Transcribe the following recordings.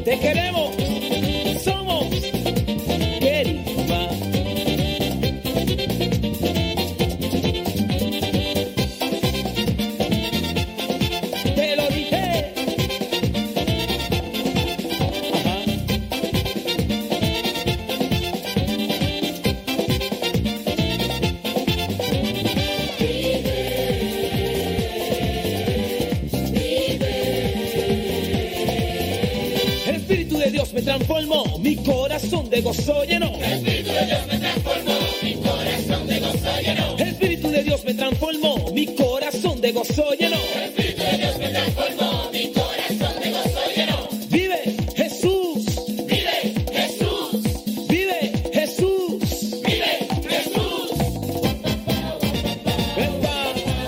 Te queremos, somos Querigma. Te lo dije. Ajá. El Espíritu de Dios me transformó, mi corazón de gozo llenó. El Espíritu de Dios me transformó, mi corazón de gozo llenó. El Espíritu de Dios me transformó, mi corazón de gozo llenó. El Espíritu de Dios me transformó, mi corazón de gozo llenó. Vive Jesús, Vive Jesús, vive Jesús. vive Jesús. Epa.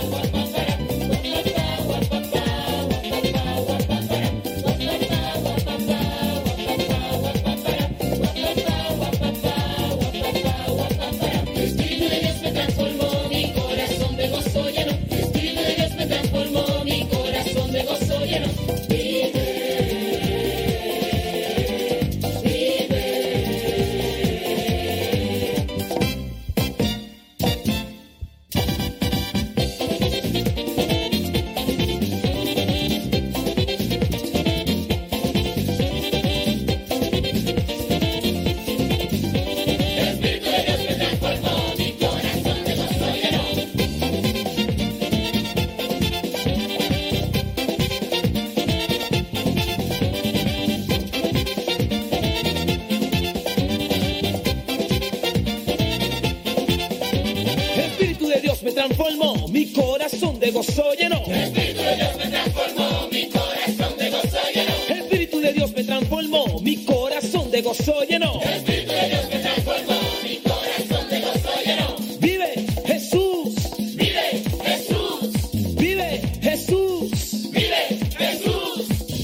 El Espíritu de Dios me transformó, mi corazón de gozo llenó. El Espíritu de Dios me transformó, mi corazón de gozo llenó. Vive, vive. El Espíritu de Dios me transformó, mi corazón de gozo llenó. El Espíritu de Dios me transformó, mi corazón de gozo llenó. El Espíritu de Dios me transformó, mi corazón de gozo llenó. El Espíritu de Dios me transformó, mi corazón de gozo llenó. El Espíritu de Dios me transformó, mi corazón de gozo llenó. Vive Jesús, Vive Jesús, vive Jesús. vive Jesús.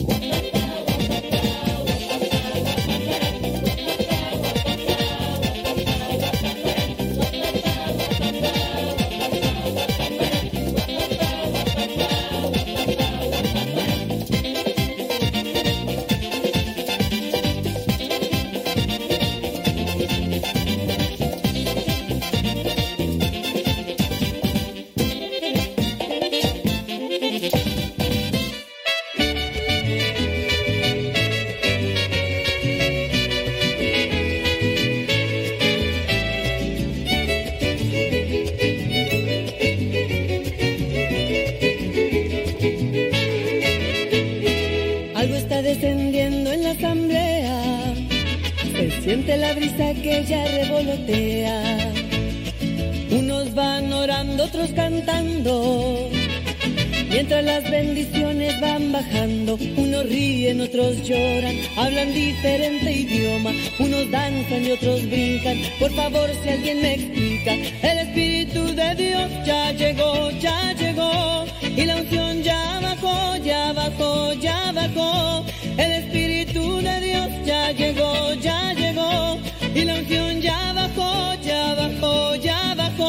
Algo está descendiendo en la asamblea, se siente la brisa que ya revolotea. Unos van orando, otros cantando, mientras las bendiciones van bajando. Unos ríen, otros lloran, hablan diferente idioma. Unos danzan y otros brincan. Por favor, si alguien me explica, el Espíritu de Dios ya llegó, y la unción ya bajó, ya bajó, ya bajó. El Espíritu de Dios ya llegó, y la unción ya bajó, ya bajó, ya bajó.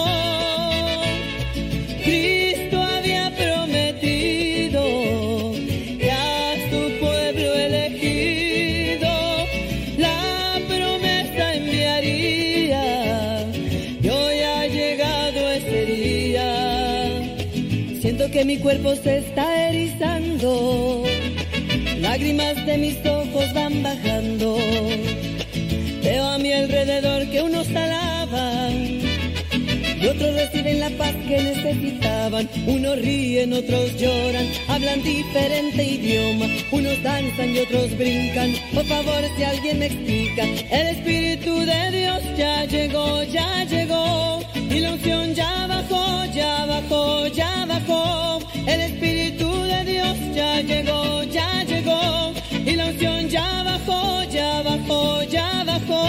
Cristo había prometido que a su pueblo elegido la promesa enviaría, y hoy ha llegado ese día. Siento que mi cuerpo se está erizando, lágrimas de mis ojos van bajando. Veo a mi alrededor que unos alaban y otros reciben la paz que necesitaban. Unos ríen, otros lloran, hablan diferente idioma. Unos danzan y otros brincan. Por favor, si alguien me explica, el Espíritu de Dios ya llegó, y la unción ya bajó, ya bajó, ya bajó. El Espíritu de Dios ya llegó, y la unción ya bajó, ya bajó, ya bajó.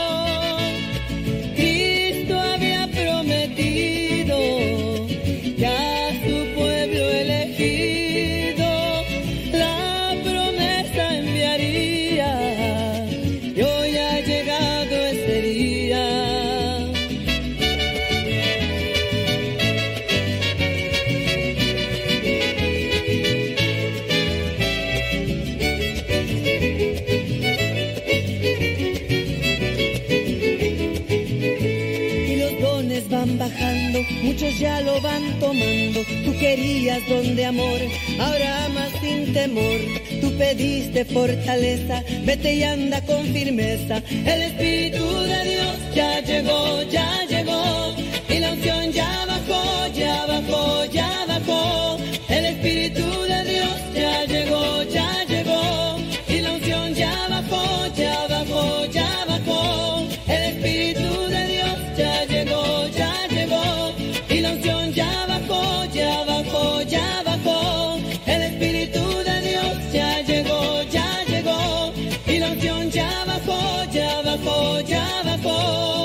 Cristo había prometido que a su pueblo elegido la promesa enviaría, y hoy ha llegado ese día. querías don de amor, ahora amas sin temor. Tú pediste fortaleza, vete y anda con firmeza. El Espíritu de Dios ya llegó, y la unción ya bajó, ya bajó, ya bajó. El Espíritu de Dios ya llegó, y la unción ya bajó, ya bajó, ya bajó. El Espíritu de Dios ya llegó, y la unción ya bajó, ya bajó, ya bajó. El Espíritu de Dios ya llegó, y la unción ya bajó, ya bajó, ya bajó.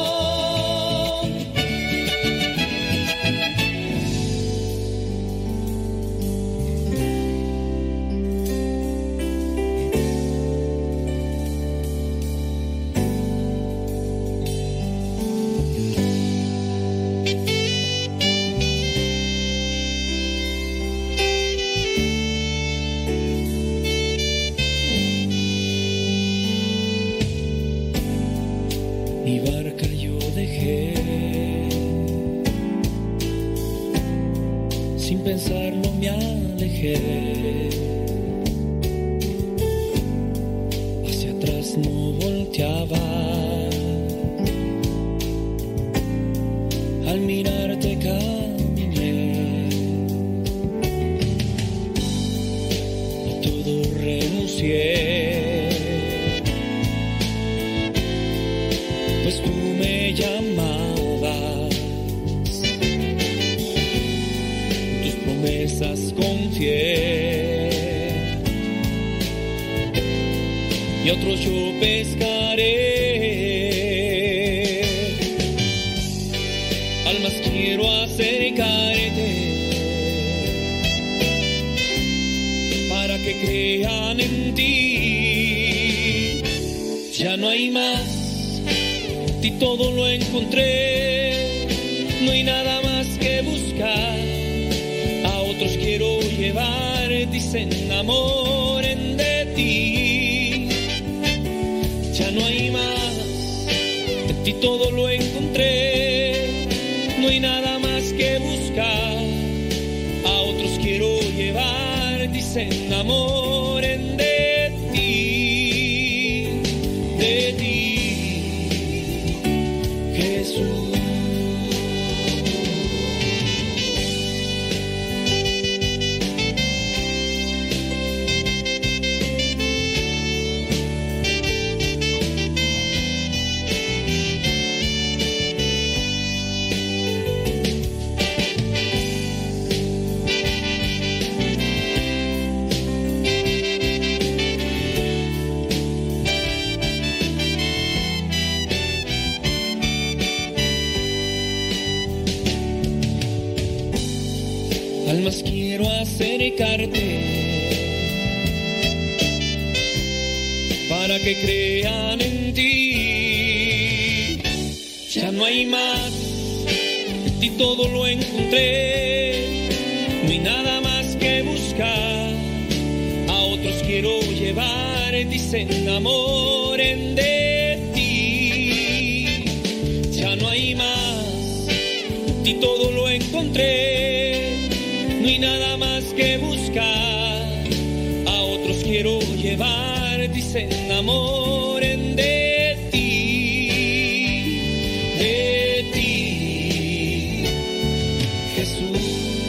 Mi barca yo dejé, sin pensarlo me alejé, hacia atrás no volteaba, al mirarte caminé, a todo renuncié. Pues tú me llamabas, tus promesas confié, y otros yo pescaré. Almas quiero acercarte, para que crean en ti. Ya no hay más, y todo lo encontré, no hay nada más que buscar. A otros quiero llevar, dicen enamoren de ti. Ya no hay más, de ti todo lo encontré, no hay nada más que buscar. A otros quiero llevar, dicen enamoren de ti, de ti. Jesús. Almas quiero acercarte, para que crean en ti. Ya no hay más, en ti todo lo encontré, no hay nada más que buscar. A otros quiero llevar, dicen enamoren de ti. Ya no hay más, en ti todo lo encontré, no hay nada más que buscar. A otros quiero llevar, dicen enamoren de ti, Jesús.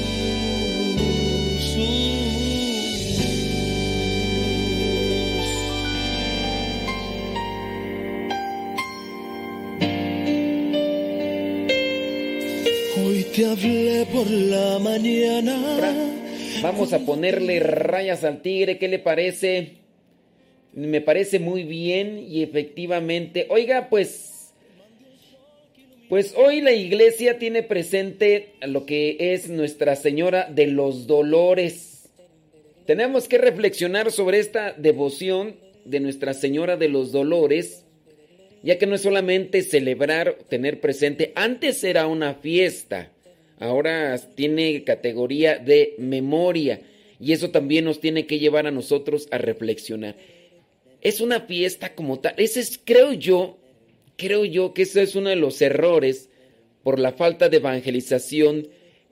Hoy te hablé por la mañana. Vamos a ponerle rayas al tigre, ¿qué le parece? Me parece muy bien y efectivamente. Oiga, pues hoy la iglesia tiene presente lo que es Nuestra Señora de los Dolores. Tenemos que reflexionar sobre esta devoción de Nuestra Señora de los Dolores, ya que no es solamente celebrar, tener presente. Antes era una fiesta, ahora tiene categoría de memoria, y eso también nos tiene que llevar a nosotros a reflexionar. Es una fiesta como tal. Ese es, creo yo que ese es uno de los errores por la falta de evangelización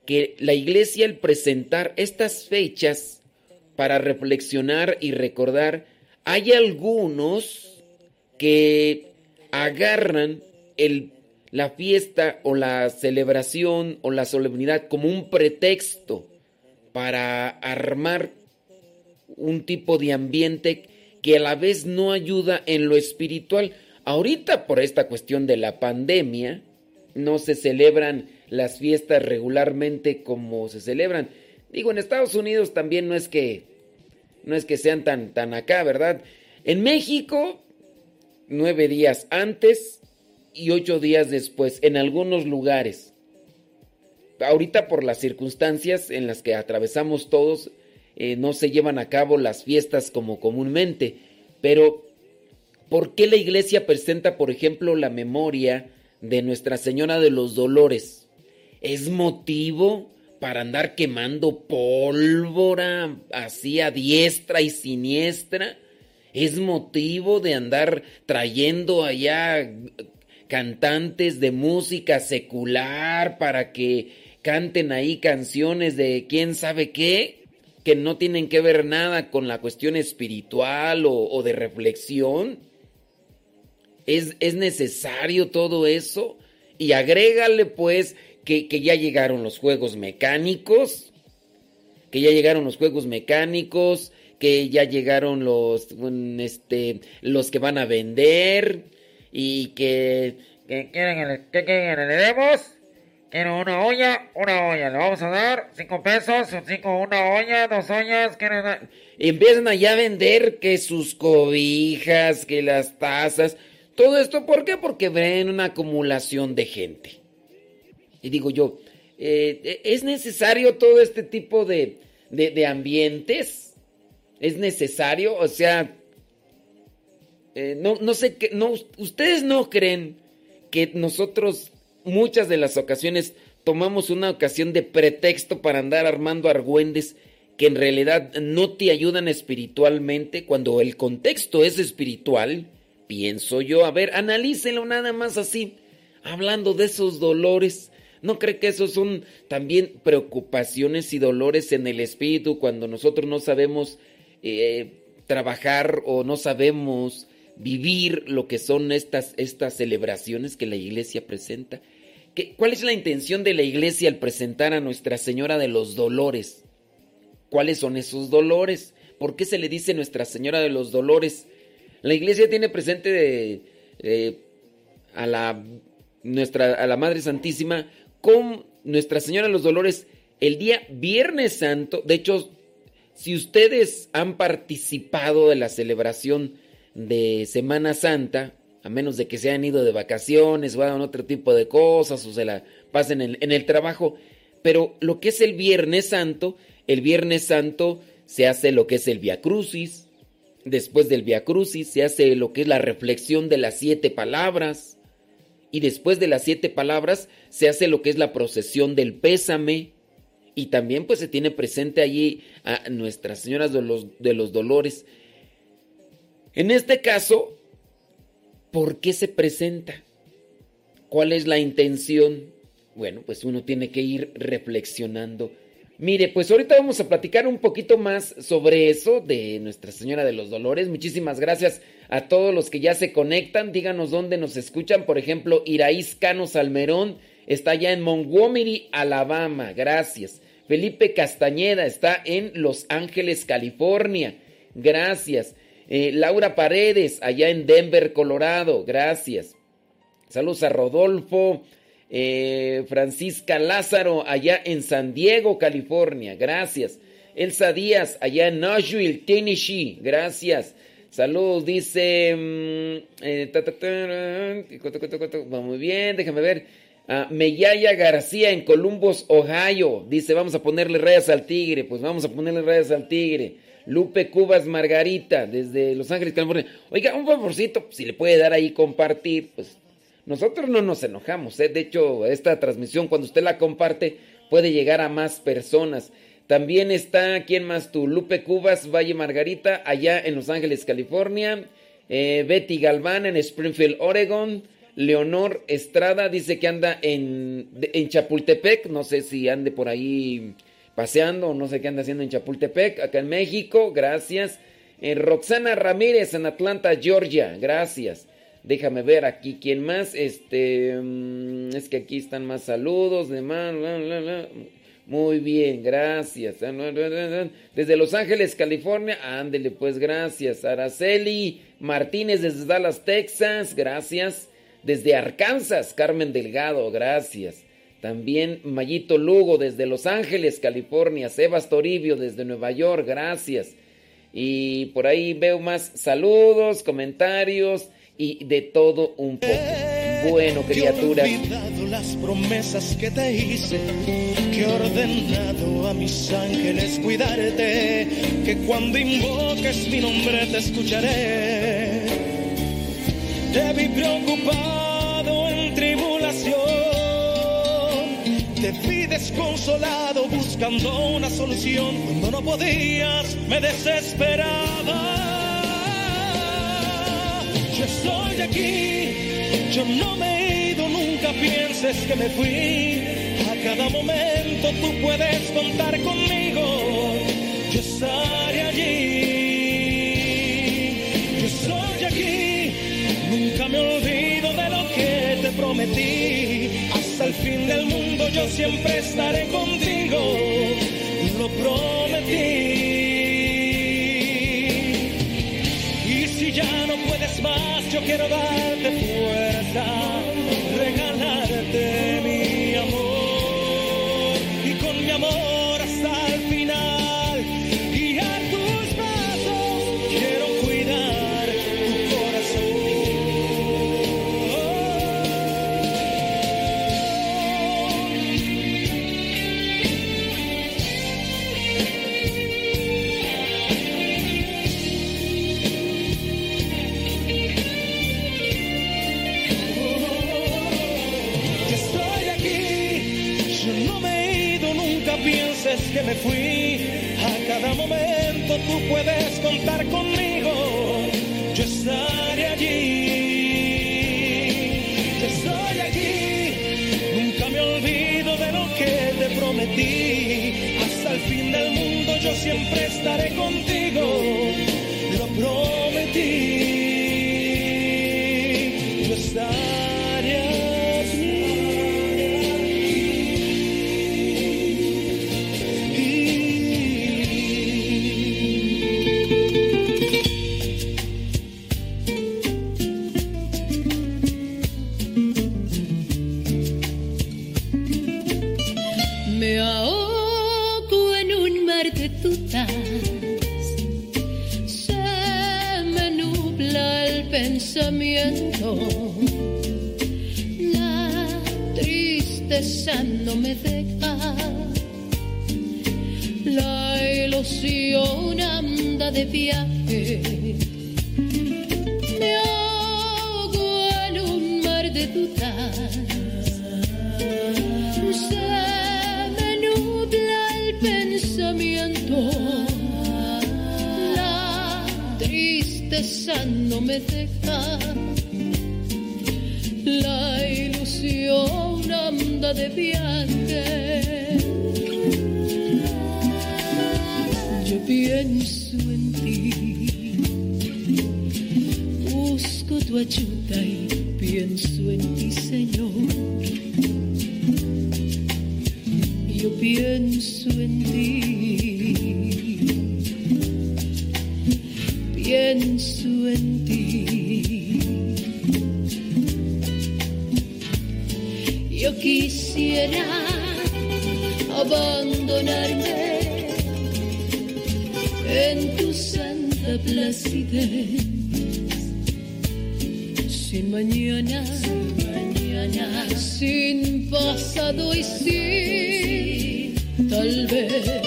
que la iglesia, al presentar estas fechas para reflexionar y recordar, hay algunos que agarran la fiesta o la celebración o la solemnidad como un pretexto para armar un tipo de ambiente que a la vez no ayuda en lo espiritual. Ahorita, por esta cuestión de la pandemia, no se celebran las fiestas regularmente como se celebran. Digo, en Estados Unidos también no es que sean tan acá, ¿verdad? En México, 9 días antes y 8 días después, en algunos lugares. Ahorita, por las circunstancias en las que atravesamos todos, no se llevan a cabo las fiestas como comúnmente. Pero, ¿por qué la iglesia presenta, por ejemplo, la memoria de Nuestra Señora de los Dolores? ¿Es motivo para andar quemando pólvora así a diestra y siniestra? ¿Es motivo de andar trayendo allá cantantes de música secular para que canten ahí canciones de quién sabe qué, que no tienen que ver nada con la cuestión espiritual o de reflexión? ¿Es necesario todo eso? Y agrégale pues que ya llegaron los juegos mecánicos, que ya llegaron los que van a vender y que quieren que le demos. Quiero una olla, le vamos a dar 5 pesos, 5, una olla, 2 ollas, y empiezan allá a vender que sus cobijas, que las tazas, todo esto, ¿por qué? Porque ven una acumulación de gente. Y digo yo, ¿es necesario todo este tipo de ambientes? ¿Es necesario? O sea, no sé qué, no, ¿ustedes no creen que nosotros muchas de las ocasiones tomamos una ocasión de pretexto para andar armando argüendes que en realidad no te ayudan espiritualmente cuando el contexto es espiritual? Pienso yo, a ver, analícenlo nada más así, hablando de esos dolores. ¿No cree que esos son también preocupaciones y dolores en el espíritu cuando nosotros no sabemos trabajar o no sabemos vivir lo que son estas celebraciones que la iglesia presenta? ¿Cuál es la intención de la iglesia al presentar a Nuestra Señora de los Dolores? ¿Cuáles son esos dolores? ¿Por qué se le dice Nuestra Señora de los Dolores? La iglesia tiene presente a la Madre Santísima con Nuestra Señora de los Dolores el día Viernes Santo. De hecho, si ustedes han participado de la celebración de Semana Santa, a menos de que se hayan ido de vacaciones o hagan otro tipo de cosas o se la pasen en el trabajo, pero lo que es el Viernes Santo se hace lo que es el Vía Crucis. Después del Vía Crucis se hace lo que es la reflexión de las 7 palabras. Y después de las 7 palabras se hace lo que es la procesión del pésame. Y también pues se tiene presente allí a Nuestra Señora de los Dolores. En este caso, ¿por qué se presenta? ¿Cuál es la intención? Bueno, pues uno tiene que ir reflexionando. Mire, pues ahorita vamos a platicar un poquito más sobre eso de Nuestra Señora de los Dolores. Muchísimas gracias a todos los que ya se conectan. Díganos dónde nos escuchan. Por ejemplo, Iraíz Cano Salmerón está ya en Montgomery, Alabama. Gracias. Felipe Castañeda está en Los Ángeles, California. Gracias. Laura Paredes allá en Denver, Colorado. Gracias. Saludos a Rodolfo. Francisca Lázaro allá en San Diego, California. Gracias. Elsa Díaz allá en Nashville, Tennessee. Gracias. Saludos, dice va muy bien, déjame ver. Meyaya García en Columbus, Ohio. Dice, vamos a ponerle rayas al tigre. Pues vamos a ponerle rayas al tigre. Lupe Cubas Margarita desde Los Ángeles, California. Oiga, un favorcito, si le puede dar ahí compartir, pues nosotros no nos enojamos, ¿eh? De hecho, esta transmisión, cuando usted la comparte, puede llegar a más personas. También está, ¿quién más tú? Lupe Cubas, Valle Margarita, allá en Los Ángeles, California. Betty Galván en Springfield, Oregon. Leonor Estrada dice que anda en Chapultepec. No sé si ande por ahí paseando o no sé qué anda haciendo en Chapultepec, acá en México. Gracias. Roxana Ramírez en Atlanta, Georgia. Gracias. Déjame ver aquí quién más. Es que aquí están más saludos. Muy bien, gracias. Desde Los Ángeles, California. Ándele, pues, gracias. Araceli Martínez desde Dallas, Texas. Gracias. Desde Arkansas, Carmen Delgado. Gracias. También Mayito Lugo desde Los Ángeles, California. Sebas Toribio desde Nueva York. Gracias. Y por ahí veo más saludos, comentarios y de todo un poco. Bueno, criaturas. Que he olvidado las promesas que te hice, que he ordenado a mis ángeles cuidarte, que cuando invoques mi nombre te escucharé. Te vi preocupado en tribulación, te vi desconsolado buscando una solución. Cuando no podías me desesperaba. Yo estoy aquí, yo no me he ido, nunca pienses que me fui. A cada momento tú puedes contar conmigo, yo estaré allí. Yo estoy aquí, nunca me olvido de lo que te prometí. Hasta el fin del mundo yo siempre estaré contigo, lo prometí. Ya no puedes más, yo quiero darte fuerza, regalarte mi amor, y con mi amor hasta el final, guiar tus pasos, quiero cuidar tu corazón. Pienses que me fui, a cada momento tú puedes contar conmigo, yo estaré allí, yo estoy aquí, nunca me olvido de lo que te prometí, hasta el fin del mundo yo siempre estaré contigo, lo prometí, yo estaré allí. La tristeza no me deja, la ilusión anda de viaje, me ahogo en un mar de dudas, se me nubla el pensamiento, la tristeza no me deja, la ilusión anda de viaje. Yo pienso en ti, busco tu ayuda y pienso en ti, Señor. Yo pienso en ti, pienso en ti. Yo quisiera abandonarme en tu santa placidez, sin mañana, sin pasado y sin tal vez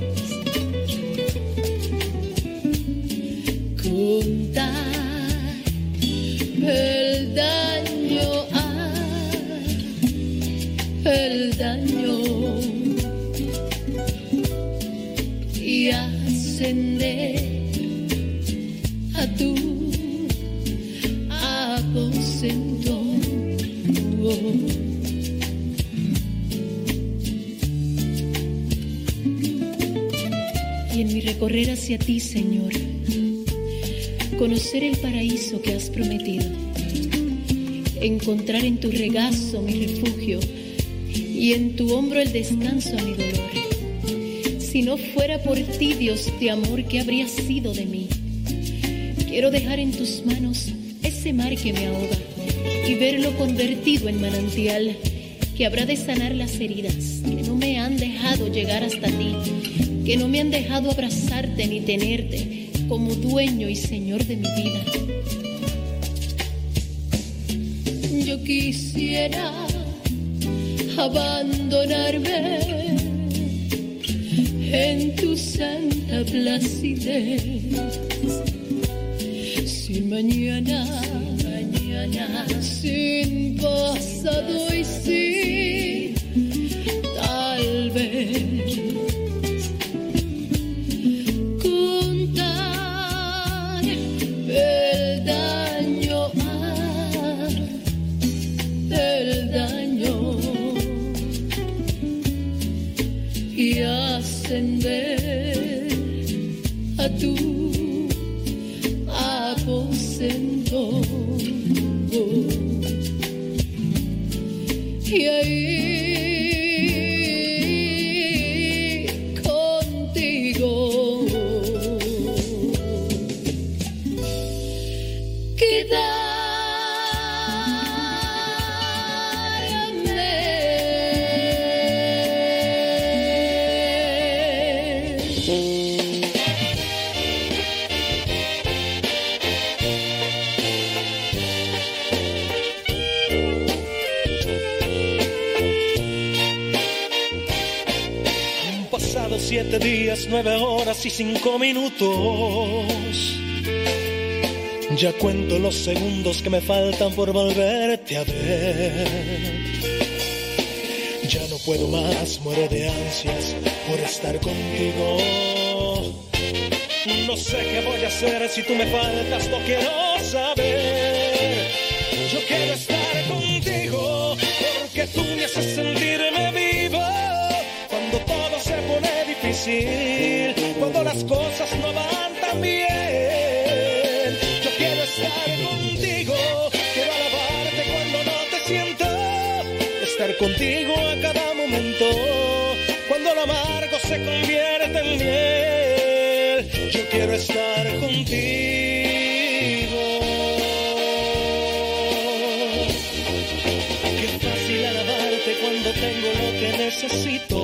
contar el daño, el daño y ascender a tu aposento. correr hacia ti, Señor, conocer el paraíso que has prometido, encontrar en tu regazo mi refugio y en tu hombro el descanso a mi dolor. Si no fuera por ti, Dios de amor, ¿qué habría sido de mí? Quiero dejar en tus manos ese mar que me ahoga y verlo convertido en manantial que habrá de sanar las heridas que no me han dejado llegar hasta ti, que no me han dejado abrazarte ni tenerte como dueño y señor de mi vida. Yo quisiera abandonarme en tu santa placidez, sin mañana, sin pasado y sin tal vez contar el daño, el daño y ascender a tu aposento. Y ahí contigo Pasados 7 días, 9 horas y 5 minutos. Ya cuento los segundos que me faltan por volverte a ver. Ya no puedo más, muero de ansias por estar contigo. No sé qué voy a hacer si tú me faltas, no quiero saber. Yo quiero estar contigo porque tú me haces sentirme vivo. Cuando todo se pone difícil, cuando las cosas no van tan bien, yo quiero estar contigo, quiero alabarte cuando no te siento, estar contigo a cada momento, cuando lo amargo se convierte en miel, yo quiero estar contigo. Qué fácil alabarte cuando tengo lo que necesito.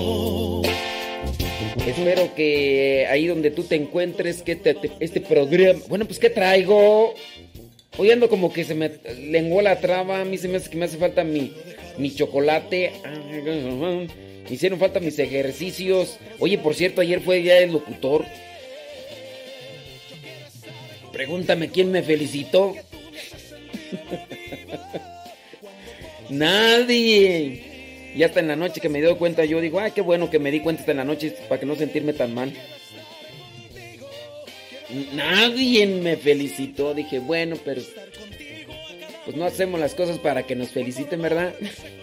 Espero que ahí donde tú te encuentres, que este programa... Bueno, pues ¿qué traigo? Hoy ando como que se me lenguó la traba. A mí se me hace que me hace falta mi chocolate. Me hicieron falta mis ejercicios. Oye, por cierto, ayer fue día del locutor. Pregúntame quién me felicitó. Nadie. Y hasta en la noche que me doy cuenta, yo digo, ay, qué bueno que me di cuenta hasta en la noche para que no sentirme tan mal. Nadie me felicitó. Dije, bueno, pero pues no hacemos las cosas para que nos feliciten, ¿verdad?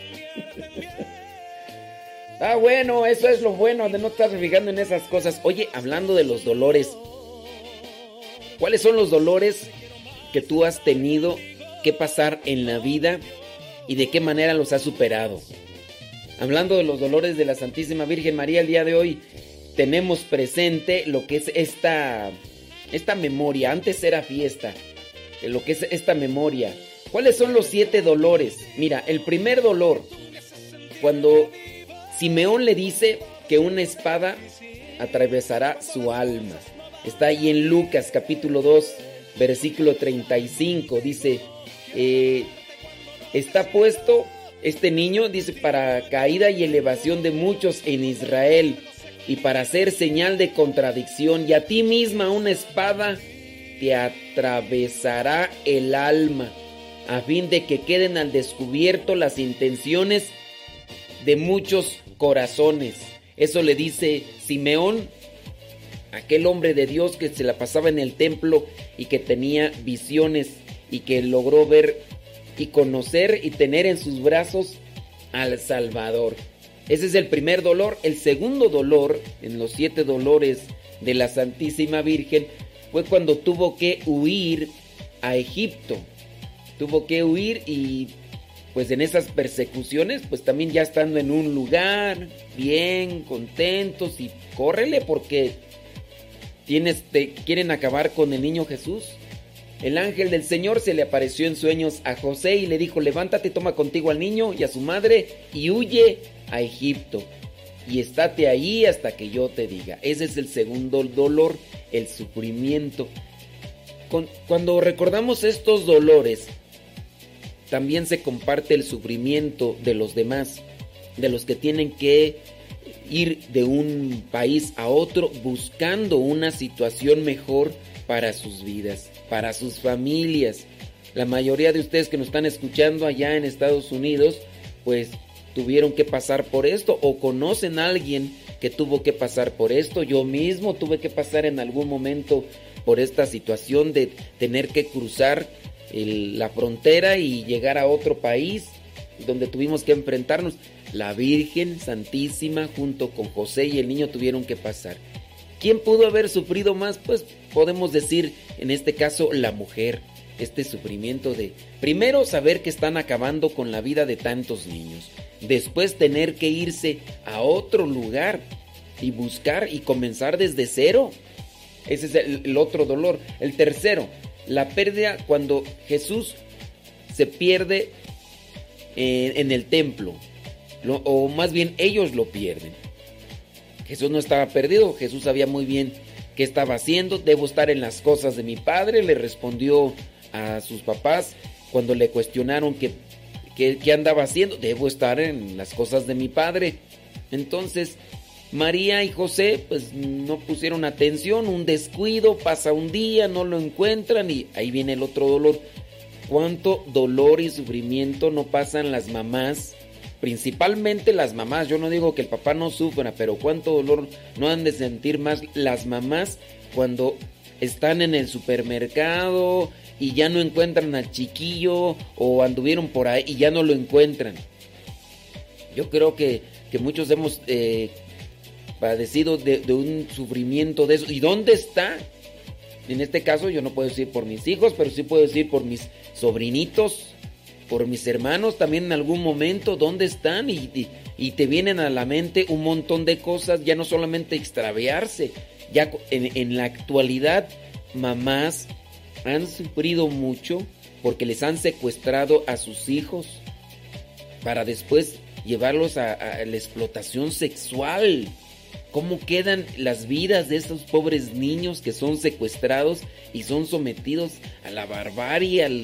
Ah, bueno, eso es lo bueno de no estar fijando en esas cosas. Oye, hablando de los dolores, ¿cuáles son los dolores que tú has tenido que pasar en la vida y de qué manera los has superado? Hablando de los dolores de la Santísima Virgen María, el día de hoy tenemos presente lo que es esta memoria. Antes era fiesta, lo que es esta memoria. ¿Cuáles son los 7 dolores? Mira, el primer dolor, cuando Simeón le dice que una espada atravesará su alma. Está ahí en Lucas capítulo 2, versículo 35. Dice, está puesto este niño, dice, para caída y elevación de muchos en Israel y para hacer señal de contradicción. Y a ti misma una espada te atravesará el alma, a fin de que queden al descubierto las intenciones de muchos corazones. Eso le dice Simeón, aquel hombre de Dios que se la pasaba en el templo y que tenía visiones y que logró ver y conocer y tener en sus brazos al Salvador. Ese es el primer dolor. El segundo dolor, en los 7 dolores de la Santísima Virgen fue cuando tuvo que huir a Egipto. Tuvo que huir y pues en esas persecuciones, pues también ya estando en un lugar bien, contentos, y córrele porque quieren acabar con el niño Jesús. El ángel del Señor se le apareció en sueños a José y le dijo: levántate, toma contigo al niño y a su madre y huye a Egipto y estate ahí hasta que yo te diga. Ese es el segundo dolor, el sufrimiento. Cuando recordamos estos dolores, también se comparte el sufrimiento de los demás, de los que tienen que ir de un país a otro buscando una situación mejor para sus vidas, para sus familias. La mayoría de ustedes que nos están escuchando allá en Estados Unidos, pues tuvieron que pasar por esto o conocen a alguien que tuvo que pasar por esto. Yo mismo tuve que pasar en algún momento por esta situación de tener que cruzar la frontera y llegar a otro país donde tuvimos que enfrentarnos. La Virgen Santísima junto con José y el niño tuvieron que pasar. ¿Quién pudo haber sufrido más? Pues podemos decir en este caso la mujer. Este sufrimiento de primero saber que están acabando con la vida de tantos niños, después tener que irse a otro lugar y buscar y comenzar desde cero. Ese es el otro dolor. El tercero, la pérdida cuando Jesús se pierde en el templo, o más bien ellos lo pierden. Jesús no estaba perdido, Jesús sabía muy bien qué estaba haciendo. Debo estar en las cosas de mi Padre, le respondió a sus papás cuando le cuestionaron qué andaba haciendo. Debo estar en las cosas de mi Padre. Entonces María y José pues no pusieron atención, un descuido, pasa un día, no lo encuentran y ahí viene el otro dolor. Cuánto dolor y sufrimiento no pasan las mamás, principalmente las mamás. Yo no digo que el papá no sufra, pero cuánto dolor no han de sentir más las mamás cuando están en el supermercado y ya no encuentran al chiquillo, o anduvieron por ahí y ya no lo encuentran. Yo creo que muchos hemos padecido de un sufrimiento de eso. ¿Y dónde está? En este caso yo no puedo decir por mis hijos, pero sí puedo decir por mis sobrinitos, por mis hermanos también en algún momento. ¿Dónde están? Y te vienen a la mente un montón de cosas, ya no solamente extraviarse. Ya en la actualidad mamás han sufrido mucho porque les han secuestrado a sus hijos para después llevarlos a la explotación sexual. ¿Cómo quedan las vidas de estos pobres niños que son secuestrados y son sometidos a la barbarie, al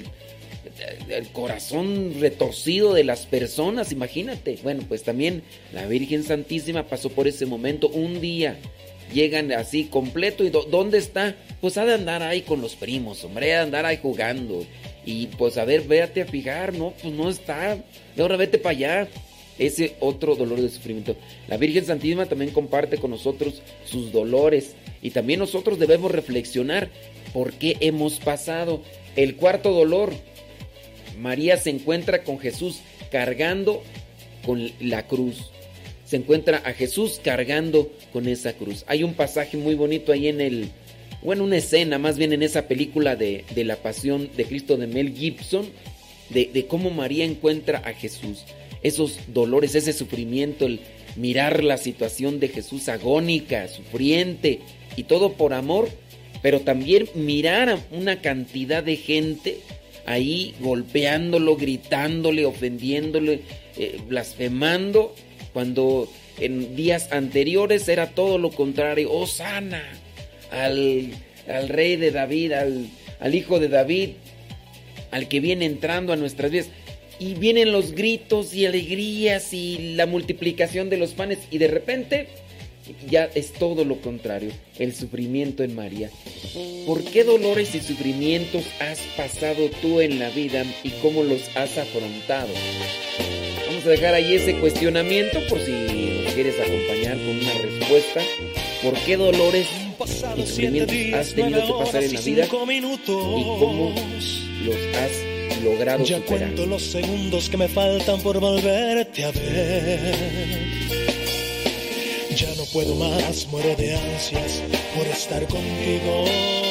corazón retorcido de las personas? Imagínate. Bueno, pues también la Virgen Santísima pasó por ese momento. Un día llegan así completo y ¿dónde está? Pues ha de andar ahí con los primos, hombre, ha de andar ahí jugando. Y pues a ver, véate a fijar, no, pues no está. Y ahora vete para allá. Ese otro dolor de sufrimiento. La Virgen Santísima también comparte con nosotros sus dolores. Y también nosotros debemos reflexionar por qué hemos pasado. El cuarto dolor. María se encuentra con Jesús cargando con la cruz. Se encuentra a Jesús cargando con esa cruz. Hay un pasaje muy bonito ahí una escena más bien en esa película de la Pasión de Cristo de Mel Gibson, de cómo María encuentra a Jesús. Esos dolores, ese sufrimiento, el mirar la situación de Jesús agónica, sufriente, y todo por amor, pero también mirar a una cantidad de gente ahí golpeándolo, gritándole, ofendiéndole, blasfemando, cuando en días anteriores era todo lo contrario. ¡Hosana! Al rey de David, al hijo de David, al que viene entrando a nuestras vidas. Y vienen los gritos y alegrías y la multiplicación de los panes, y de repente ya es todo lo contrario, el sufrimiento en María. ¿Por qué dolores y sufrimientos has pasado tú en la vida y cómo los has afrontado? Vamos a dejar ahí ese cuestionamiento por si nos quieres acompañar con una respuesta. ¿Por qué dolores y sufrimientos has tenido que pasar en la vida y cómo los has logrado ya superar? Cuento los segundos que me faltan por volverte a ver. Ya no puedo más, muero de ansias por estar contigo.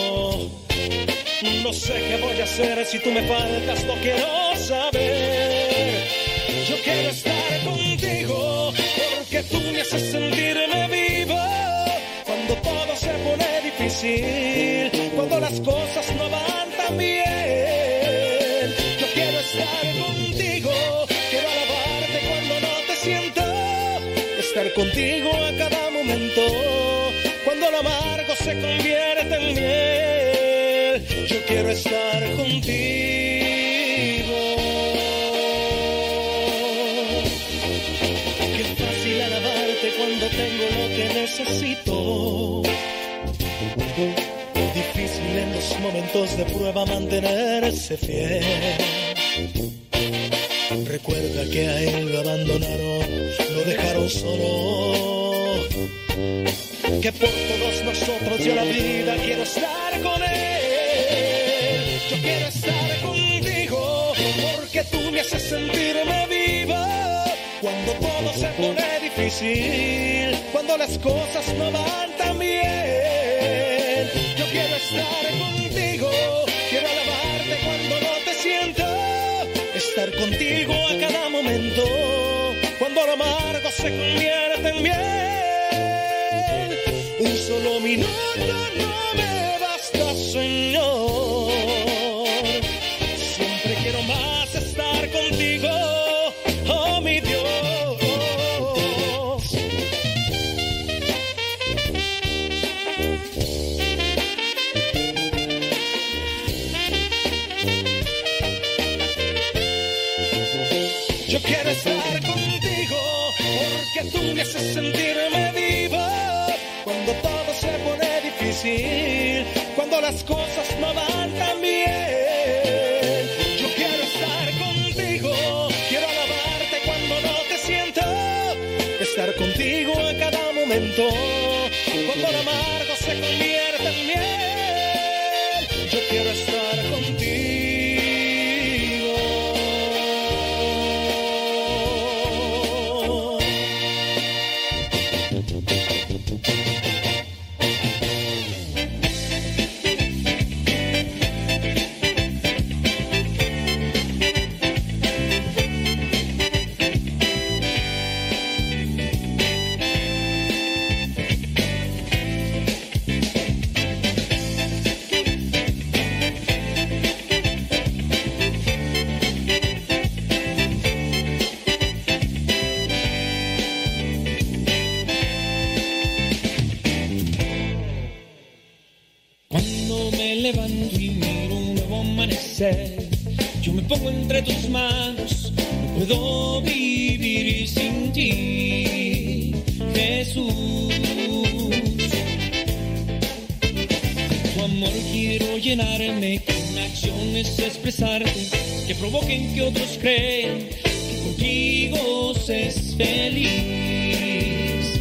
No sé qué voy a hacer si tú me faltas, no quiero saber. Yo quiero estar contigo porque tú me haces sentirme vivo. Cuando todo se pone difícil, cuando las cosas no van tan bien. Yo quiero estar contigo, quiero alabarte cuando no te siento. Estar contigo a cada momento, cuando lo amargo se convierte en miel. Yo quiero estar contigo. Qué fácil alabarte cuando tengo lo que necesito. Difícil en los momentos de prueba mantenerse fiel. Recuerda que a él lo abandonaron, lo dejaron solo. Que por todos nosotros dio la vida, quiero estar con él. Yo quiero estar contigo porque tú me haces sentirme viva. Cuando todo se pone difícil, cuando las cosas no van tan bien. Yo quiero estar contigo, quiero alabarte cuando no te siento. Estar contigo a cada momento, cuando lo amargo se convierte en miel. Un solo minuto no me basta, Señor. Siempre quiero más estar contigo, oh mi Dios. Yo quiero estar contigo porque tú me haces sentirme vivo. Cuando todo se pone difícil, cuando las cosas no van tan bien. Yo quiero estar contigo, quiero alabarte cuando no te siento. Estar contigo a cada momento, cuando lo amargo se convierte en miel. Yo quiero estar contigo. Yo me pongo entre tus manos, no puedo vivir sin ti, Jesús. De tu amor quiero llenarme, con acciones expresarte, que provoquen que otros crean que contigo se es feliz,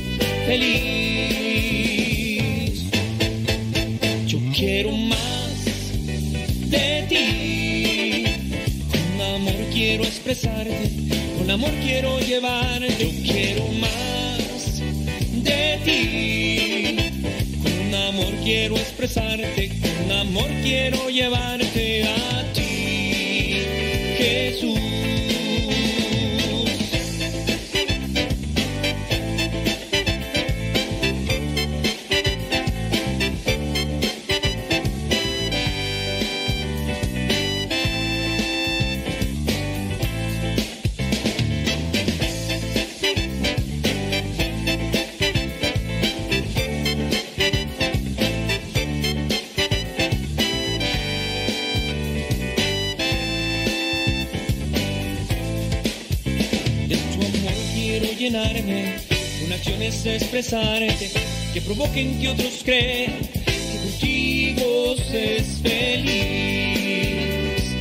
feliz. Yo quiero más de ti, con amor quiero expresarte, con amor quiero llevarte. Yo quiero más de ti, con amor quiero expresarte, con amor quiero llevarte a ti, Jesús. Llenarme, con acciones expresarte, que provoquen que otros crean que contigo se es feliz,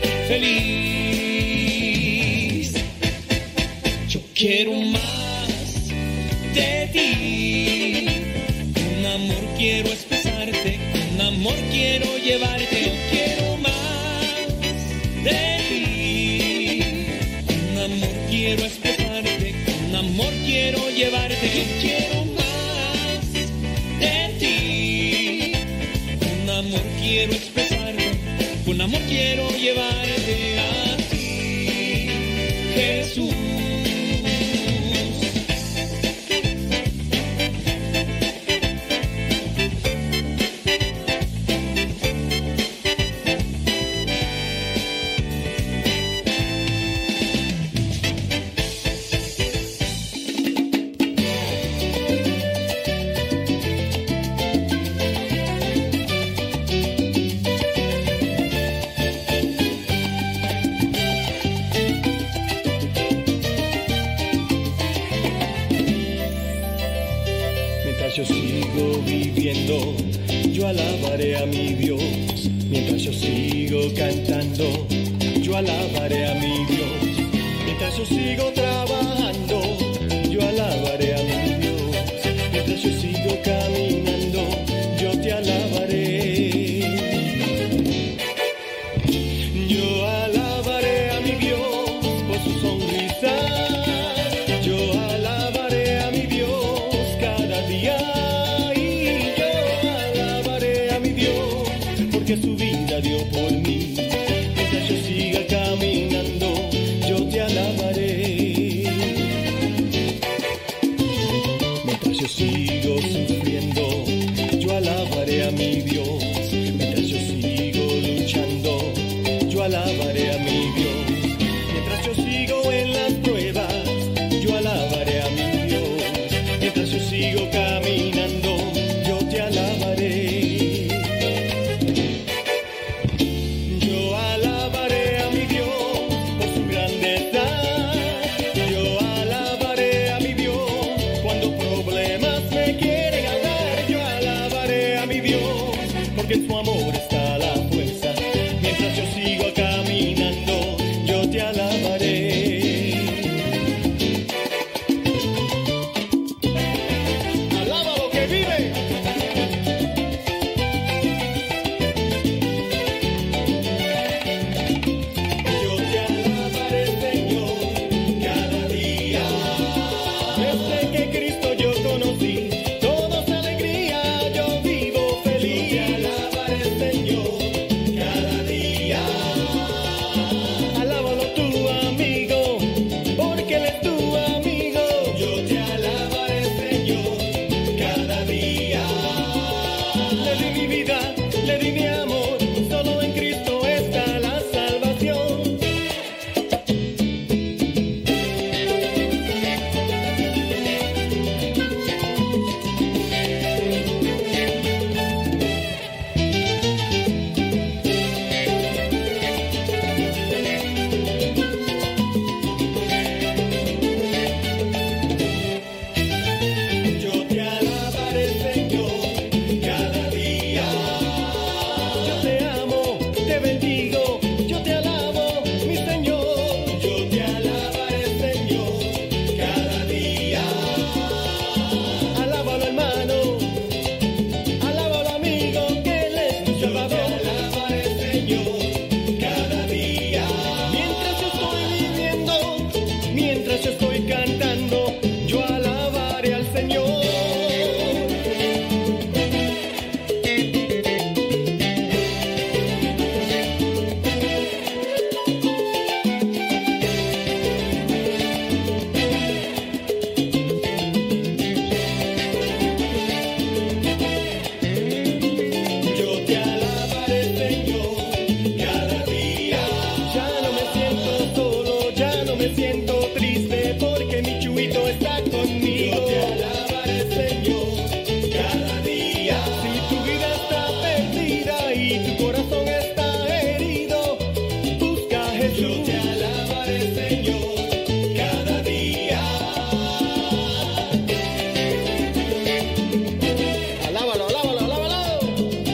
feliz. Yo quiero más de ti, con amor quiero expresarte, con amor quiero llevarte. Yo quiero más de ti, con amor quiero expresarte, con amor quiero llevarte. Yo quiero más con amor quiero llevarte a ti, Jesús. Yo sigo viviendo, yo alabaré a mi Dios. Mientras yo sigo cantando, yo alabaré a mi Dios. Mientras yo sigo trabajando, yo alabaré a mi Dios. Mientras yo sigo caminando, yo te alabaré. Yo alabaré a mi Dios por su sonrisa. Yo alabaré a mi Dios cada día. Que su vida dio por mí. Mientras yo siga caminando, yo te alabaré. Mientras yo sigo sufriendo, yo alabaré a mi Dios. Mientras yo sigo luchando, yo alabaré a mi Dios. Mientras yo sigo en las pruebas, yo alabaré a mi Dios. Mientras yo sigo caminando, yo te alabaré. Porque en su amor está la fuerza. Mientras yo sigo caminando, yo te alabaré. Alaba lo que vive. Yo te alabaré, Señor, cada día. Desde que Cristo yo conocí, todo es alegría, yo vivo feliz. Yo te alabaré, Señor, cada día. Alábalo tu amigo, porque él es tu amigo. Yo te alabaré, Señor, cada día. Le di mi vida, le di mi amor, solo en Cristo está la salvación. Yo te alabaré, Señor, cada día. Yo te amo, te bendigo, yo te alabo, mi Señor. Yo te alabaré, Señor, cada día. Alábalo, hermano, alábalo, amigo, que él es tu Salvador. Yo te alabaré, Señor, cada día. Mientras yo estoy viviendo, mientras yo estoy cantando, yo alabaré al Señor. Yo te alabaré, Señor, cada día. Ya no me siento solo, ya no me siento triste, porque mi Chuito está conmigo. Yo te alabaré, Señor, cada día. Si tu vida está perdida y tu corazón está herido, busca a Jesús. Yo te alabaré, Señor, cada día. Alábalo, alábalo, alábalo.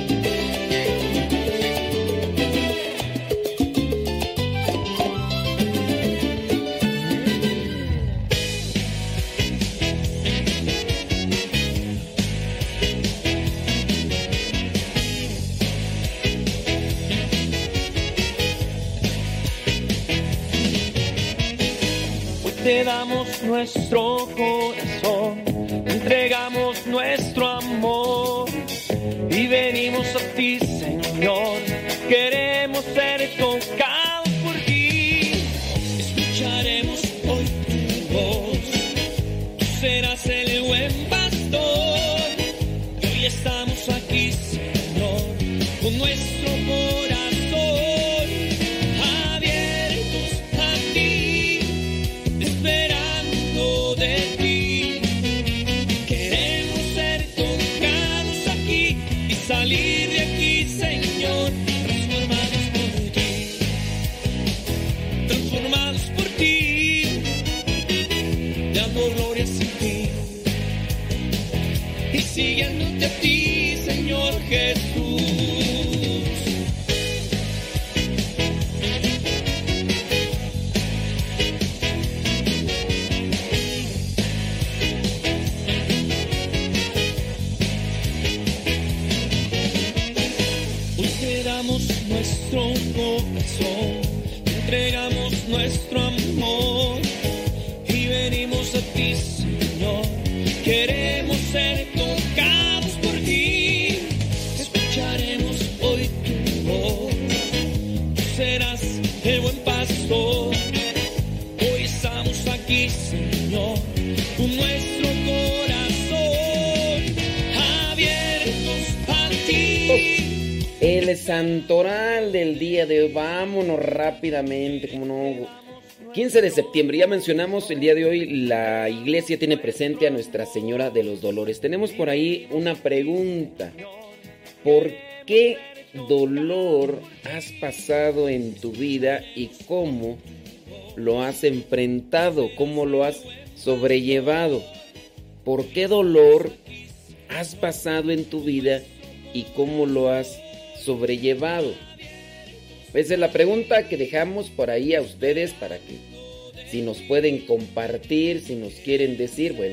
Hoy te damos nuestro corazón, te entregamos nuestro amor y venimos a ti, Señor. Queremos ser tocados por ti. Escucharemos hoy tu voz. Tú serás el buen pastor. Y hoy estamos aquí, Señor, con nuestro corazón abiertos a ti, esperando de ti. Queremos ser tocados aquí y salir de aquí, Señor, transformados por ti, dando gloria sin ti y siguiéndote a ti, Señor Jesús. Hoy te damos nuestro corazón, te entregamos nuestro amor y venimos a ti, Señor. Queremos ser tocados por ti. Escucharemos hoy tu voz. Tú serás el buen pastor. Hoy estamos aquí, Señor, con nuestro corazón abiertos a ti. El santoral del día de hoy, vámonos rápidamente, como no. 15 de septiembre, ya mencionamos el día de hoy, la iglesia tiene presente a Nuestra Señora de los Dolores. Tenemos por ahí una pregunta. ¿Por qué dolor has pasado en tu vida y cómo lo has enfrentado? ¿Cómo lo has sobrellevado? ¿Por qué dolor has pasado en tu vida y cómo lo has sobrellevado? Esa es la pregunta que dejamos por ahí a ustedes para que si nos pueden compartir, si nos quieren decir. Bueno,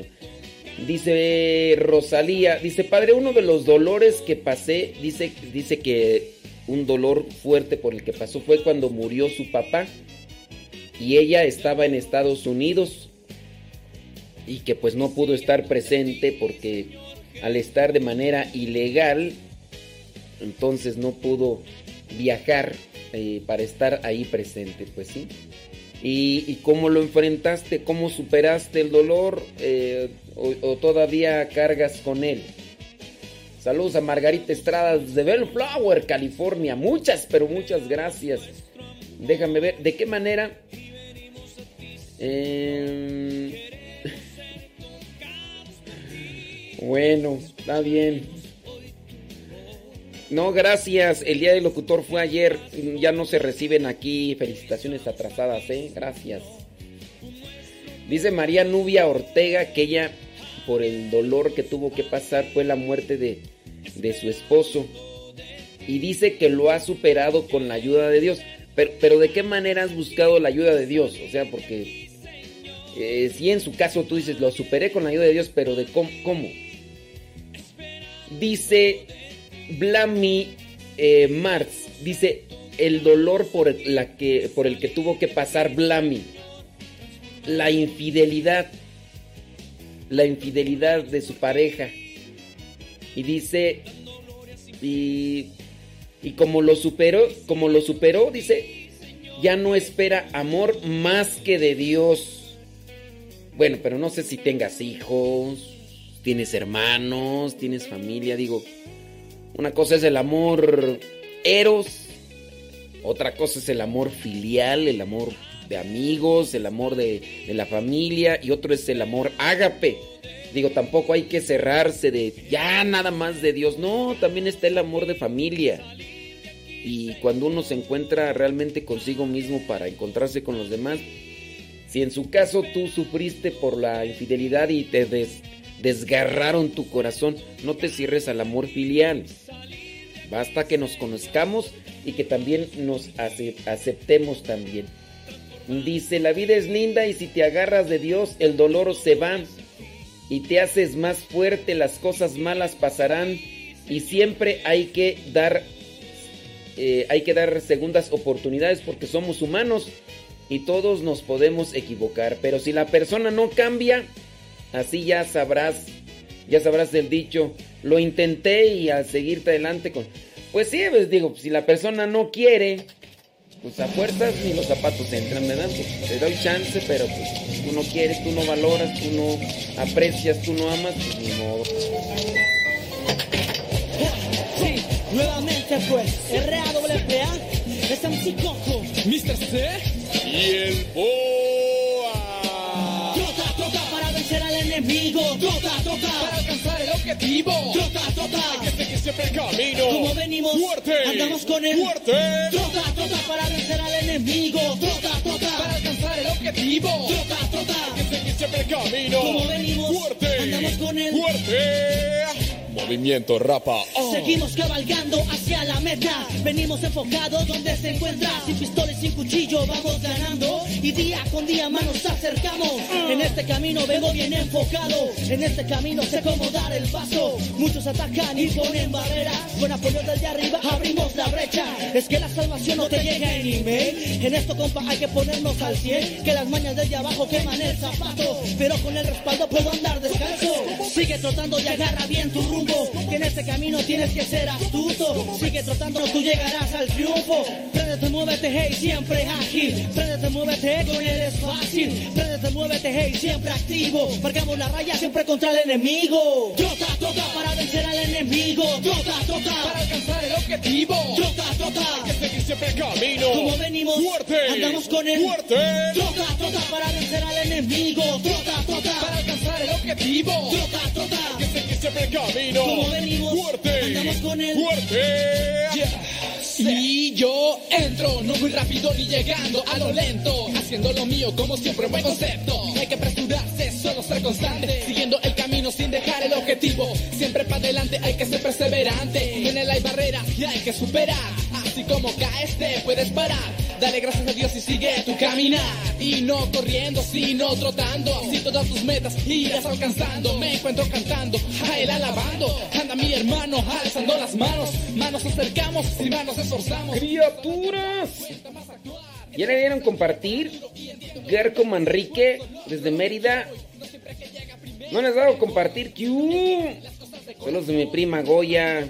dice Rosalía, dice: padre, uno de los dolores que pasé, dice que un dolor fuerte por el que pasó fue cuando murió su papá y ella estaba en Estados Unidos y que pues no pudo estar presente porque al estar de manera ilegal, entonces no pudo viajar para estar ahí presente, pues sí. ¿Y cómo lo enfrentaste? ¿Cómo superaste el dolor? ¿O todavía cargas con él? Saludos a Margarita Estrada de Bellflower, California. Muchas, pero muchas gracias. Déjame ver, ¿de qué manera? Bueno, está bien. No, gracias. El día del locutor fue ayer. Ya no se reciben aquí felicitaciones atrasadas, Gracias. Dice María Nubia Ortega que ella, por el dolor que tuvo que pasar, fue la muerte de su esposo. Y dice que lo ha superado con la ayuda de Dios. Pero ¿de qué manera has buscado la ayuda de Dios? O sea, porque si en su caso tú dices, lo superé con la ayuda de Dios, pero ¿de cómo? Dice Blami Marx, dice el dolor por el que tuvo que pasar Blami, la infidelidad de su pareja, y dice y como lo superó, dice, ya no espera amor más que de Dios. Bueno, pero no sé si tengas hijos, tienes hermanos, tienes familia. Digo, una cosa es el amor eros, otra cosa es el amor filial, el amor de amigos, el amor de la familia, y otro es el amor ágape. Digo, tampoco hay que cerrarse de ya nada más de Dios. No, también está el amor de familia. Y cuando uno se encuentra realmente consigo mismo para encontrarse con los demás, si en su caso tú sufriste por la infidelidad y te desgarraron tu corazón, no te cierres al amor filial. Basta que nos conozcamos y que también nos aceptemos también. Dice, la vida es linda y si te agarras de Dios, el dolor se va y te haces más fuerte, las cosas malas pasarán y siempre hay que dar segundas oportunidades porque somos humanos y todos nos podemos equivocar. Pero si la persona no cambia, así ya sabrás el dicho, lo intenté y a seguirte adelante con... Pues sí, pues digo, si la persona no quiere, pues a fuerzas ni los zapatos entran, ¿verdad? Pues te doy chance, pero pues tú no quieres, tú no valoras, tú no aprecias, tú no amas, pues ni modo. Sí, nuevamente pues, RAWPA, es MC Coco, Mr. C y el Boa. Trota para vencer al enemigo, trota Para alcanzar el objetivo. trota Hay que seguir siempre el camino. como venimos, Fuerte. andamos con él, Fuerte. trota para vencer al enemigo, trota Para alcanzar el objetivo. Hay que seguir siempre el camino. como venimos, Fuerte. andamos con él. Fuerte. Movimiento Rapa. Seguimos cabalgando hacia la meta. Venimos enfocados donde se encuentra. Sin pistola y sin cuchillo vamos ganando. Y día con día más nos acercamos. En este camino vengo bien enfocado. En este camino sé cómo dar el paso. Muchos atacan y ponen barreras. Con apoyo desde arriba abrimos la brecha. Es que la salvación no te llega en email. En esto, compa, hay que ponernos al 100. Que las mañas desde abajo queman el zapato. Pero con el respaldo puedo andar descalzo. Sigue trotando y agarra bien tu rumbo. Que en este camino tienes que ser astuto. Sigue trotando, tú llegarás al triunfo. Préndete, muévete, hey, siempre ágil. Préndete, muévete, con él es fácil. Préndete, muévete, hey, siempre activo. Marcamos la raya siempre contra el enemigo. Trota para vencer al enemigo. Trota Para alcanzar el objetivo. Trota Hay que seguir siempre el camino. como venimos, Fuerte. andamos con él. Fuerte. Trota para vencer al enemigo. Trota Para alcanzar el objetivo. Hay que seguir siempre el camino. como venimos, Fuerte. andamos con él. Fuerte. Y yo entro, no muy rápido ni llegando a lo lento, haciendo lo mío como siempre, buen concepto. No hay que apresurarse, solo ser constante, siguiendo el camino sin dejar el objetivo. Siempre para adelante hay que ser perseverante. En él hay barreras y hay que superar. Así como caes te puedes parar. Dale gracias a Dios y sigue tu caminar. Y no corriendo, sino trotando. Así todas tus metas irás alcanzando. Me encuentro cantando, a él alabando. Anda mi hermano, alzando las manos. Manos acercamos y manos esforzamos. ¡Criaturas! ¿Ya le dieron compartir? Gerco Manrique, desde Mérida. ¿No les he dado compartir? ¿Qué? Saludos de mi prima Goya.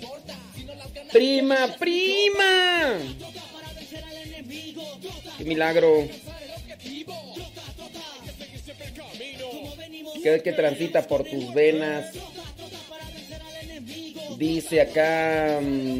¡Prima! ¡Qué milagro! Que transita por tus venas. Dice acá.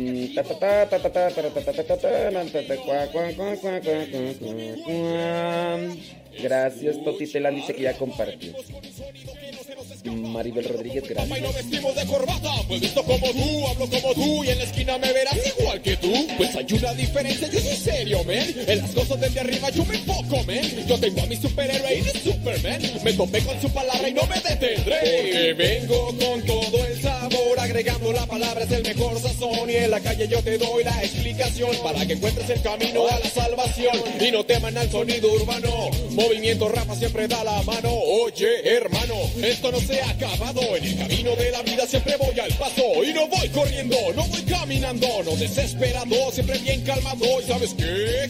Gracias, Toti Telán dice que ya compartió. Maribel Rodríguez, Papá, y gracias. no vestimos de corbata, pues visto como tú, hablo como tú, y en la esquina me verás igual que tú. Pues hay una diferencia, yo soy serio, man. En las cosas desde arriba yo me enfoco, man. Yo tengo a mi superhéroe y de Superman. Me topé con su palabra y no me detendré. Porque vengo con todo el sabor, agregando la palabra es el mejor sazón. Y en la calle yo te doy la explicación para que encuentres el camino a la salvación. Y no teman al sonido urbano, Movimiento Rapa siempre da la mano. Oye, hermano, esto no se ha acabado. En el camino de la vida siempre voy al paso. Y no voy corriendo, no voy caminando, no desesperado, siempre bien calmado. ¿Y sabes qué?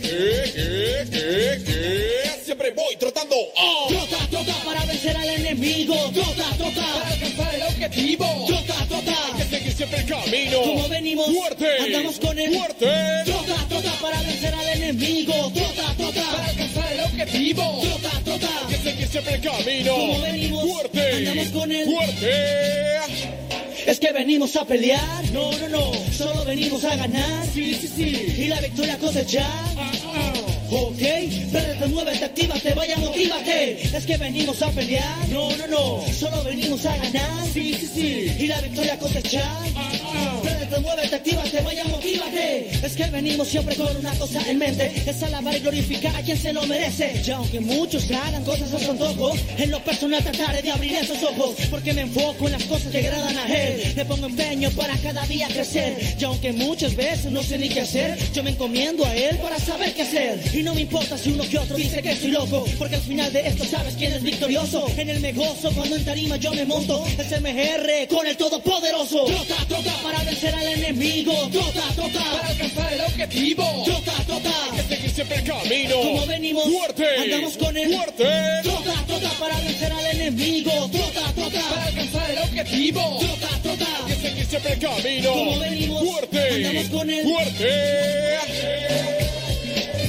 Siempre voy trotando. ¡Oh! Trota para vencer al enemigo. Trota Para alcanzar el objetivo. Hay que seguir siempre el camino. como venimos, Fuerte. andamos con él. Fuerte. Trota para vencer al enemigo. Para alcanzar el objetivo. Hay que seguir siempre el camino. como venimos, Fuerte. andamos con él. Fuerte. Es que venimos a pelear, no, solo venimos a ganar, sí, y la victoria cosechar. Ok, préndete, muévete, actívate, vaya, motívate. Es que venimos a pelear, no, solo venimos a ganar, sí, y la victoria cosechar. Préndete, muévete, actívate, vaya, motívate. Es que venimos siempre con una cosa en mente, es alabar y glorificar a quien se lo merece. Y aunque muchos hagan cosas a su antojo, en lo personal trataré de abrir esos ojos, porque me enfoco en las cosas que agradan a él. Le pongo empeño para cada día crecer. Y aunque muchas veces no sé ni qué hacer, yo me encomiendo a él para saber qué hacer. Y no me importa si uno que otro dice que estoy loco, porque al final de esto sabes quién es victorioso. En él me gozo cuando en tarima yo me monto, es MGR con el todopoderoso. Trota para vencer al enemigo. Trota Para alcanzar el objetivo. Hay que seguir siempre el camino. como venimos, Fuerte. andamos con él. Fuerte. Trota para vencer al enemigo. Para alcanzar el objetivo. Hay que seguir siempre el camino. como venimos, Fuerte. andamos con él. Fuerte.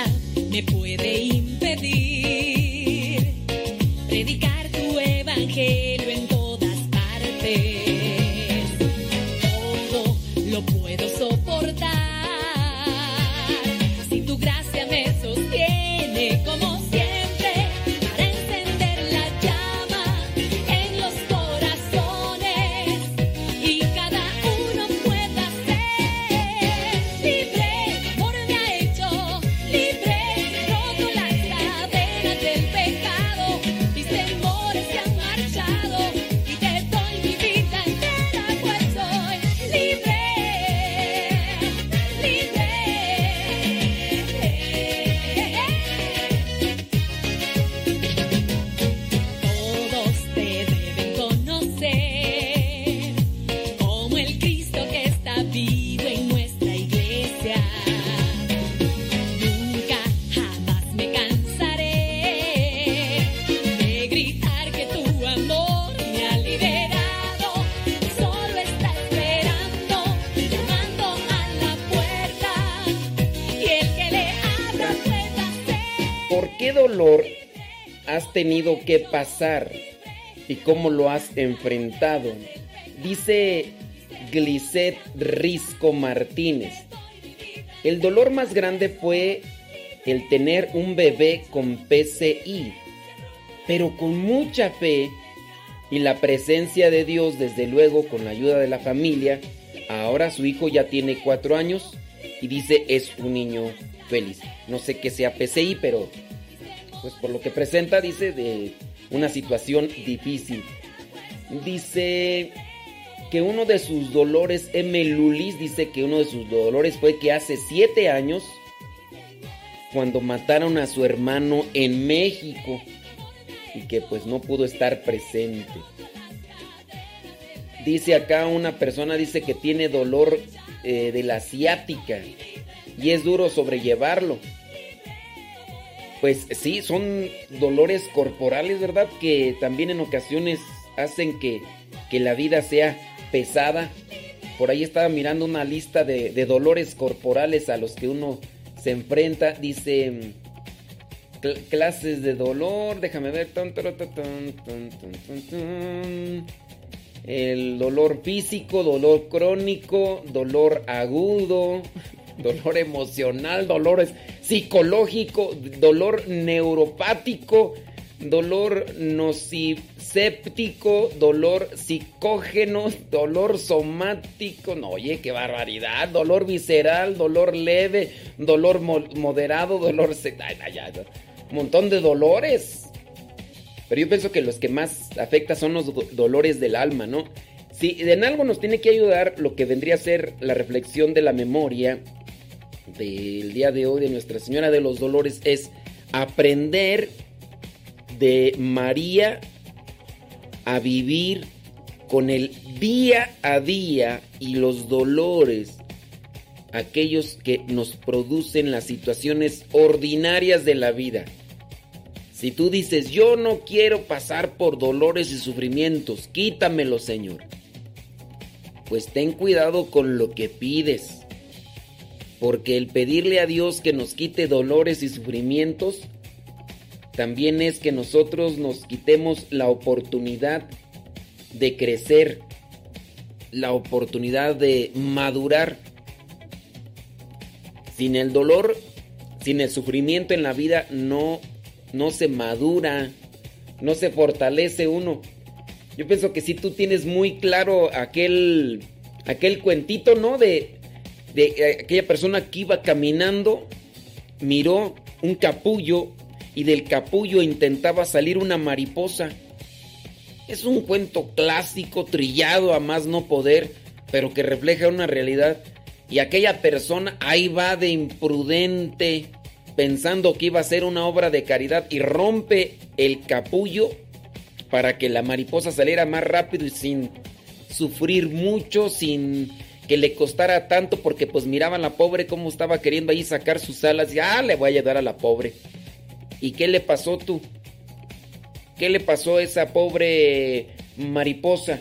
me puede impedir predicar tu evangelio en todas partes. Todo lo puedo soportar si tu gracia me sostiene como siempre para encender la llama en los corazones y cada uno pueda ser libre. Amor me ha hecho libre, roto las cadenas del pecado, mis temores se han marchado y te doy mi vida entera, pues soy libre, libre. Todos te deben conocer como el Cristo que está vivo en nuestra iglesia. Nunca jamás me cansaré de gritar que tu amor me ha liberado. Solo está esperando, llamando a la puerta, y el que le abra pueda ser. ¿Por qué dolor has tenido que pasar y cómo lo has enfrentado? Dice Glisset Risco Martínez: el dolor más grande fue el tener un bebé con PCI, pero con mucha fe y la presencia de Dios, desde luego con la ayuda de la familia, ahora su hijo ya tiene 4 años y dice es un niño feliz. No sé qué sea PCI, pero pues por lo que presenta dice de una situación difícil. Dice que uno de sus dolores, M. Lulis dice que uno de sus dolores fue que hace 7 años, cuando mataron a su hermano en México, y que pues no pudo estar presente. Dice acá una persona, dice que tiene dolor de la ciática y es duro sobrellevarlo. Pues sí, son dolores corporales, ¿verdad? Que también en ocasiones hacen que la vida sea pesada. Por ahí estaba mirando una lista de dolores corporales a los que uno se enfrenta. Dice clases de dolor, déjame ver. El dolor físico, dolor crónico, dolor agudo, dolor emocional, dolor psicológico, dolor neuropático, dolor nocipséptico, dolor psicógeno, dolor somático. No, oye, qué barbaridad. Dolor visceral, dolor leve, dolor moderado, dolor... un montón de dolores. Pero yo pienso que los que más afectan son los dolores del alma, ¿no? Si en algo nos tiene que ayudar lo que vendría a ser la reflexión de la memoria del día de hoy de Nuestra Señora de los Dolores, es aprender de María a vivir con el día a día y los dolores, aquellos que nos producen las situaciones ordinarias de la vida. Si tú dices, yo no quiero pasar por dolores y sufrimientos, quítamelo, Señor. Pues ten cuidado con lo que pides, porque el pedirle a Dios que nos quite dolores y sufrimientos también es que nosotros nos quitemos la oportunidad de crecer, la oportunidad de madurar. Sin el dolor, sin el sufrimiento en la vida no se madura, no se fortalece uno. Yo pienso que si tú tienes muy claro aquel cuentito, ¿no? De aquella persona que iba caminando, miró un capullo y del capullo intentaba salir una mariposa. Es un cuento clásico, trillado a más no poder, pero que refleja una realidad. Y aquella persona ahí va de imprudente, pensando que iba a ser una obra de caridad, y rompe el capullo para que la mariposa saliera más rápido y sin sufrir mucho, sin que le costara tanto, porque pues miraba a la pobre cómo estaba queriendo ahí sacar sus alas y le voy a ayudar a la pobre. ¿Y qué le pasó tú? ¿Qué le pasó a esa pobre mariposa?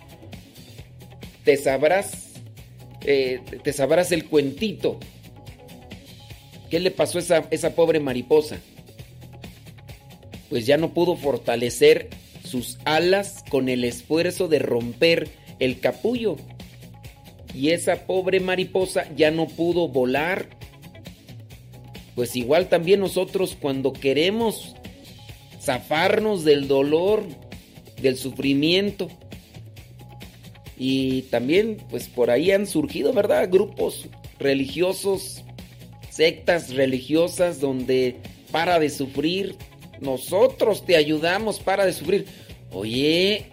Te sabrás el cuentito. ¿Qué le pasó a esa pobre mariposa? Pues ya no pudo fortalecer sus alas con el esfuerzo de romper el capullo. Y esa pobre mariposa ya no pudo volar. Pues igual también nosotros cuando queremos zafarnos del dolor, del sufrimiento. Y también pues por ahí han surgido, ¿verdad? Grupos religiosos, sectas religiosas donde para de sufrir. Nosotros te ayudamos, para de sufrir. Oye,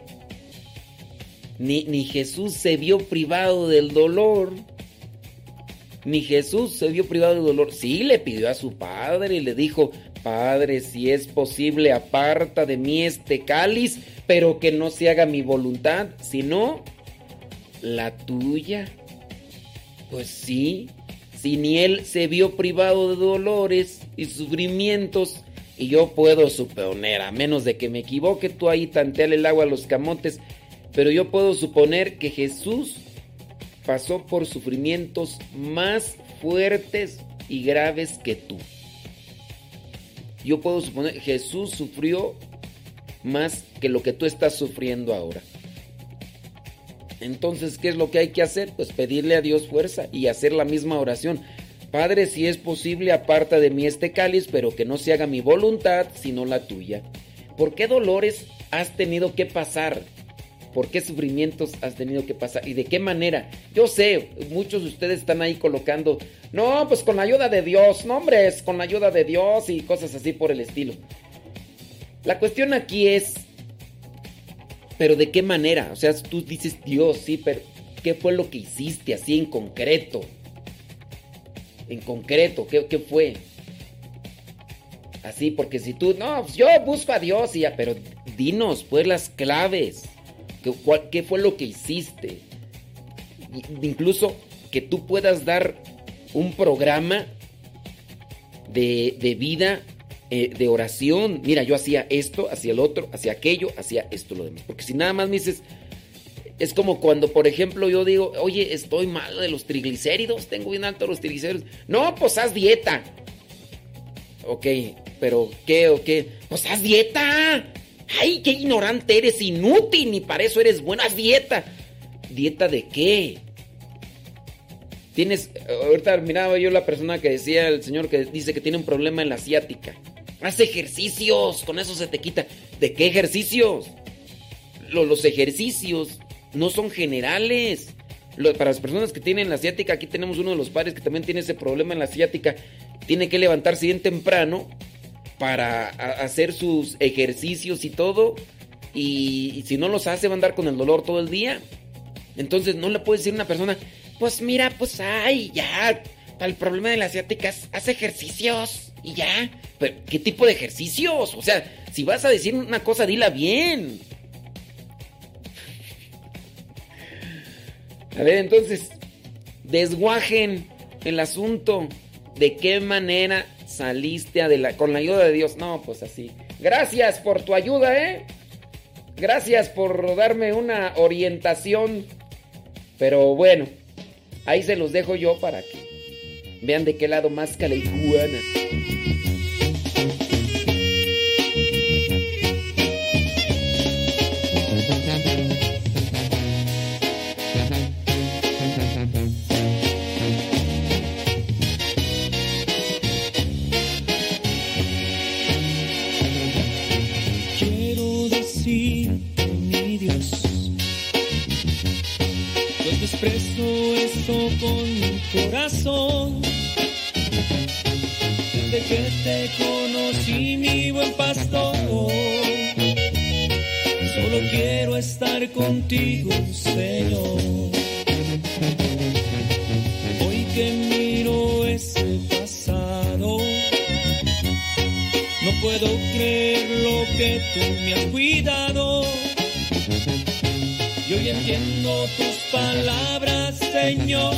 ni Jesús se vio privado del dolor. Ni Jesús se vio privado del dolor. Sí, le pidió a su padre y le dijo: Padre, si es posible, aparta de mí este cáliz, pero que no se haga mi voluntad, sino la tuya. Pues sí, si ni él se vio privado de dolores y sufrimientos, y yo puedo suponer, a menos de que me equivoque, tú ahí tanteale el agua a los camotes, pero yo puedo suponer que Jesús pasó por sufrimientos más fuertes y graves que tú. Yo puedo suponer que Jesús sufrió más que lo que tú estás sufriendo ahora. Entonces, ¿qué es lo que hay que hacer? Pues pedirle a Dios fuerza y hacer la misma oración. Padre, si es posible, aparta de mí este cáliz, pero que no se haga mi voluntad, sino la tuya. ¿Por qué dolores has tenido que pasar? ¿Por qué sufrimientos has tenido que pasar? ¿Y de qué manera? Yo sé, muchos de ustedes están ahí colocando, no, pues con la ayuda de Dios, no, hombre, es con la ayuda de Dios y cosas así por el estilo. La cuestión aquí es, ¿pero de qué manera? O sea, tú dices Dios, sí, pero ¿qué fue lo que hiciste así en concreto? En concreto, ¿qué fue? Así, porque si tú, no, yo busco a Dios y ya, pero dinos, pues, las claves. ¿Qué fue lo que hiciste? Incluso que tú puedas dar un programa de vida, de oración. Mira, yo hacía esto, hacía el otro, hacía aquello, hacía esto, lo demás. Porque si nada más me dices, es como cuando, por ejemplo, yo digo, oye, estoy mal de los triglicéridos, tengo bien alto los triglicéridos. No, pues haz dieta. Ok, pero ¿qué o qué? Pues haz dieta. ¡Ay, qué ignorante eres! Inútil, ni para eso eres buena. ¡Haz dieta! ¿Dieta de qué? Ahorita miraba yo la persona que decía, el señor que dice que tiene un problema en la ciática. Haz ejercicios, con eso se te quita. ¿De qué ejercicios? Los ejercicios no son generales. Para las personas que tienen la ciática, aquí tenemos uno de los padres que también tiene ese problema en la ciática. Tiene que levantarse bien temprano para hacer sus ejercicios y todo, y si no los hace va a andar con el dolor todo el día. Entonces no le puedes decir a una persona, pues mira, pues ay, ya, para el problema de la ciática haz ejercicios y ya. Pero ¿qué tipo de ejercicios? O sea, si vas a decir una cosa, dila bien. A ver, entonces desguajen el asunto. ¿De qué manera saliste con la ayuda de Dios? No, pues así. Gracias por tu ayuda, Gracias por darme una orientación. Pero bueno, ahí se los dejo yo para que vean de qué lado más calejuana. Expreso esto con mi corazón. Desde que te conocí, mi buen pastor, solo quiero estar contigo, Señor. Hoy que miro ese pasado, no puedo creer lo que tú me has cuidado. Y hoy entiendo tus palabras, Señor,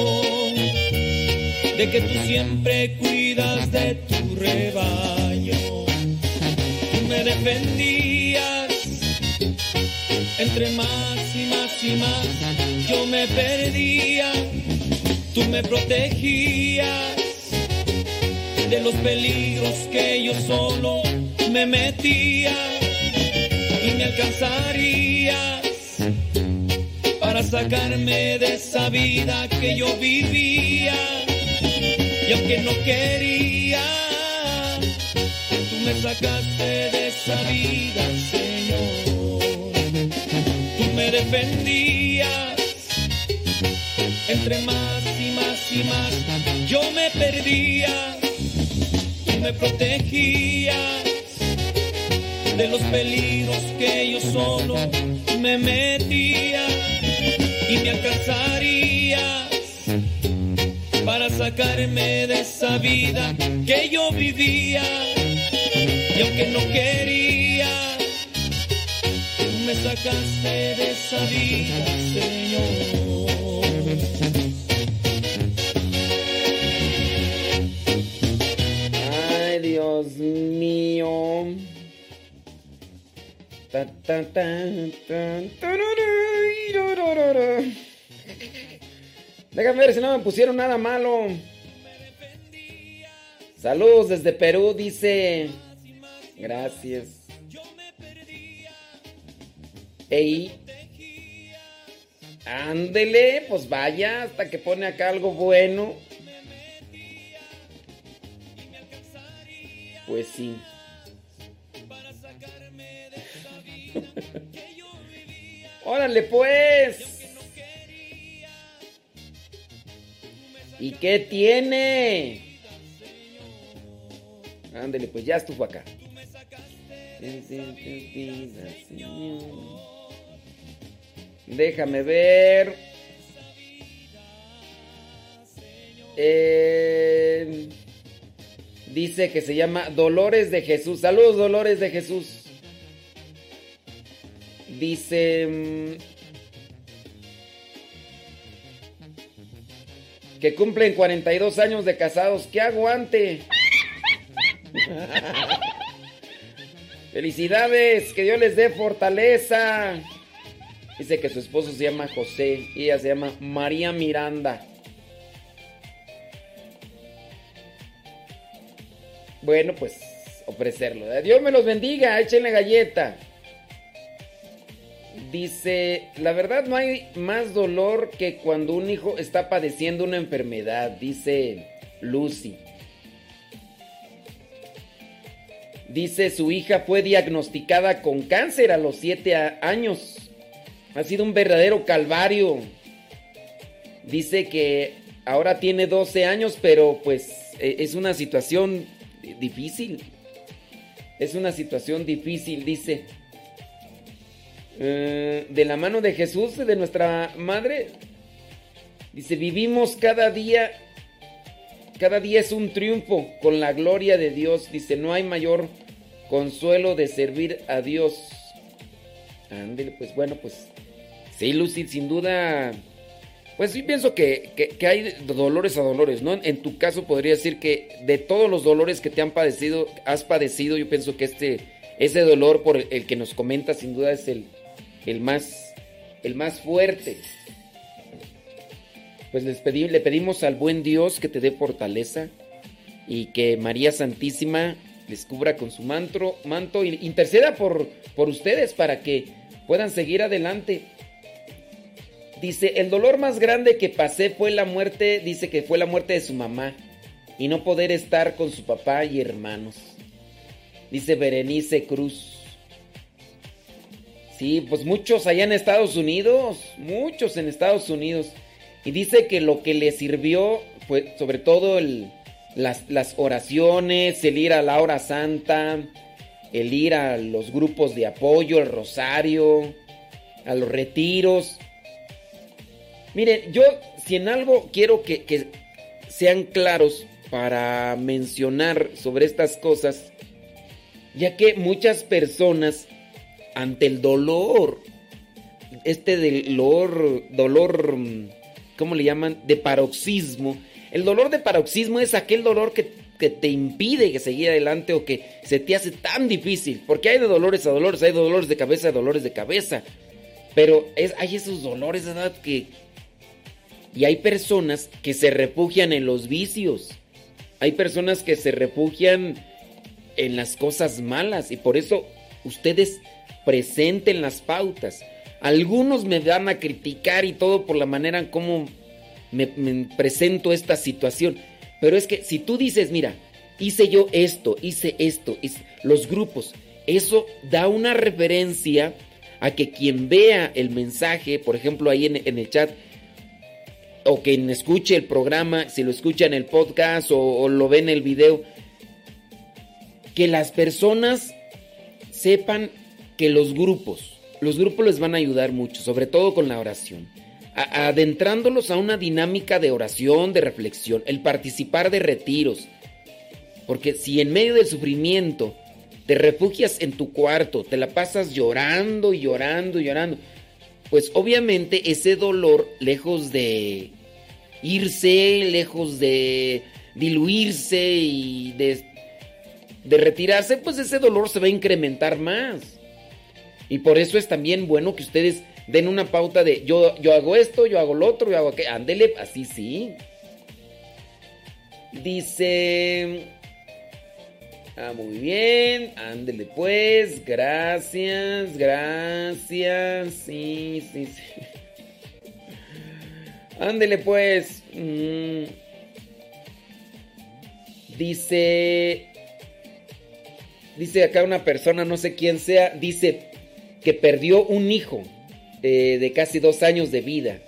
de que tú siempre cuidas de tu rebaño. Tú me defendías, entre más y más y más yo me perdía. Tú me protegías de los peligros que yo solo me metía, y me alcanzarías para sacarme de esa vida que yo vivía. Y aunque no quería, tú me sacaste de esa vida, Señor. Tú me defendías, entre más y más y más yo me perdía. Tú me protegías de los peligros que yo solo me metía, y me alcanzarías para sacarme de esa vida que yo vivía. Y aunque no quería, tú me sacaste de esa vida, Señor. Ay, Dios mío. Ta, ta, ta, ta, tarara. Déjame ver si no me pusieron nada malo. Saludos desde Perú, dice. Gracias. Ey. Ándele, pues vaya, hasta que pone acá algo bueno. Pues sí. Órale pues. ¿Y qué tiene? Ándele, pues ya estuvo acá. Déjame ver. Dice que se llama Dolores de Jesús. Saludos, Dolores de Jesús. Dice que cumplen 42 años de casados. ¡Qué aguante! Felicidades, que Dios les dé fortaleza. Dice que su esposo se llama José y ella se llama María Miranda. Bueno, pues ofrecerlo. Dios me los bendiga, échenle galleta. Dice, la verdad no hay más dolor que cuando un hijo está padeciendo una enfermedad, dice Lucy. Dice, su hija fue diagnosticada con cáncer a los 7 años. Ha sido un verdadero calvario. Dice que ahora tiene 12 años, pero pues es una situación difícil. Es una situación difícil, dice. De la mano de Jesús, de nuestra madre. Dice, vivimos cada día es un triunfo con la gloria de Dios. Dice, no hay mayor consuelo de servir a Dios. Ándale, pues bueno, pues sí, Lucy, sin duda. Pues sí pienso que hay dolores a dolores, ¿no? En tu caso podría decir que de todos los dolores que te has padecido, yo pienso que ese dolor por el que nos comenta sin duda es el más fuerte. Pues le pedimos al buen Dios que te dé fortaleza y que María Santísima les cubra con su manto y interceda por ustedes para que puedan seguir adelante. Dice, el dolor más grande que pasé fue la muerte, dice que fue la muerte de su mamá y no poder estar con su papá y hermanos. Dice Berenice Cruz. Sí, pues muchos allá en Estados Unidos, muchos en Estados Unidos. Y dice que lo que le sirvió fue sobre todo las oraciones, el ir a la hora santa, el ir a los grupos de apoyo, el rosario, a los retiros. Miren, yo si en algo quiero que sean claros para mencionar sobre estas cosas, ya que muchas personas ante el dolor, dolor, ¿cómo le llaman? De paroxismo. El dolor de paroxismo es aquel dolor que te impide que seguir adelante o que se te hace tan difícil. Porque hay de dolores a dolores, hay dolores de cabeza. Pero hay esos dolores, ¿verdad? Y hay personas que se refugian en los vicios. Hay personas que se refugian en las cosas malas y por eso ustedes presenten las pautas. Algunos me van a criticar y todo por la manera en cómo me presento esta situación. Pero es que si tú dices, mira, hice esto, los grupos, eso da una referencia a que quien vea el mensaje, por ejemplo ahí en el chat, o quien escuche el programa, si lo escucha en el podcast o lo ve en el video, que las personas sepan que los grupos les van a ayudar mucho, sobre todo con la oración. Adentrándolos a una dinámica de oración, de reflexión, el participar de retiros. Porque si en medio del sufrimiento te refugias en tu cuarto, te la pasas llorando y llorando y llorando, pues obviamente ese dolor, lejos de irse, lejos de diluirse y de retirarse, pues ese dolor se va a incrementar más. Y por eso es también bueno que ustedes den una pauta de yo hago esto, yo hago lo otro, yo hago aquello. Ándele, así sí. Dice... muy bien, ándele pues, gracias, sí. Ándele pues. Dice acá una persona, no sé quién sea, dice que perdió un hijo de casi 2 años de vida.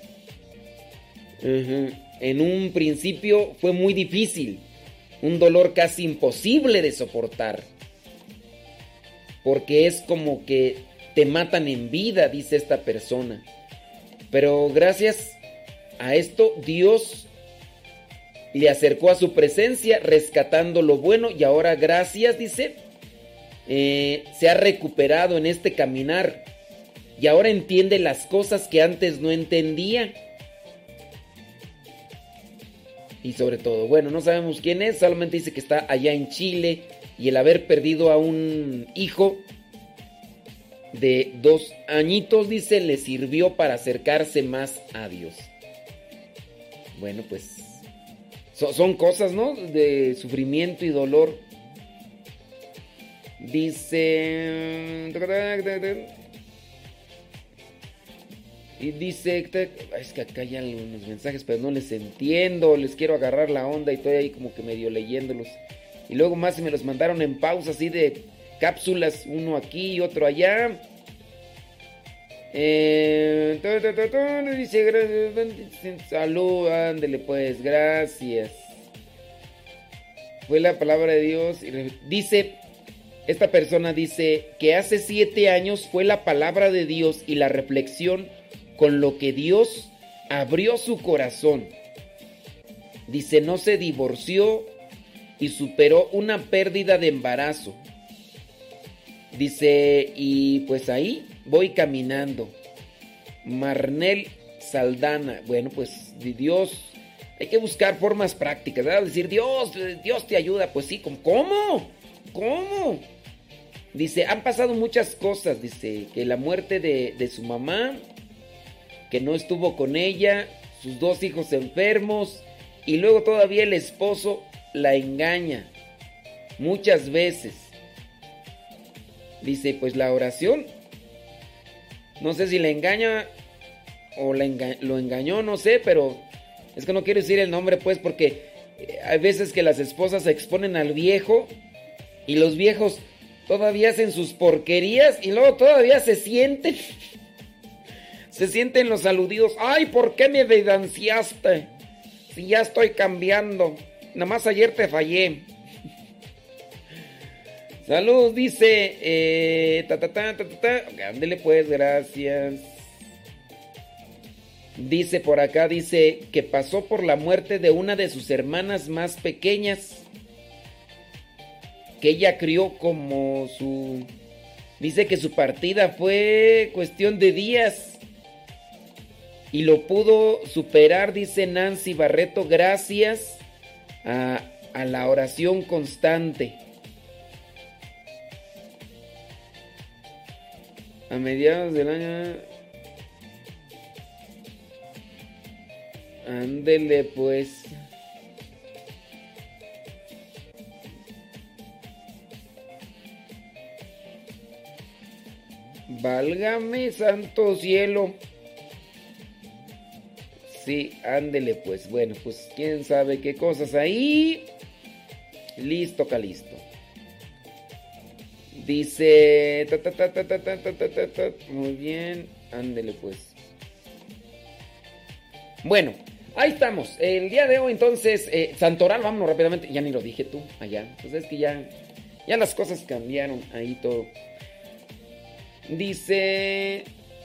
En un principio fue muy difícil. Un dolor casi imposible de soportar. Porque es como que te matan en vida, dice esta persona. Pero gracias a esto, Dios le acercó a su presencia, rescatando lo bueno. Y ahora, gracias, dice, se ha recuperado en este caminar. Y ahora entiende las cosas que antes no entendía. Y sobre todo, bueno, no sabemos quién es, solamente dice que está allá en Chile y el haber perdido a un hijo de 2 añitos, dice, le sirvió para acercarse más a Dios. Bueno, pues son cosas, ¿no? De sufrimiento y dolor. Dice... Y dice, es que acá hay algunos mensajes, pero no les entiendo, les quiero agarrar la onda y estoy ahí como que medio leyéndolos. Y luego más me los mandaron en pausa, así de cápsulas, uno aquí y otro allá. Dice, salud, ándele pues, gracias. Fue la palabra de Dios. Dice, esta persona dice que hace 7 años fue la palabra de Dios y la reflexión con lo que Dios abrió su corazón. Dice, no se divorció y superó una pérdida de embarazo. Dice, y pues ahí voy caminando. Marnel Saldana. Bueno, pues Dios, hay que buscar formas prácticas, ¿verdad? Decir, Dios te ayuda. Pues sí, ¿cómo? Dice, han pasado muchas cosas. Dice, que la muerte de su mamá, que no estuvo con ella, sus 2 hijos enfermos, y luego todavía el esposo la engaña muchas veces. Dice, pues la oración, no sé si la engaña o lo engañó, no sé, pero es que no quiero decir el nombre, pues, porque hay veces que las esposas se exponen al viejo y los viejos todavía hacen sus porquerías y luego todavía se sienten los aludidos. Ay, ¿por qué me distanciaste? Si ya estoy cambiando. Nada más ayer te fallé. Salud, dice. Ándele pues, gracias. Dice por acá, dice que pasó por la muerte de una de sus hermanas más pequeñas, que ella crió como su... Dice que su partida fue cuestión de días. Y lo pudo superar, dice Nancy Barreto, gracias a la oración constante. A mediados del año... Ándele pues. Válgame santo cielo. Sí, ándele pues. Bueno, pues quién sabe qué cosas ahí. Listo, Calisto. Dice... Muy bien, ándele pues. Bueno, ahí estamos. El día de hoy entonces, Santoral, vámonos rápidamente. Ya ni lo dije tú, allá. Pues es que ya las cosas cambiaron ahí todo. Dice...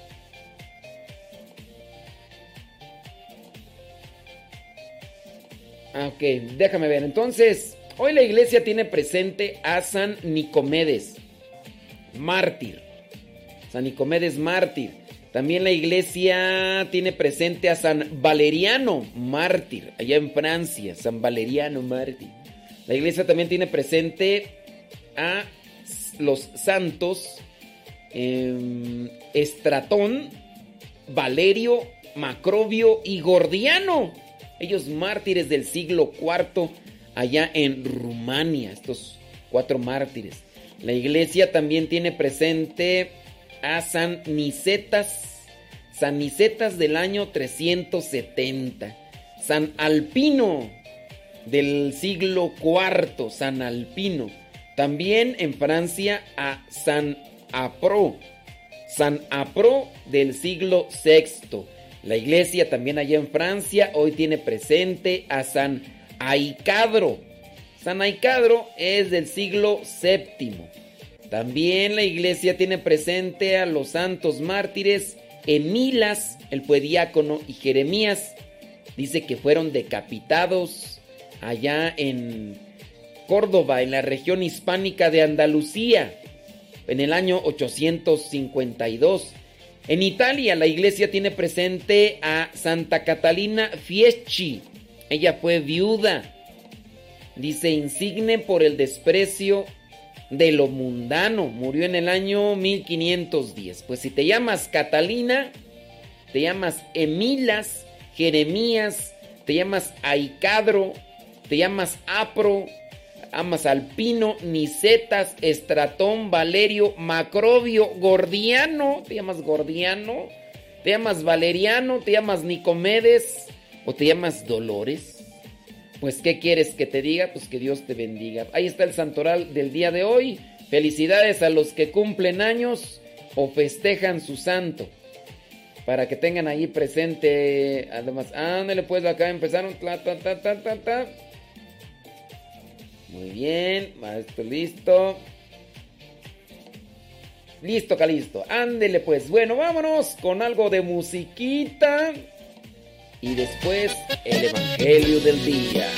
Ok, déjame ver. Entonces, hoy la iglesia tiene presente a San Nicomedes, mártir. San Nicomedes, mártir. También la iglesia tiene presente a San Valeriano, mártir, allá en Francia. San Valeriano, mártir. La iglesia también tiene presente a los santos Estratón, Valerio, Macrobio y Gordiano. Ellos mártires del siglo IV allá en Rumania, estos 4 mártires. La iglesia también tiene presente a San Nicetas del año 370. San Alpino del siglo IV, San Alpino. También en Francia a San Apro del siglo VI. La iglesia también allá en Francia hoy tiene presente a San Aicadro. San Aicadro es del siglo VII. También la iglesia tiene presente a los santos mártires Emilas, el fue diácono, y Jeremías. Dice que fueron decapitados allá en Córdoba, en la región hispánica de Andalucía, en el año 852. En Italia la iglesia tiene presente a Santa Catalina Fieschi. Ella fue viuda. Dice, insigne por el desprecio de lo mundano. Murió en el año 1510. Pues si te llamas Catalina, te llamas Emilas, Jeremías, te llamas Aicadro, te llamas Apro, amas Alpino, Nicetas, Estratón, Valerio, Macrobio, Gordiano, te llamas Gordiano, te llamas Valeriano, te llamas Nicomedes o te llamas Dolores. Pues ¿qué quieres que te diga? Pues que Dios te bendiga. Ahí está el santoral del día de hoy. Felicidades a los que cumplen años o festejan su santo, para que tengan ahí presente. Además, ándale pues, acá empezaron. Muy bien, maestro, listo. Listo, Calisto. Ándele pues. Bueno, vámonos con algo de musiquita. Y después el evangelio del día.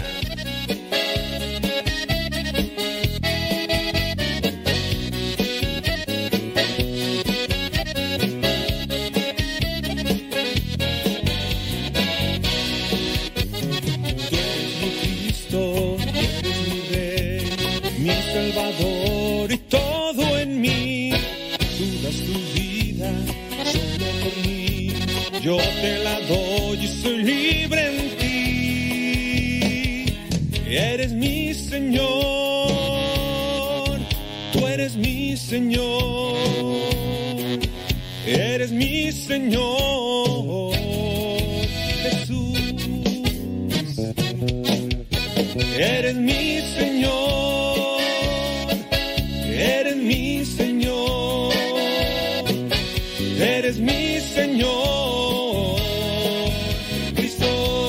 Salvador y todo en mí, tú das tu vida solo por mí, yo te la doy y soy libre en ti. Eres mi Señor, tú eres mi Señor, eres mi Señor, Jesús, eres mi Señor. Eres mi Señor, eres mi Señor, Cristo.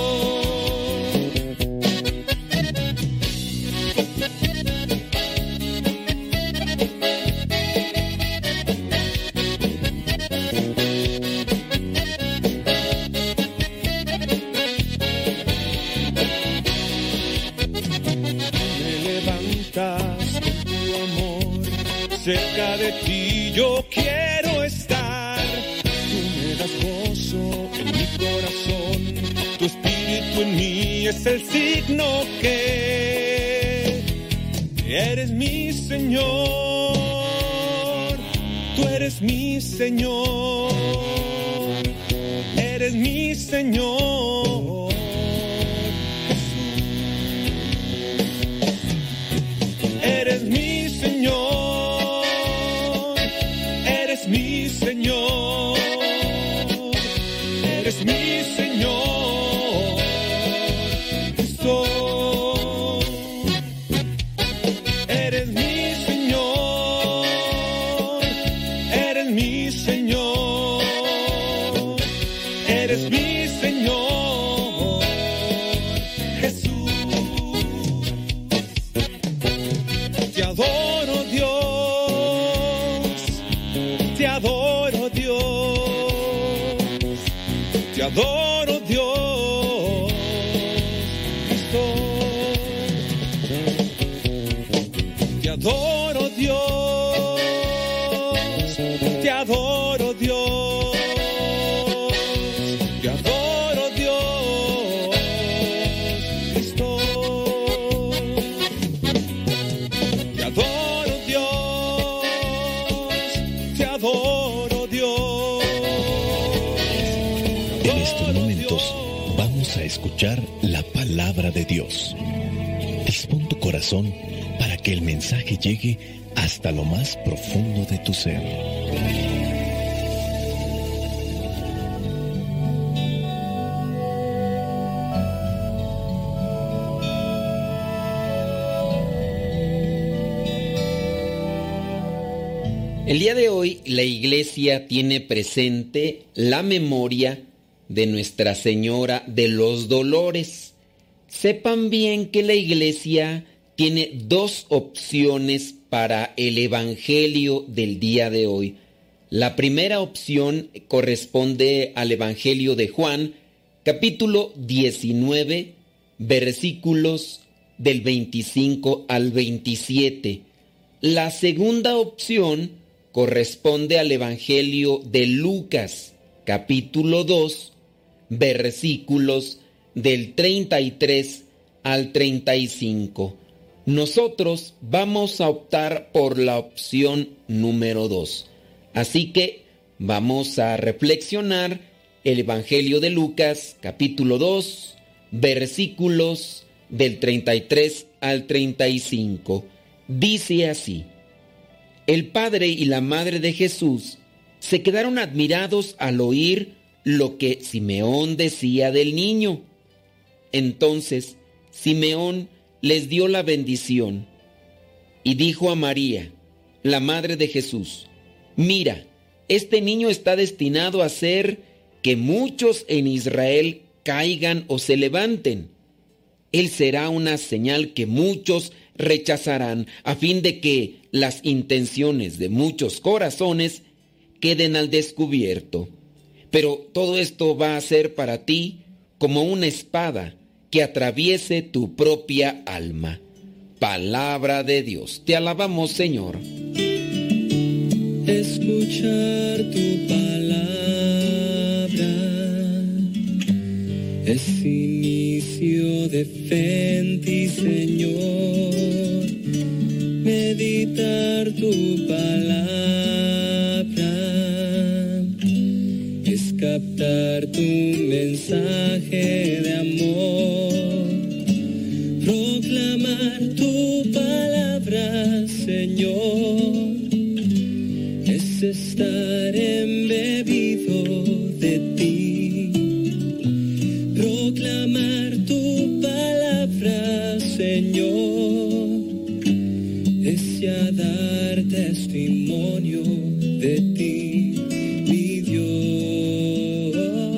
Me levantas con tu amor. Cerca de ti yo quiero estar, tú me das gozo en mi corazón, tu espíritu en mí es el signo que eres mi Señor, tú eres mi Señor, eres mi Señor, Jesús, eres mi Señor. Eres mi adoro Dios, te adoro Dios, te adoro Dios, Cristo. Te adoro Dios, te adoro Dios, te adoro Dios, Cristo. Te adoro Dios, te adoro Dios. En estos momentos vamos a escuchar la palabra de Dios. Dispón tu corazón para que el mensaje llegue hasta lo más profundo de tu ser. El día de hoy la iglesia tiene presente la memoria de Nuestra Señora de los Dolores. Sepan bien que la iglesia tiene dos opciones para el evangelio del día de hoy. La primera opción corresponde al evangelio de Juan, capítulo 19, versículos del 25 al 27. La segunda opción corresponde al evangelio de Lucas, capítulo 2, versículos del 33 al 35. Nosotros vamos a optar por la opción número 2. Así que vamos a reflexionar el Evangelio de Lucas, capítulo 2, versículos del 33 al 35. Dice así: El padre y la madre de Jesús se quedaron admirados al oír lo que Simeón decía del niño. Entonces Simeón les dio la bendición y dijo a María, la madre de Jesús: Mira, este niño está destinado a hacer que muchos en Israel caigan o se levanten. Él será una señal que muchos rechazarán, a fin de que las intenciones de muchos corazones queden al descubierto. Pero todo esto va a ser para ti como una espada que atraviese tu propia alma. Palabra de Dios. Te alabamos, Señor. Escuchar tu palabra es inicio de fe en ti, Señor. Meditar tu palabra es captar tu mensaje de amor. Proclamar tu palabra, Señor, es estar embebido de ti. Proclamar tu palabra, Señor, es ya dar testimonio de ti, mi Dios.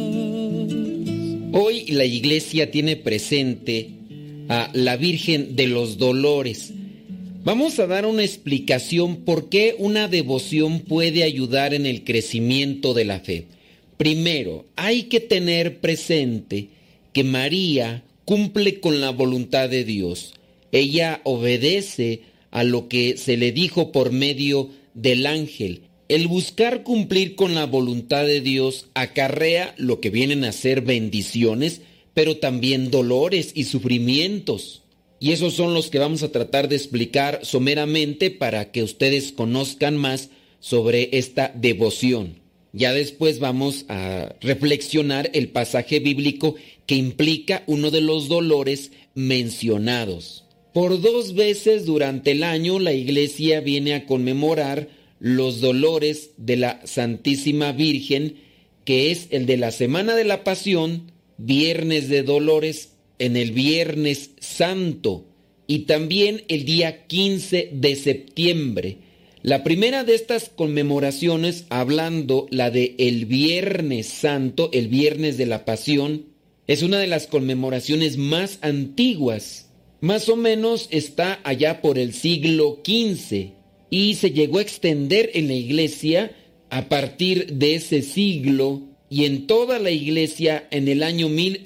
Hoy la iglesia tiene presente a la Virgen de los Dolores. Vamos a dar una explicación por qué una devoción puede ayudar en el crecimiento de la fe. Primero, hay que tener presente que María cumple con la voluntad de Dios. Ella obedece a lo que se le dijo por medio del ángel. El buscar cumplir con la voluntad de Dios acarrea lo que vienen a ser bendiciones, pero también dolores y sufrimientos. Y esos son los que vamos a tratar de explicar someramente para que ustedes conozcan más sobre esta devoción. Ya después vamos a reflexionar el pasaje bíblico que implica uno de los dolores mencionados. Por 2 veces durante el año la iglesia viene a conmemorar los dolores de la Santísima Virgen, que es el de la Semana de la Pasión, Viernes de Dolores, en el Viernes Santo y también el día 15 de septiembre. La primera de estas conmemoraciones, hablando la de el Viernes Santo, el Viernes de la Pasión, es una de las conmemoraciones más antiguas Más o menos está allá por el siglo XV y se llegó a extender en la iglesia a partir de ese siglo, y en toda la iglesia en el año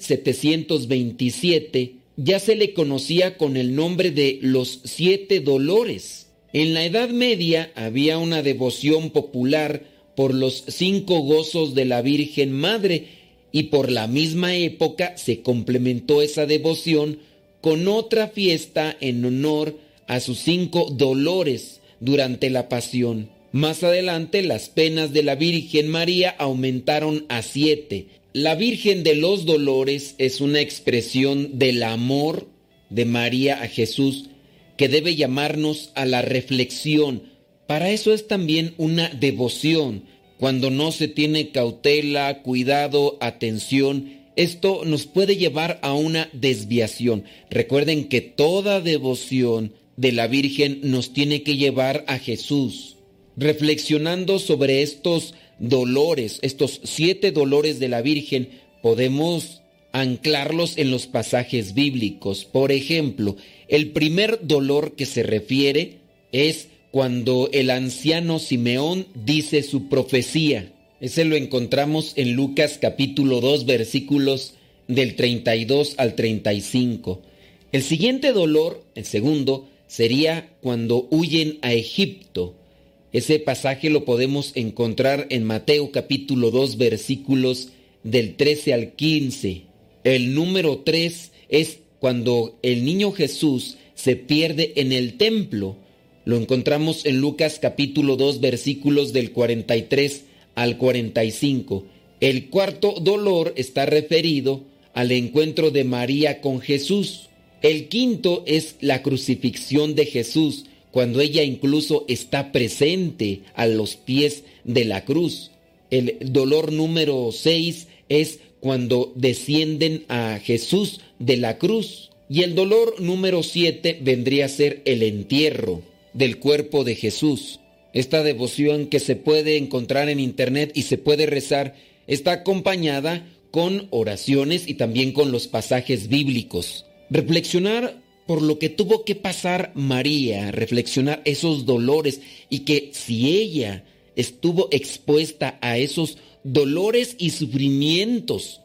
1727 ya se le conocía con el nombre de los 7 dolores. En la Edad Media había una devoción popular por los 5 gozos de la Virgen Madre, y por la misma época se complementó esa devoción con otra fiesta en honor a sus 5 dolores durante la Pasión. Más adelante las penas de la Virgen María aumentaron a 7. La Virgen de los Dolores es una expresión del amor de María a Jesús que debe llamarnos a la reflexión. Para eso es también una devoción. Cuando no se tiene cautela, cuidado, atención, esto nos puede llevar a una desviación. Recuerden que toda devoción de la Virgen nos tiene que llevar a Jesús. Reflexionando sobre estos dolores, estos 7 dolores de la Virgen, podemos anclarlos en los pasajes bíblicos. Por ejemplo, el primer dolor que se refiere es cuando el anciano Simeón dice su profecía. Ese lo encontramos en Lucas capítulo 2, versículos del 32 al 35. El siguiente dolor, el segundo, sería cuando huyen a Egipto. Ese pasaje lo podemos encontrar en Mateo capítulo 2, versículos del 13 al 15. El número 3 es cuando el niño Jesús se pierde en el templo. Lo encontramos en Lucas capítulo 2, versículos del 43 al 45. El cuarto dolor está referido al encuentro de María con Jesús. El quinto es la crucifixión de Jesús, cuando ella incluso está presente a los pies de la cruz. El dolor número 6 es cuando descienden a Jesús de la cruz. Y el dolor número 7 vendría a ser el entierro del cuerpo de Jesús. Esta devoción que se puede encontrar en internet y se puede rezar está acompañada con oraciones y también con los pasajes bíblicos. Reflexionar por lo que tuvo que pasar María, reflexionar esos dolores, y que si ella estuvo expuesta a esos dolores y sufrimientos,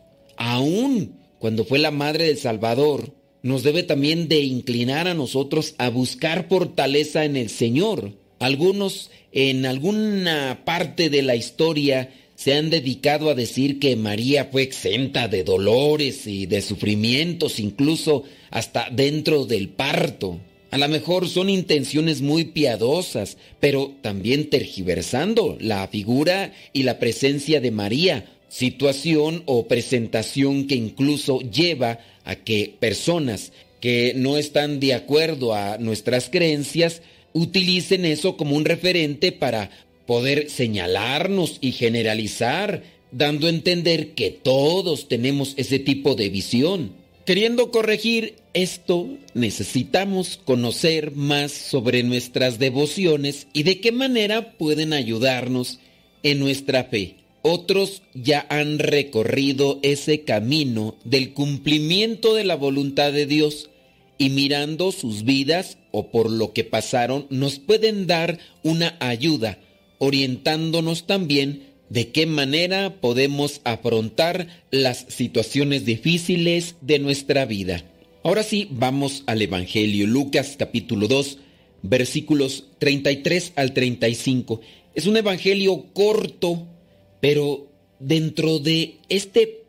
aún cuando fue la madre del Salvador, nos debe también de inclinar a nosotros a buscar fortaleza en el Señor. Algunos en alguna parte de la historia se han dedicado a decir que María fue exenta de dolores y de sufrimientos, incluso hasta dentro del parto. A lo mejor son intenciones muy piadosas, pero también tergiversando la figura y la presencia de María, situación o presentación que incluso lleva a que personas que no están de acuerdo a nuestras creencias utilicen eso como un referente para poder señalarnos y generalizar, dando a entender que todos tenemos ese tipo de visión. Queriendo corregir esto, necesitamos conocer más sobre nuestras devociones y de qué manera pueden ayudarnos en nuestra fe. Otros ya han recorrido ese camino del cumplimiento de la voluntad de Dios, y mirando sus vidas o por lo que pasaron, nos pueden dar una ayuda, orientándonos también de qué manera podemos afrontar las situaciones difíciles de nuestra vida. Ahora sí, vamos al Evangelio. Lucas capítulo 2, versículos 33 al 35. Es un evangelio corto, pero dentro de este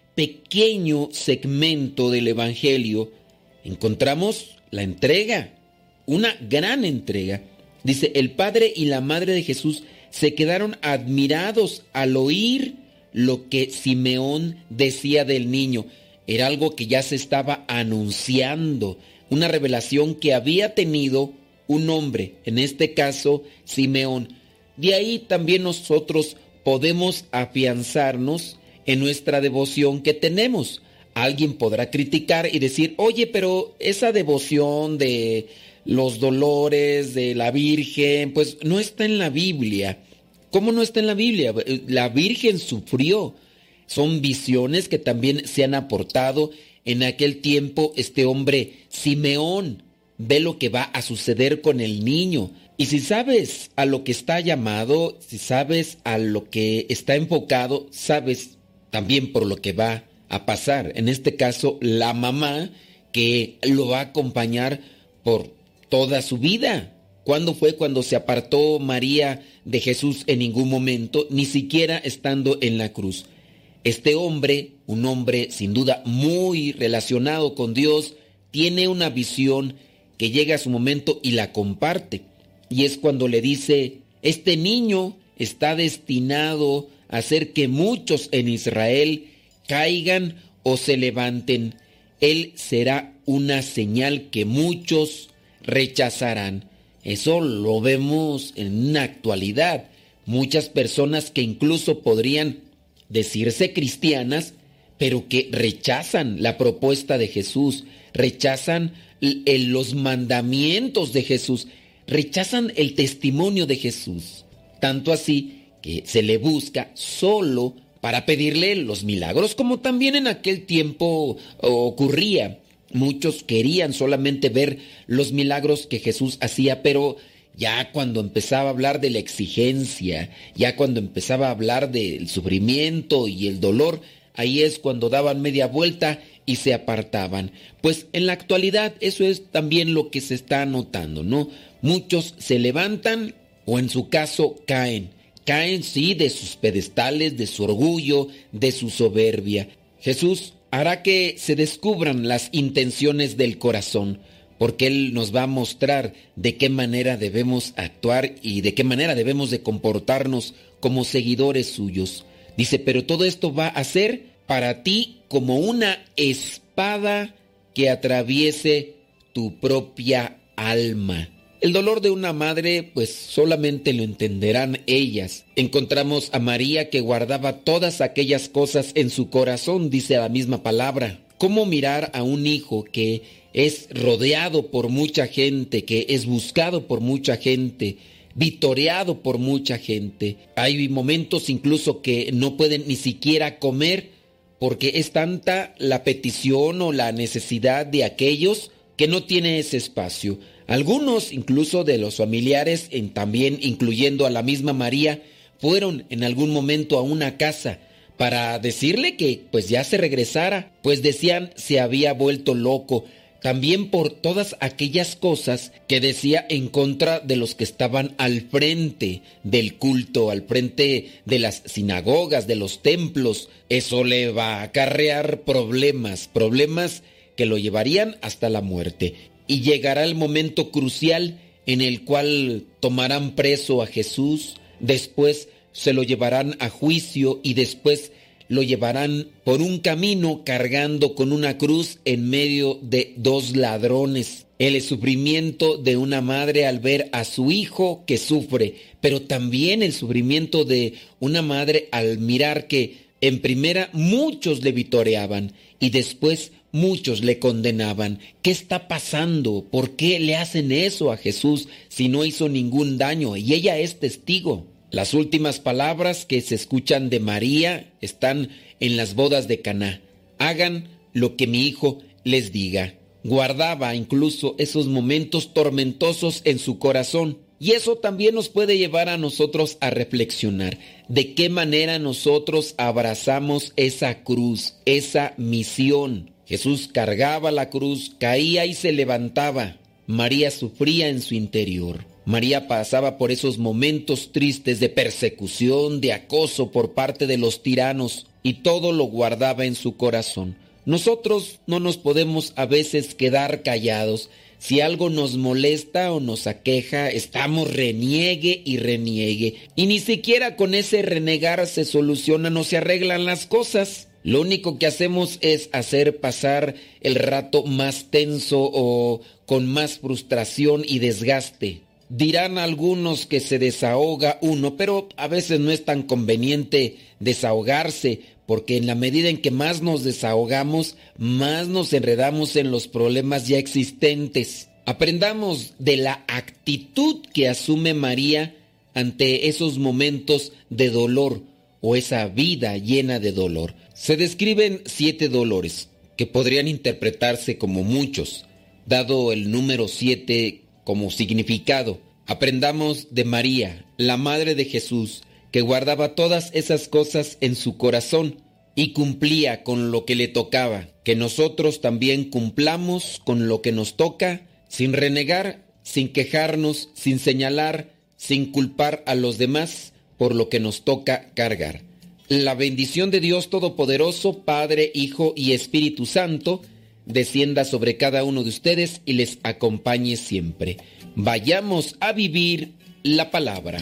pequeño segmento del evangelio encontramos la entrega, una gran entrega. Dice, el padre y la madre de Jesús se quedaron admirados al oír lo que Simeón decía del niño. Era algo que ya se estaba anunciando, una revelación que había tenido un hombre, en este caso Simeón. De ahí también nosotros podemos afianzarnos en nuestra devoción que tenemos. Alguien podrá criticar y decir, oye, pero esa devoción de los dolores de la Virgen, pues no está en la Biblia. ¿Cómo no está en la Biblia? La Virgen sufrió. Son visiones que también se han aportado en aquel tiempo este hombre, Simeón, ve lo que va a suceder con el niño. Y si sabes a lo que está llamado, si sabes a lo que está enfocado, sabes también por lo que va a pasar. En este caso, la mamá que lo va a acompañar por toda su vida. ¿Cuándo fue cuando se apartó María de Jesús? En ningún momento, ni siquiera estando en la cruz. Este hombre, un hombre sin duda muy relacionado con Dios, tiene una visión que llega a su momento y la comparte. Y es cuando le dice, este niño está destinado a hacer que muchos en Israel caigan o se levanten. Él será una señal que muchos rechazarán. Eso lo vemos en la actualidad. Muchas personas que incluso podrían decirse cristianas, pero que rechazan la propuesta de Jesús, rechazan los mandamientos de Jesús, rechazan el testimonio de Jesús. Tanto así que se le busca solo para pedirle los milagros, como también en aquel tiempo ocurría. Muchos querían solamente ver los milagros que Jesús hacía, pero ya cuando empezaba a hablar de la exigencia, ya cuando empezaba a hablar del sufrimiento y el dolor, ahí es cuando daban media vuelta y se apartaban. Pues en la actualidad eso es también lo que se está notando, ¿no? Muchos se levantan o en su caso caen. Caen, sí, de sus pedestales, de su orgullo, de su soberbia. Jesús hará que se descubran las intenciones del corazón, porque Él nos va a mostrar de qué manera debemos actuar y de qué manera debemos de comportarnos como seguidores suyos. Dice, pero todo esto va a ser para ti como una espada que atraviese tu propia alma. El dolor de una madre, pues solamente lo entenderán ellas. Encontramos a María que guardaba todas aquellas cosas en su corazón, dice la misma palabra. ¿Cómo mirar a un hijo que es rodeado por mucha gente, que es buscado por mucha gente, vitoreado por mucha gente? Hay momentos incluso que no pueden ni siquiera comer porque es tanta la petición o la necesidad de aquellos que no tiene ese espacio. Algunos, incluso de los familiares, también incluyendo a la misma María, fueron en algún momento a una casa para decirle que pues ya se regresara, pues decían se había vuelto loco, también por todas aquellas cosas que decía en contra de los que estaban al frente del culto, al frente de las sinagogas, de los templos. Eso le va a acarrear problemas que lo llevarían hasta la muerte. Y llegará el momento crucial en el cual tomarán preso a Jesús, después se lo llevarán a juicio y después lo llevarán por un camino cargando con una cruz en medio de dos ladrones. El sufrimiento de una madre al ver a su hijo que sufre, pero también el sufrimiento de una madre al mirar que en primera muchos le vitoreaban y después muchos le condenaban. ¿Qué está pasando? ¿Por qué le hacen eso a Jesús si no hizo ningún daño? Y ella es testigo. Las últimas palabras que se escuchan de María están en las bodas de Caná. Hagan lo que mi hijo les diga. Guardaba incluso esos momentos tormentosos en su corazón. Y eso también nos puede llevar a nosotros a reflexionar de qué manera nosotros abrazamos esa cruz, esa misión. Jesús cargaba la cruz, caía y se levantaba. María sufría en su interior. María pasaba por esos momentos tristes de persecución, de acoso por parte de los tiranos, y todo lo guardaba en su corazón. Nosotros no nos podemos a veces quedar callados. Si algo nos molesta o nos aqueja, estamos reniegue y reniegue. Y ni siquiera con ese renegar se solucionan o se arreglan las cosas. Lo único que hacemos es hacer pasar el rato más tenso o con más frustración y desgaste. Dirán algunos que se desahoga uno, pero a veces no es tan conveniente desahogarse, porque en la medida en que más nos desahogamos, más nos enredamos en los problemas ya existentes. Aprendamos de la actitud que asume María ante esos momentos de dolor o esa vida llena de dolor. Se describen 7 dolores. que podrían interpretarse como muchos, dado el número 7 como significado. Aprendamos de María, la Madre de Jesús, que guardaba todas esas cosas en su corazón y cumplía con lo que le tocaba. Que nosotros también cumplamos con lo que nos toca, sin renegar, sin quejarnos, sin señalar, sin culpar a los demás por lo que nos toca cargar. La bendición de Dios Todopoderoso, Padre, Hijo y Espíritu Santo, descienda sobre cada uno de ustedes y les acompañe siempre. Vayamos a vivir la palabra.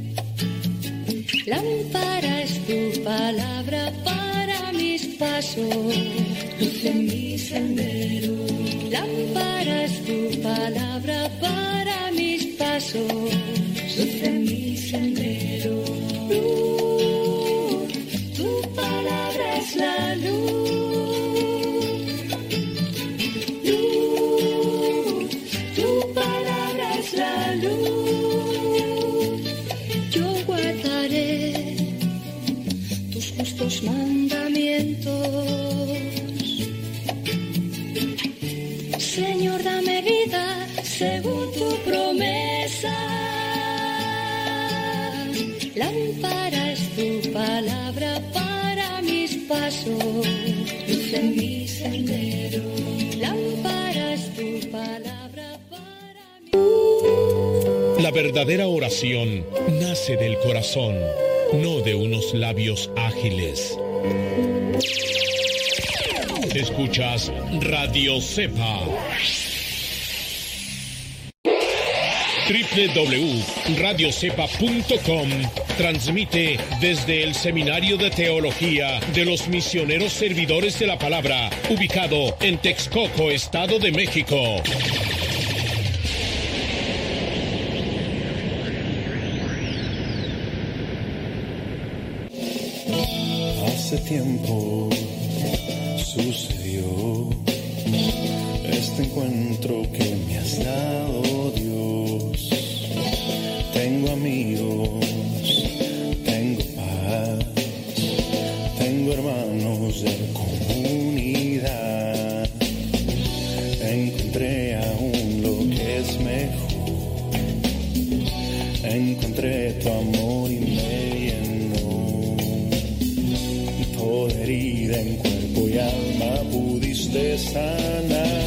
Lámpara es tu palabra para mis pasos, luz en mi sendero. Lámpara es tu palabra para mis pasos, luz en mi sendero. Luz, tu palabra es la luz. Luz, tu palabra es la luz. Yo guardaré tus justos mandamientos. Señor, dame vida según tu promesa. Lámpara es tu palabra para mis pasos, luz en mi sendero. Lámpara es tu palabra para mi... La verdadera oración nace del corazón, no de unos labios ágiles. Escuchas Radio Cepa. www.radiocepa.com transmite desde el Seminario de Teología de los Misioneros Servidores de la Palabra, ubicado en Texcoco, Estado de México. Hace tiempo sucedió este encuentro que me has dado, Dios. Tengo amigos, tengo paz, tengo hermanos de comunidad. Encontré aún lo que es mejor, encontré tu amor y me llenó. Toda herida en cuerpo y alma pudiste sanar.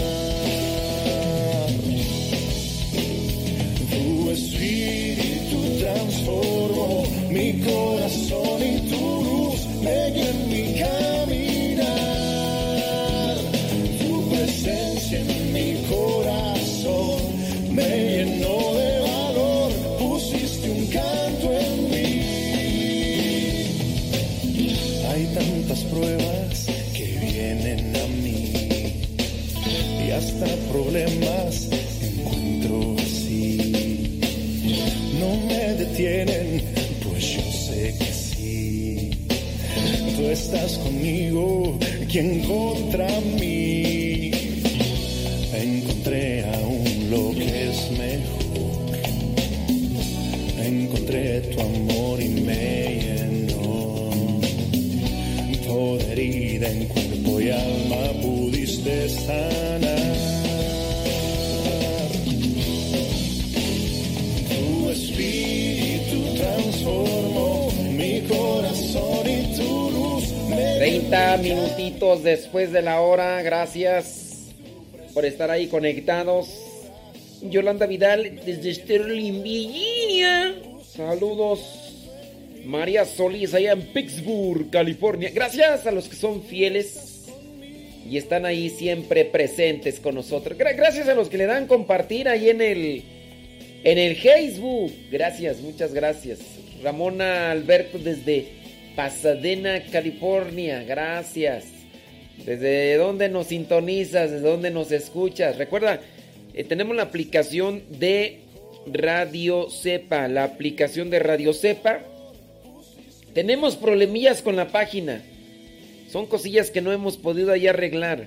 Tu espíritu transformó mi corazón y tu luz me guió en mi caminar. Tu presencia en mi corazón me llenó de valor, pusiste un canto en mí. Hay tantas pruebas que vienen a mí y hasta problemas encuentro así. No me detienen, pues yo sé que sí. Tú estás conmigo, ¿quién contra mí? Encontré aún lo que es mejor, encontré tu amor y me llenó. Toda herida en cuerpo y alma pudiste sanar. Tu espíritu transformó mi corazón y tu luz me... 30 minutitos después de la hora. Gracias por estar ahí conectados. Yolanda Vidal desde Sterling, Virginia. Saludos. María Solís allá en Pittsburgh, California. Gracias a los que son fieles y están ahí siempre presentes con nosotros. Gracias a los que le dan compartir ahí en el Facebook. Gracias, muchas gracias. Ramona Alberto desde Pasadena, California. Gracias. ¿Desde dónde nos sintonizas? ¿Desde dónde nos escuchas? Recuerda, tenemos la aplicación de Radio Cepa. La aplicación de Radio Cepa. Tenemos problemillas con la página. Son cosillas que no hemos podido ahí arreglar.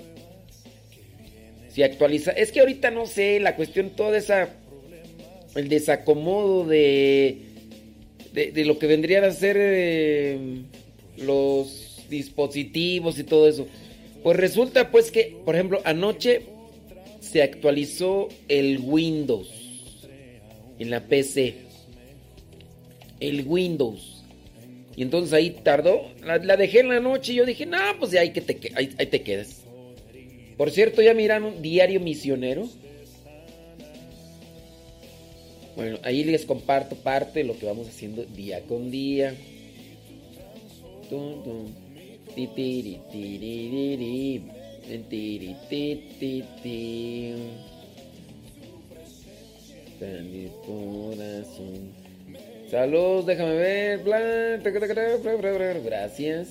Si actualiza. Es que ahorita no sé, la cuestión toda esa. El desacomodo de lo que vendrían a ser los dispositivos y todo eso. Pues resulta pues que, por ejemplo, anoche se actualizó el Windows en la PC. El Windows. Y entonces ahí tardó. La dejé en la noche y yo dije, no, pues ahí te quedas. Por cierto, ¿ya miraron Diario Misionero? Bueno, ahí les comparto parte de lo que vamos haciendo día con día. Tum, tum. Ti, tiri, tiri, tiri, tiri, ti, ti, ti. Tan mi corazón. Salud, déjame ver. Gracias.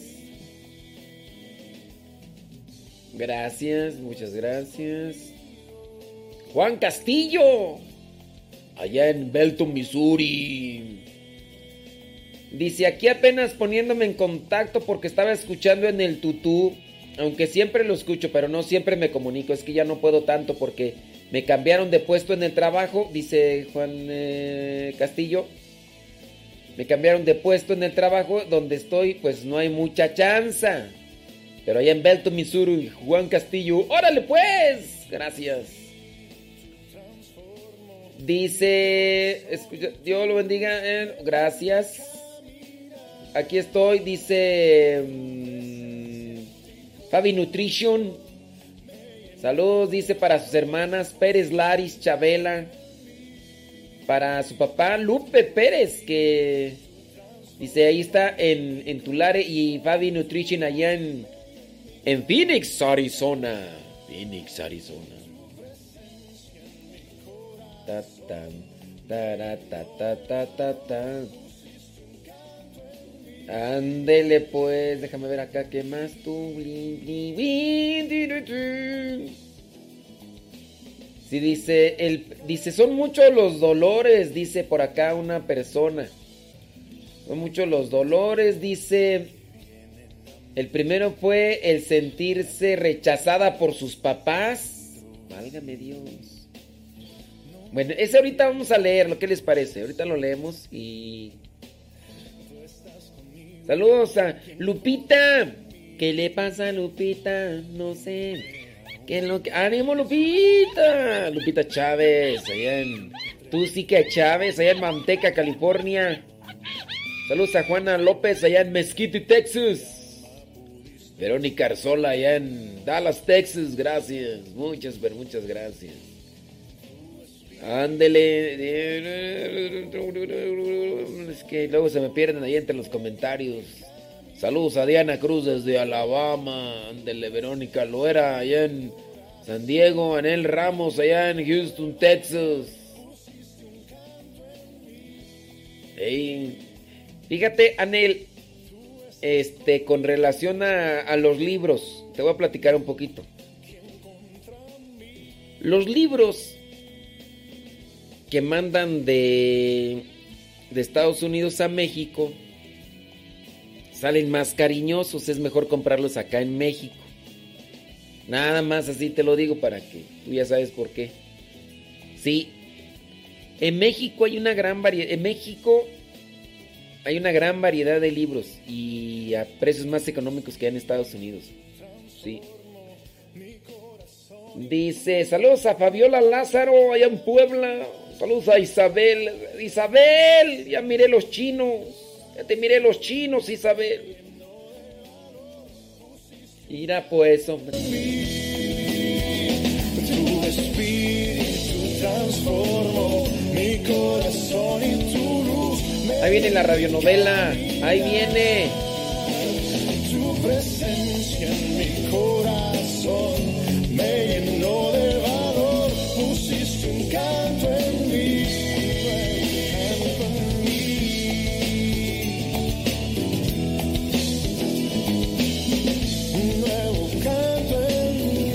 Gracias, muchas gracias. Juan Castillo, allá en Belton, Missouri. Dice, aquí apenas poniéndome en contacto porque estaba escuchando en el tutú, aunque siempre lo escucho, pero no siempre me comunico. Es que ya no puedo tanto porque me cambiaron de puesto en el trabajo, dice Juan Castillo. Me cambiaron de puesto en el trabajo donde estoy, pues no hay mucha chanza. Pero allá en Belton, Missouri, Juan Castillo, ¡órale pues! Gracias. Dice, Dios lo bendiga, gracias. Aquí estoy, dice Fabi Nutrition. Saludos, dice, para sus hermanas Pérez, Laris, Chabela. Para su papá Lupe Pérez, que dice, ahí está en Tulare. Y Fabi Nutrition allá en Phoenix, Arizona. Phoenix, Arizona. Ta, tan, ta, ta, ta, ta, ta, ta. Ándele pues, déjame ver acá qué más tú. Sí, dice, son muchos los dolores, dice por acá una persona. Son muchos los dolores, dice. El primero fue el sentirse rechazada por sus papás. Válgame Dios. Bueno, ese ahorita vamos a leerlo, ¿qué les parece? Ahorita lo leemos y... Saludos a Lupita. ¿Qué le pasa a Lupita? No sé. ¿Qué es lo que... ¡Ánimo, Lupita! Lupita Chávez, allá en... Tú sí que Chávez, allá en Manteca, California. Saludos a Juana López, allá en Mesquite, Texas. Verónica Arzola, allá en Dallas, Texas. Gracias. Muchas gracias. Ándele. Es que luego se me pierden ahí entre los comentarios. Saludos a Diana Cruz desde Alabama. Ándele, Verónica Loera allá en San Diego. Anel Ramos allá en Houston, Texas. Hey. Fíjate, Anel, con relación a los libros, te voy a platicar un poquito. Los libros que mandan de Estados Unidos a México salen más cariñosos, es mejor comprarlos acá en México. Nada más así te lo digo para que tú ya sabes por qué. Sí, en México hay una gran variedad. En México hay una gran variedad de libros y a precios más económicos que en Estados Unidos. Sí. Dice, saludos a Fabiola Lázaro allá en Puebla. Saludos a Isabel. Isabel, ya miré los chinos. Ya te miré los chinos, Isabel. Mira pues, hombre. Tu espíritu transformó mi corazón y tu luz. Ahí viene la radionovela. Ahí viene. Tu presencia en mi corazón me llenó de valor. Pusiste un canto en mí. Un nuevo canto en mí.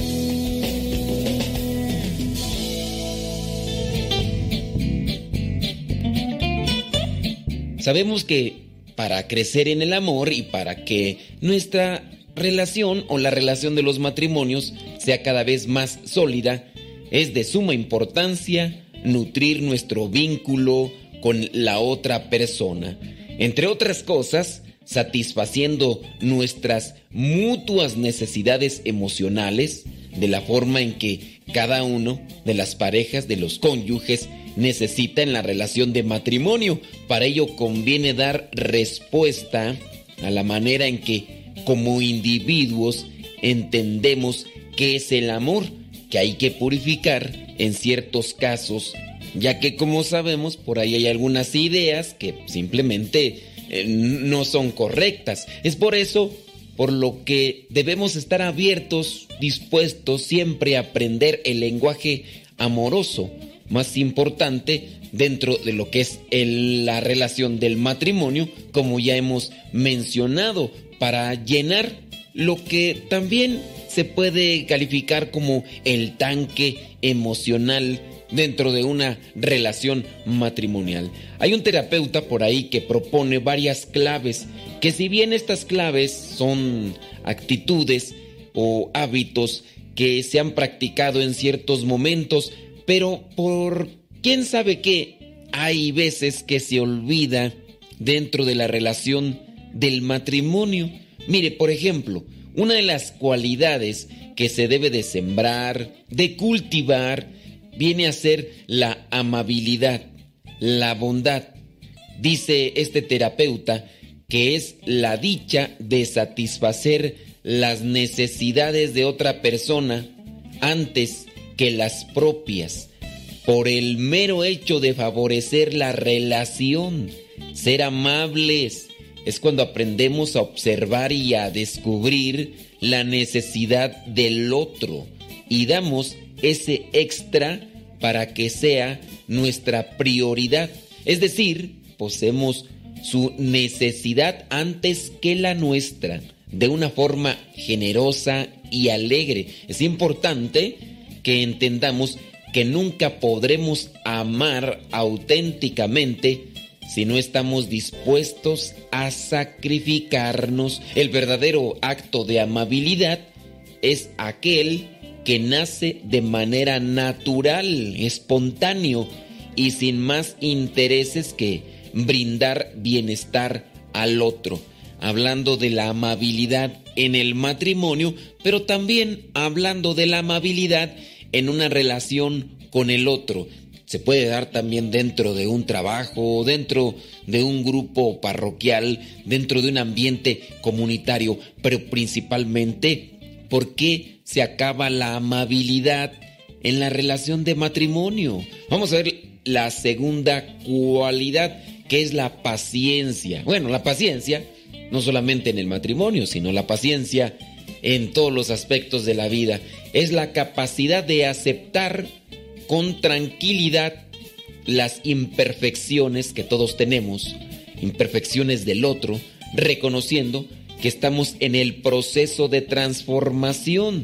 Sabemos que para crecer en el amor y para que nuestra relación o la relación de los matrimonios sea cada vez más sólida, es de suma importancia nutrir nuestro vínculo con la otra persona. Entre otras cosas, satisfaciendo nuestras mutuas necesidades emocionales de la forma en que cada uno de las parejas, de los cónyuges, necesita en la relación de matrimonio. Para ello conviene dar respuesta a la manera en que como individuos entendemos qué es el amor, que hay que purificar en ciertos casos, ya que como sabemos por ahí hay algunas ideas que simplemente no son correctas. Es por eso por lo que debemos estar abiertos, dispuestos siempre a aprender el lenguaje amoroso más importante dentro de lo que es la relación del matrimonio, como ya hemos mencionado, para llenar lo que también se puede calificar como el tanque emocional dentro de una relación matrimonial. Hay un terapeuta por ahí que propone varias claves, que si bien estas claves son actitudes o hábitos que se han practicado en ciertos momentos, pero por quién sabe qué, hay veces que se olvida dentro de la relación del matrimonio. Mire, por ejemplo, una de las cualidades que se debe de sembrar, de cultivar, viene a ser la amabilidad, la bondad. Dice este terapeuta que es la dicha de satisfacer las necesidades de otra persona antes que las propias, por el mero hecho de favorecer la relación. Ser amables es cuando aprendemos a observar y a descubrir la necesidad del otro y damos ese extra para que sea nuestra prioridad. Es decir, poseemos su necesidad antes que la nuestra, de una forma generosa y alegre. Es importante que entendamos que nunca podremos amar auténticamente si no estamos dispuestos a sacrificarnos. El verdadero acto de amabilidad es aquel que nace de manera natural, espontáneo y sin más intereses que brindar bienestar al otro. Hablando de la amabilidad en el matrimonio, pero también hablando de la amabilidad en una relación con el otro. Se puede dar también dentro de un trabajo, dentro de un grupo parroquial, dentro de un ambiente comunitario, pero principalmente, ¿por qué se acaba la amabilidad en la relación de matrimonio? Vamos a ver la segunda cualidad, que es la paciencia. Bueno, la paciencia no solamente en el matrimonio, sino la paciencia en todos los aspectos de la vida. Es la capacidad de aceptar con tranquilidad las imperfecciones que todos tenemos, imperfecciones del otro, reconociendo que estamos en el proceso de transformación.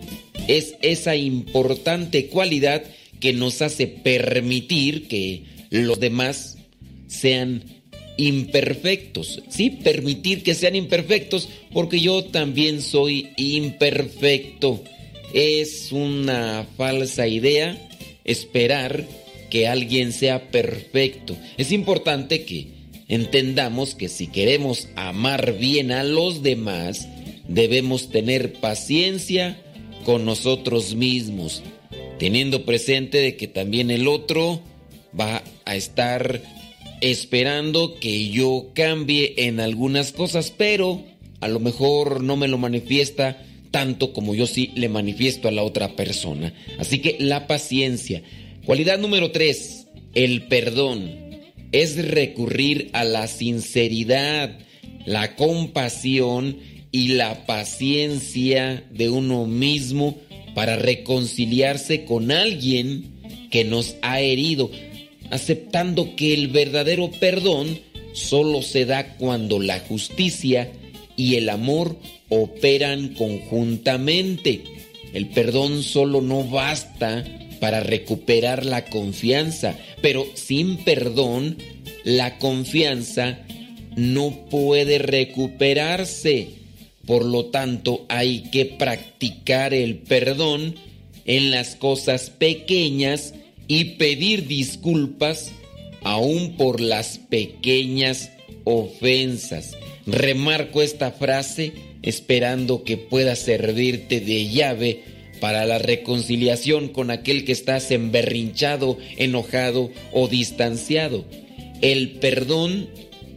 Es esa importante cualidad que nos hace permitir que los demás sean imperfectos. Sí, permitir que sean imperfectos, porque yo también soy imperfecto. Es una falsa idea esperar que alguien sea perfecto. Es importante que entendamos que si queremos amar bien a los demás, debemos tener paciencia con nosotros mismos, teniendo presente de que también el otro va a estar esperando que yo cambie en algunas cosas, pero a lo mejor no me lo manifiesta tanto como yo sí le manifiesto a la otra persona. Así que la paciencia. Cualidad número 3, el perdón. Es recurrir a la sinceridad, la compasión y la paciencia de uno mismo para reconciliarse con alguien que nos ha herido, aceptando que el verdadero perdón solo se da cuando la justicia y el amor operan conjuntamente. El perdón solo no basta para recuperar la confianza, pero sin perdón la confianza no puede recuperarse. Por lo tanto, hay que practicar el perdón en las cosas pequeñas y pedir disculpas aún por las pequeñas ofensas. Remarco esta frase esperando que pueda servirte de llave para la reconciliación con aquel que estás emberrinchado, enojado o distanciado. El perdón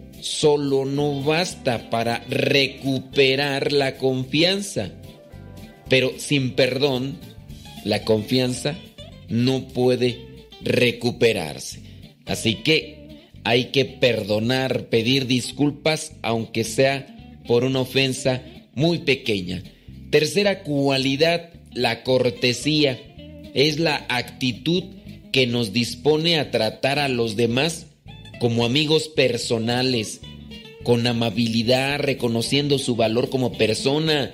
solo no basta para recuperar la confianza, pero sin perdón, la confianza no puede recuperarse. Así que hay que perdonar, pedir disculpas, aunque sea por una ofensa muy pequeña. Tercera cualidad, la cortesía. Es la actitud que nos dispone a tratar a los demás como amigos personales, con amabilidad, reconociendo su valor como persona.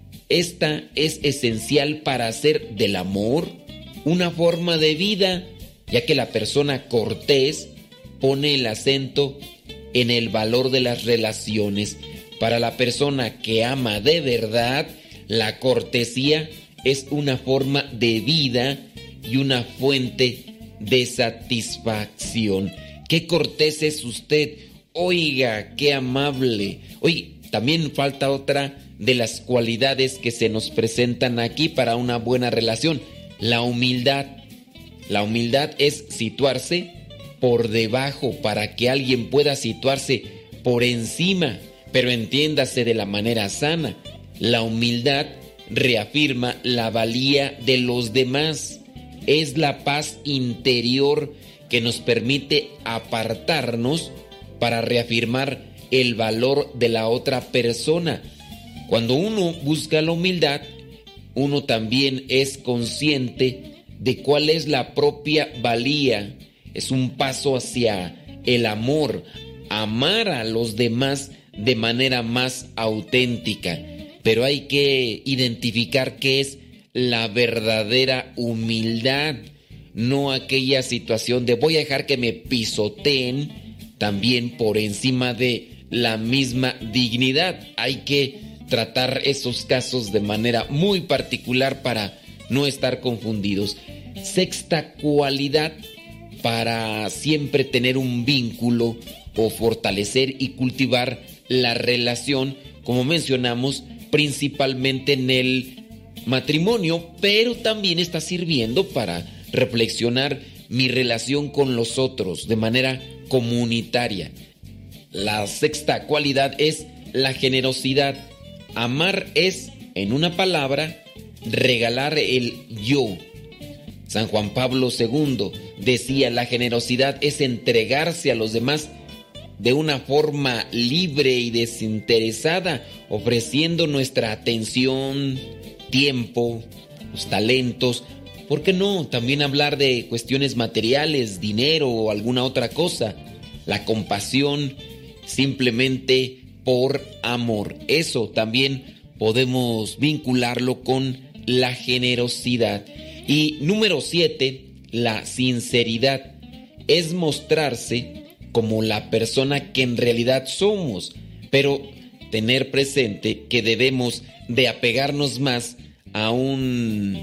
Esta es esencial para hacer del amor una forma de vida, ya que la persona cortés pone el acento en el valor de las relaciones. Para la persona que ama de verdad, la cortesía es una forma de vida y una fuente de satisfacción. ¡Qué cortés es usted! Oiga, qué amable. Oye, también falta otra de las cualidades que se nos presentan aquí para una buena relación: la humildad. La humildad es situarse por debajo para que alguien pueda situarse por encima, pero entiéndase de la manera sana. La humildad reafirma la valía de los demás. Es la paz interior que nos permite apartarnos para reafirmar el valor de la otra persona. Cuando uno busca la humildad, uno también es consciente de cuál es la propia valía. Es un paso hacia el amor, amar a los demás de manera más auténtica. Pero hay que identificar qué es la verdadera humildad, no aquella situación de voy a dejar que me pisoteen también por encima de la misma dignidad. Hay que tratar esos casos de manera muy particular para no estar confundidos. Sexta cualidad para siempre tener un vínculo o fortalecer y cultivar la relación, como mencionamos, principalmente en el matrimonio, pero también está sirviendo para reflexionar mi relación con los otros de manera comunitaria. La sexta cualidad es la generosidad. Amar es, en una palabra, regalar el yo. San Juan Pablo II decía: la generosidad es entregarse a los demás de una forma libre y desinteresada, ofreciendo nuestra atención, tiempo, los talentos. ¿Por qué no también hablar de cuestiones materiales, dinero o alguna otra cosa? La compasión simplemente por amor. Eso también podemos vincularlo con la generosidad. Y número 7, la sinceridad. Es mostrarse como la persona que en realidad somos, pero tener presente que debemos de apegarnos más a un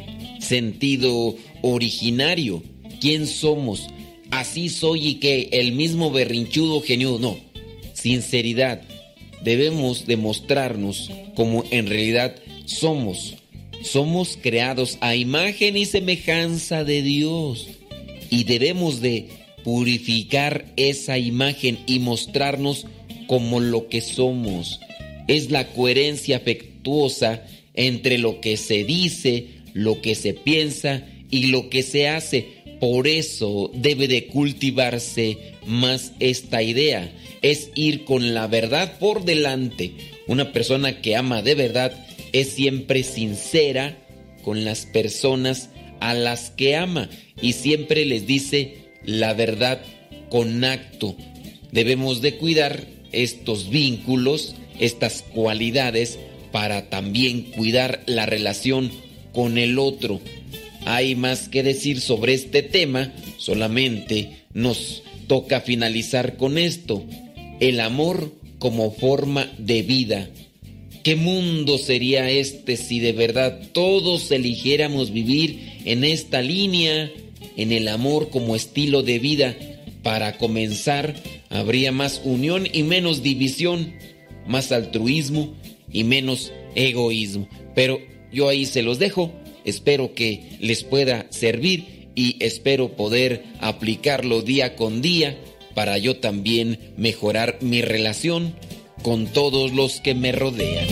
sentido originario. ¿Quién somos? Así soy y que el mismo berrinchudo geniudo. No, sinceridad. Debemos demostrarnos como en realidad somos. Somos creados a imagen y semejanza de Dios y debemos de purificar esa imagen y mostrarnos como lo que somos. Es la coherencia afectuosa entre lo que se dice, lo que se piensa y lo que se hace. Por eso debe de cultivarse más esta idea. Es ir con la verdad por delante. Una persona que ama de verdad es siempre sincera con las personas a las que ama y siempre les dice la verdad con acto. Debemos de cuidar estos vínculos, estas cualidades, para también cuidar la relación con el otro. Hay más que decir sobre este tema, solamente nos toca finalizar con esto: el amor como forma de vida. ¿Qué mundo sería este si de verdad todos eligiéramos vivir en esta línea, en el amor como estilo de vida? Para comenzar, habría más unión y menos división. más altruismo y menos egoísmo. Pero yo ahí se los dejo. Espero que les pueda servir y espero poder aplicarlo día con día para yo también mejorar mi relación con todos los que me rodean.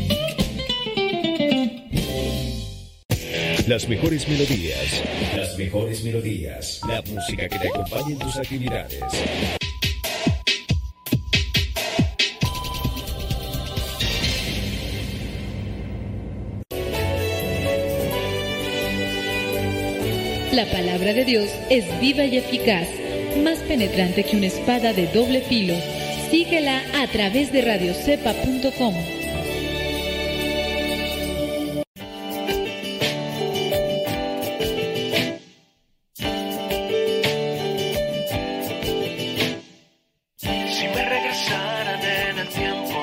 Las mejores melodías. Las mejores melodías. La música que te acompañe en tus actividades. La palabra de Dios es viva y eficaz, más penetrante que una espada de doble filo. Síguela a través de radiocepa.com. Si me regresaran en el tiempo,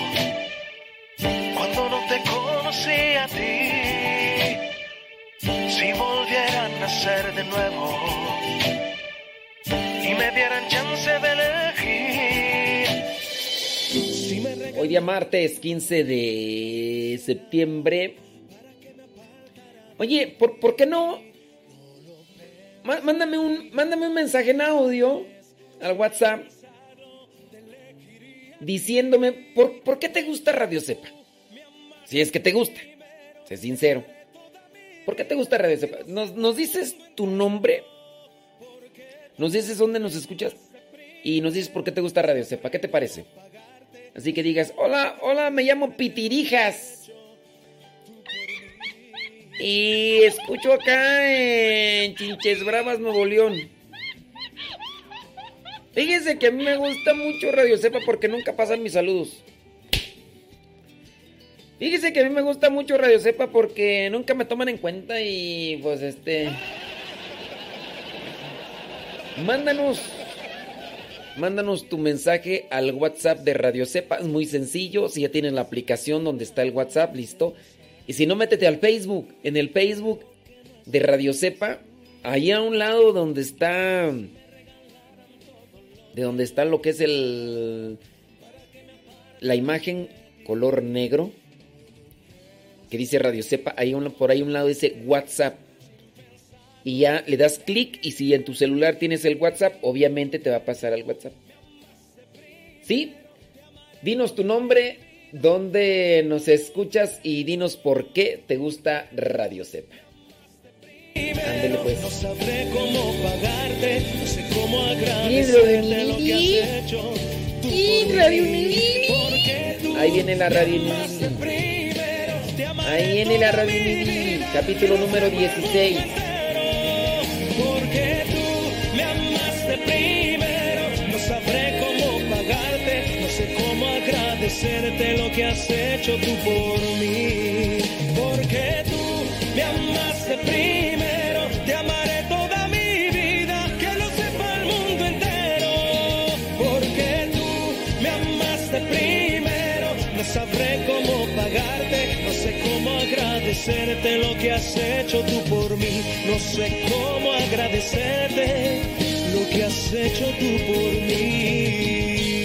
cuando no te conocí a ti, si volvieran a nacer de nuevo y me dieran chance de elegir. Hoy día martes 15 de septiembre. Oye, ¿por qué no? Mándame un mensaje en audio al WhatsApp diciéndome por qué te gusta Radio Cepa. Si es que te gusta, sé sincero. ¿Por qué te gusta Radio Cepa? Nos dices tu nombre, nos dices dónde nos escuchas y nos dices por qué te gusta Radio Cepa. ¿Qué te parece? Así que digas, hola, me llamo Pitirijas y escucho acá en Chinches Bravas, Nuevo León. Fíjese que a mí me gusta mucho Radio Cepa porque nunca pasan mis saludos. Fíjese que a mí me gusta mucho Radio Cepa porque nunca me toman en cuenta y pues Mándanos tu mensaje al WhatsApp de Radio Cepa. Es muy sencillo. Si ya tienes la aplicación donde está el WhatsApp, listo. Y si no, métete al Facebook. En el Facebook de Radio Cepa, ahí a un lado donde está lo que es la imagen color negro que dice Radio Cepa, por ahí a un lado dice WhatsApp. Y ya le das clic y si en tu celular tienes el WhatsApp, obviamente te va a pasar al WhatsApp. ¿Sí? Dinos tu nombre, dónde nos escuchas y dinos por qué te gusta Radio Cepa. Ándale pues. No sabré cómo pagarte, no sé cómo agradecerte lo que has hecho. Ahí viene la Radio Ahí viene la Radio capítulo número 16. Porque tú me amaste primero, no sabré cómo pagarte, no sé cómo agradecerte lo que has hecho tú por mí. Porque tú me amaste primero, te amaré toda mi vida, que lo sepa el mundo entero. Porque tú me amaste primero, no sabré cómo pagarte, no sé cómo agradecerte lo que has hecho tú por mí. No sé cómo agradecerte lo que has hecho tú por mí.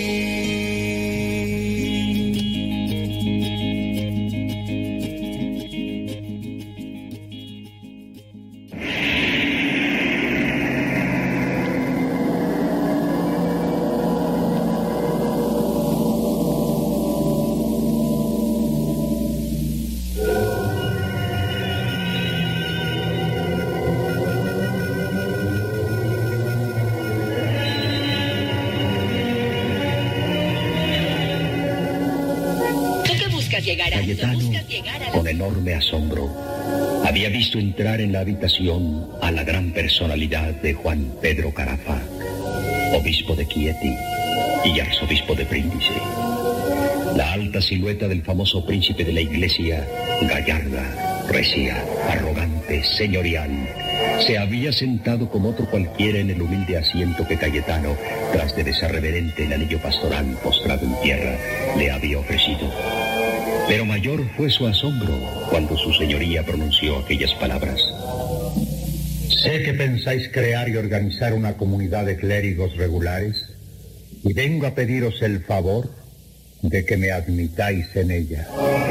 Cayetano, con enorme asombro, había visto entrar en la habitación a la gran personalidad de Juan Pedro Carafa, obispo de Chieti y arzobispo de Brindisi. La alta silueta del famoso príncipe de la iglesia, gallarda, recia, arrogante, señorial, se había sentado como otro cualquiera en el humilde asiento que Cayetano, tras de desarreverente el anillo pastoral postrado en tierra, le había ofrecido. Pero mayor fue su asombro cuando su señoría pronunció aquellas palabras. Sé que pensáis crear y organizar una comunidad de clérigos regulares y vengo a pediros el favor de que me admitáis en ella.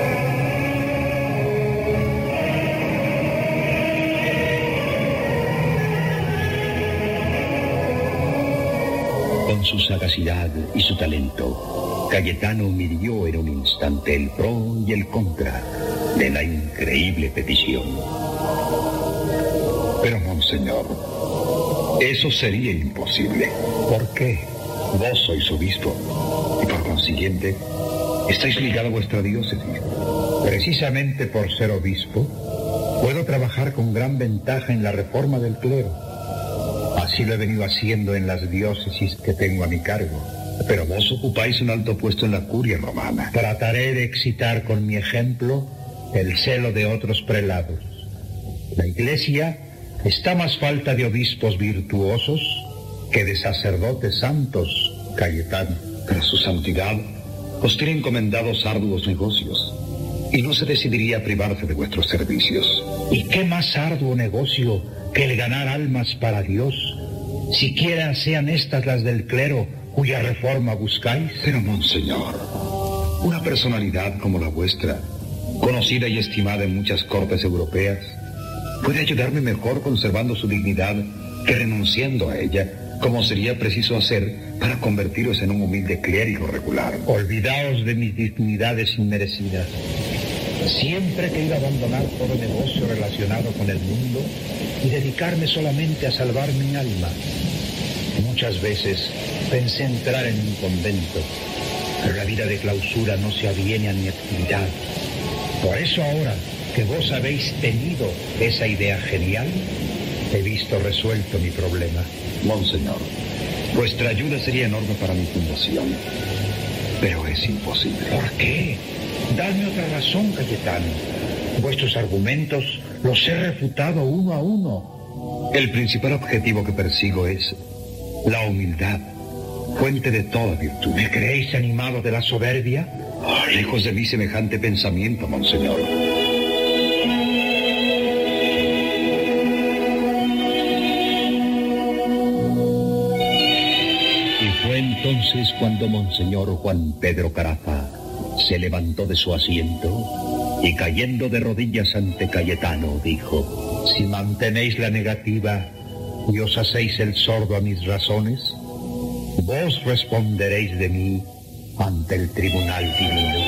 Con su sagacidad y su talento, Cayetano midió en un instante el pro y el contra de la increíble petición. Pero, monseñor, eso sería imposible. ¿Por qué? Vos sois obispo y por consiguiente estáis ligado a vuestra diócesis. Precisamente por ser obispo, puedo trabajar con gran ventaja en la reforma del clero. Así lo he venido haciendo en las diócesis que tengo a mi cargo. Pero vos ocupáis un alto puesto en la curia romana. Trataré de excitar con mi ejemplo el celo de otros prelados. La Iglesia está más falta de obispos virtuosos que de sacerdotes santos, Cayetano. Pero su santidad os tiene encomendados arduos negocios y no se decidiría a privarse de vuestros servicios. ¿Y qué más arduo negocio que el ganar almas para Dios, siquiera sean estas las del clero cuya reforma buscáis? Pero, monseñor, una personalidad como la vuestra, conocida y estimada en muchas cortes europeas, puede ayudarme mejor conservando su dignidad que renunciando a ella, como sería preciso hacer para convertiros en un humilde clérigo regular. Olvidaos de mis dignidades inmerecidas. Siempre he querido abandonar todo negocio relacionado con el mundo y dedicarme solamente a salvar mi alma. Muchas veces pensé entrar en un convento, pero la vida de clausura no se aviene a mi actividad. Por eso ahora que vos habéis tenido esa idea genial, he visto resuelto mi problema. Monseñor, vuestra ayuda sería enorme para mi fundación, pero es imposible. ¿Por qué? Dadme otra razón, Cayetano. Vuestros argumentos los he refutado uno a uno. El principal objetivo que persigo es la humildad, fuente de toda virtud. ¿Me creéis animado de la soberbia? Oh, lejos de mí semejante pensamiento, monseñor. Y fue entonces cuando monseñor Juan Pedro Carafa se levantó de su asiento y cayendo de rodillas ante Cayetano dijo: si mantenéis la negativa y os hacéis el sordo a mis razones, vos responderéis de mí ante el tribunal divino.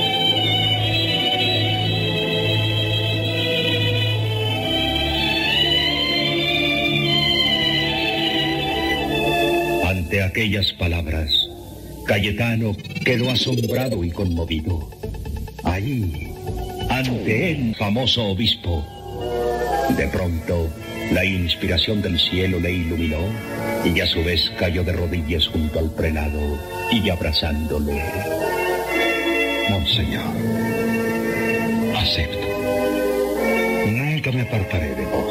Ante aquellas palabras, Cayetano quedó asombrado y conmovido. Allí, ante el famoso obispo, de pronto, la inspiración del cielo le iluminó y a su vez cayó de rodillas junto al prelado y abrazándole. Monseñor, acepto. Nunca me apartaré de vos.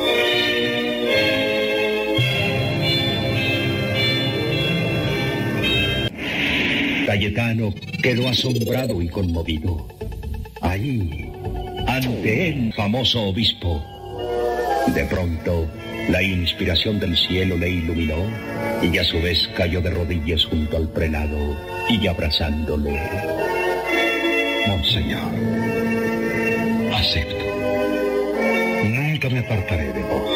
Cayetano quedó asombrado y conmovido. Allí, ante el famoso obispo, de pronto, la inspiración del cielo le iluminó y a su vez cayó de rodillas junto al prelado y abrazándole. Monseñor, acepto. Nunca me apartaré de vos.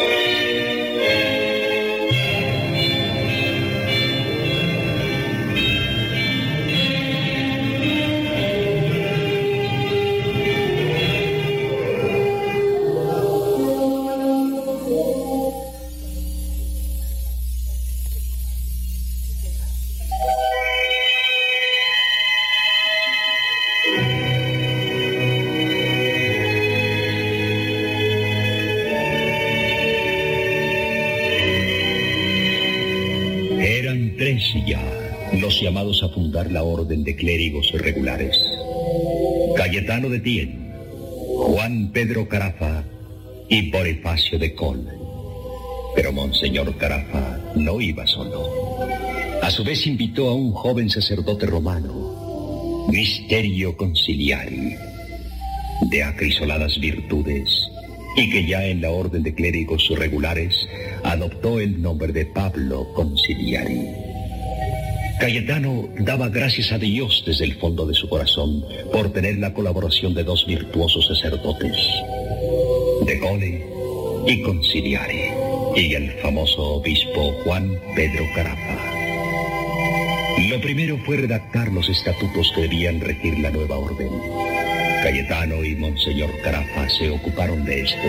Ya los llamados a fundar la orden de clérigos regulares: Cayetano de Tien, Juan Pedro Carafa y Bonifacio de Col. Pero monseñor Carafa no iba solo. A su vez invitó a un joven sacerdote romano, Misterio Conciliari, de acrisoladas virtudes, y que ya en la orden de clérigos regulares adoptó el nombre de Pablo Conciliari. Cayetano daba gracias a Dios desde el fondo de su corazón por tener la colaboración de dos virtuosos sacerdotes, De Gole y Conciliari, y el famoso obispo Juan Pedro Carafa. Lo primero fue redactar los estatutos que debían regir la nueva orden. Cayetano y Monseñor Carafa se ocuparon de esto.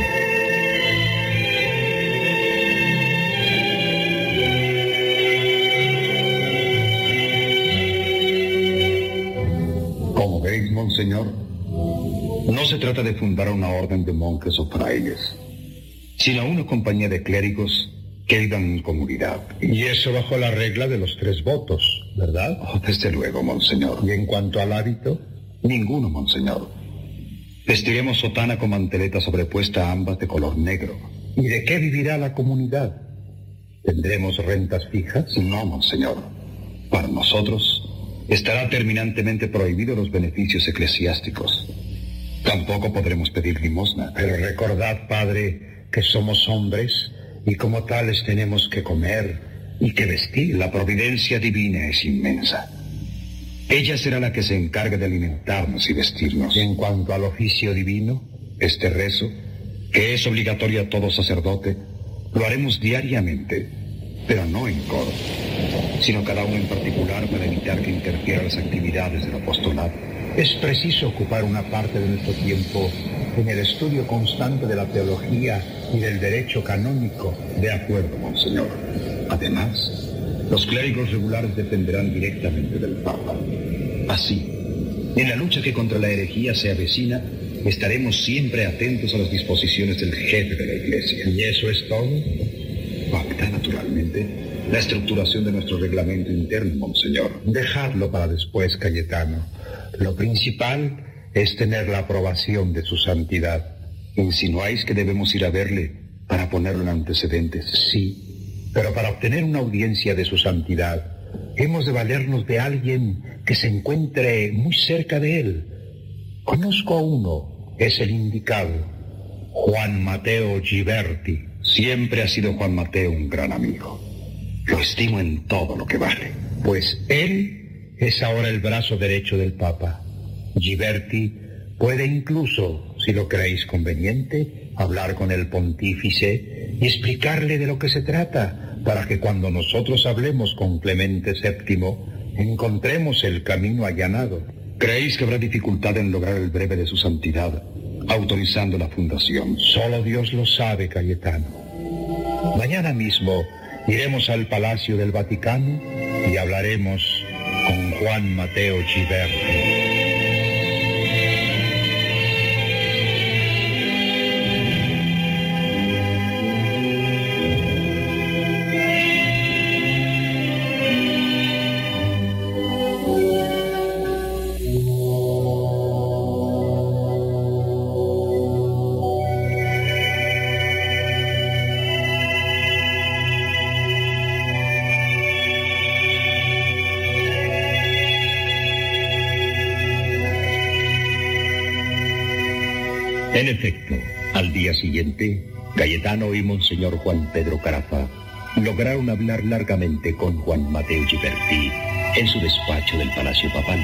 Como veis, Monseñor, no se trata de fundar una orden de monjes o frailes, sino una compañía de clérigos que vivan en comunidad. Y eso bajo la regla de los 3 votos, ¿verdad? Oh, desde luego, Monseñor. ¿Y en cuanto al hábito? Ninguno, Monseñor. Vestiremos sotana con manteleta sobrepuesta ambas de color negro. ¿Y de qué vivirá la comunidad? ¿Tendremos rentas fijas? No, Monseñor. Para nosotros estará terminantemente prohibido los beneficios eclesiásticos. Tampoco podremos pedir limosna. Pero recordad, Padre, que somos hombres y como tales tenemos que comer y que vestir. La providencia divina es inmensa. Ella será la que se encargue de alimentarnos y vestirnos. Y en cuanto al oficio divino, este rezo, que es obligatorio a todo sacerdote, lo haremos diariamente, pero no en coro, sino cada uno en particular para evitar que interfiera las actividades del apostolado. Es preciso ocupar una parte de nuestro tiempo en el estudio constante de la teología y del derecho canónico. De acuerdo, Monseñor. Además, los clérigos regulares dependerán directamente del Papa. Así, en la lucha que contra la herejía se avecina, estaremos siempre atentos a las disposiciones del jefe de la Iglesia. ¿Y eso es todo? Falta, naturalmente, la estructuración de nuestro reglamento interno, Monseñor. Dejadlo para después, Cayetano. Lo principal es tener la aprobación de su santidad. ¿Insinuáis que debemos ir a verle para ponerlo en antecedentes? Sí, pero para obtener una audiencia de su santidad, hemos de valernos de alguien que se encuentre muy cerca de él. Conozco a uno, es el indicado, Juan Mateo Ghiberti. Siempre ha sido Juan Mateo un gran amigo. Lo estimo en todo lo que vale. Pues él es ahora el brazo derecho del Papa. Ghiberti puede incluso, si lo creéis conveniente, hablar con el pontífice y explicarle de lo que se trata, para que cuando nosotros hablemos con Clemente VII, encontremos el camino allanado. ¿Creéis que habrá dificultad en lograr el breve de su santidad, autorizando la fundación? Solo Dios lo sabe, Cayetano. Mañana mismo iremos al Palacio del Vaticano y hablaremos con Juan Mateo Ghiberti. En efecto, al día siguiente, Cayetano y Monseñor Juan Pedro Carafa lograron hablar largamente con Juan Mateo Ghiberti en su despacho del Palacio Papal.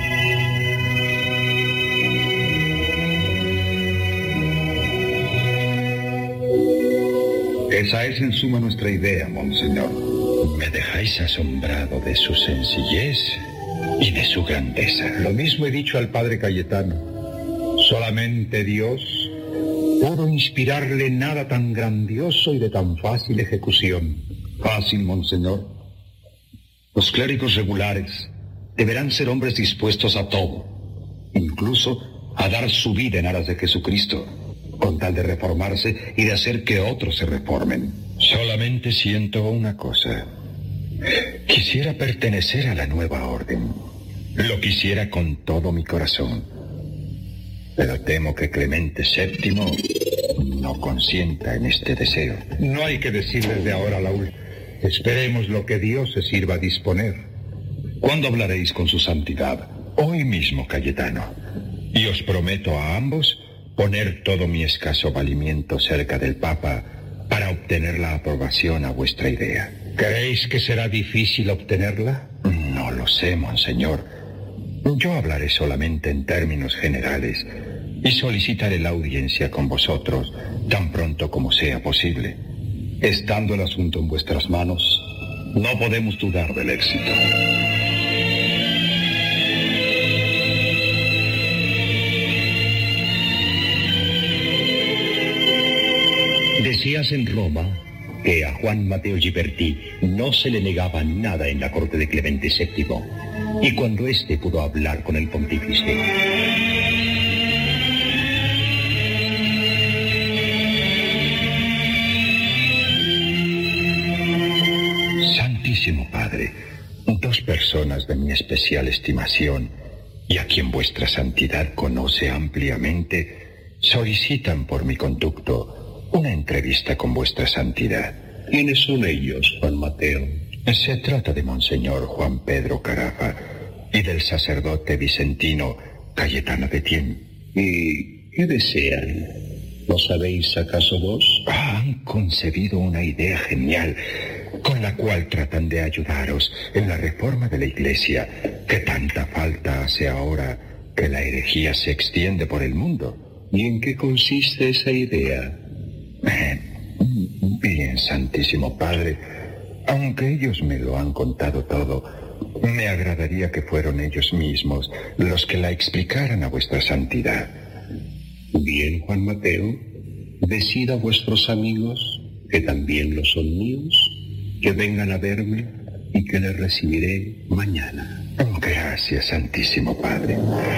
Esa es en suma nuestra idea, Monseñor. Me dejáis asombrado de su sencillez y de su grandeza. Lo mismo he dicho al padre Cayetano. Solamente Dios pudo inspirarle nada tan grandioso y de tan fácil ejecución. Fácil, Monseñor. Los clérigos regulares deberán ser hombres dispuestos a todo, incluso a dar su vida en aras de Jesucristo, con tal de reformarse y de hacer que otros se reformen. Solamente siento una cosa. Quisiera pertenecer a la nueva orden. Lo quisiera con todo mi corazón. Pero temo que Clemente VII no consienta en este deseo. No hay que decir desde ahora, Laúl. Esperemos lo que Dios se sirva a disponer. ¿Cuándo hablaréis con su santidad? Hoy mismo, Cayetano. Y os prometo a ambos poner todo mi escaso valimiento cerca del Papa para obtener la aprobación a vuestra idea. ¿Creéis que será difícil obtenerla? No lo sé, monseñor. Yo hablaré solamente en términos generales y solicitaré la audiencia con vosotros tan pronto como sea posible. Estando el asunto en vuestras manos, no podemos dudar del éxito. Decías en Roma que a Juan Mateo Ghiberti no se le negaba nada en la corte de Clemente VII, y cuando éste pudo hablar con el pontífice. Santísimo Padre, dos personas de mi especial estimación y a quien vuestra santidad conoce ampliamente, solicitan por mi conducto una entrevista con vuestra santidad. ¿Quiénes son ellos, Juan Mateo? Se trata de Monseñor Juan Pedro Carafa y del sacerdote vicentino Cayetano de Tien. ¿Y qué desean? ¿Lo sabéis acaso vos? Han concebido una idea genial con la cual tratan de ayudaros en la reforma de la Iglesia, que tanta falta hace ahora que la herejía se extiende por el mundo. ¿Y en qué consiste esa idea? Bien, Santísimo Padre, aunque ellos me lo han contado todo, me agradaría que fueran ellos mismos los que la explicaran a vuestra santidad. Bien, Juan Mateo, decid a vuestros amigos, que también lo son míos, que vengan a verme y que les recibiré mañana. Gracias, Santísimo Padre.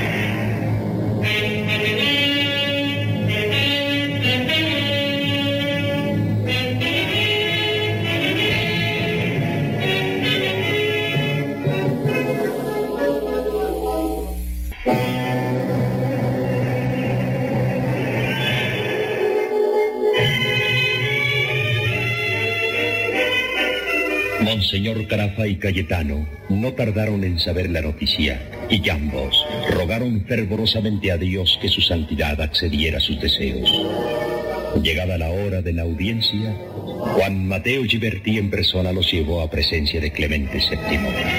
Monseñor Carafa y Cayetano no tardaron en saber la noticia, y ambos rogaron fervorosamente a Dios que su santidad accediera a sus deseos. Llegada la hora de la audiencia, Juan Mateo Ghiberti en persona los llevó a presencia de Clemente VII.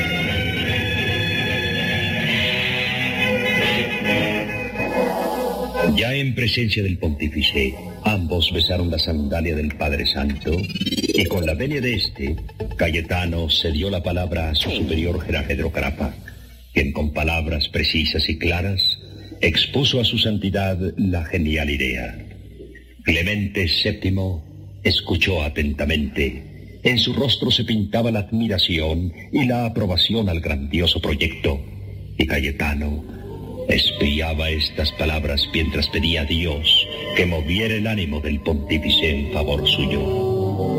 Ya en presencia del pontífice, ambos besaron la sandalia del Padre Santo, y con la venia de este, Cayetano cedió la palabra a su superior Gerard Pedro Carafa, quien con palabras precisas y claras expuso a su santidad la genial idea. Clemente VII escuchó atentamente. En su rostro se pintaba la admiración y la aprobación al grandioso proyecto, y Cayetano espiaba estas palabras mientras pedía a Dios que moviera el ánimo del pontífice en favor suyo.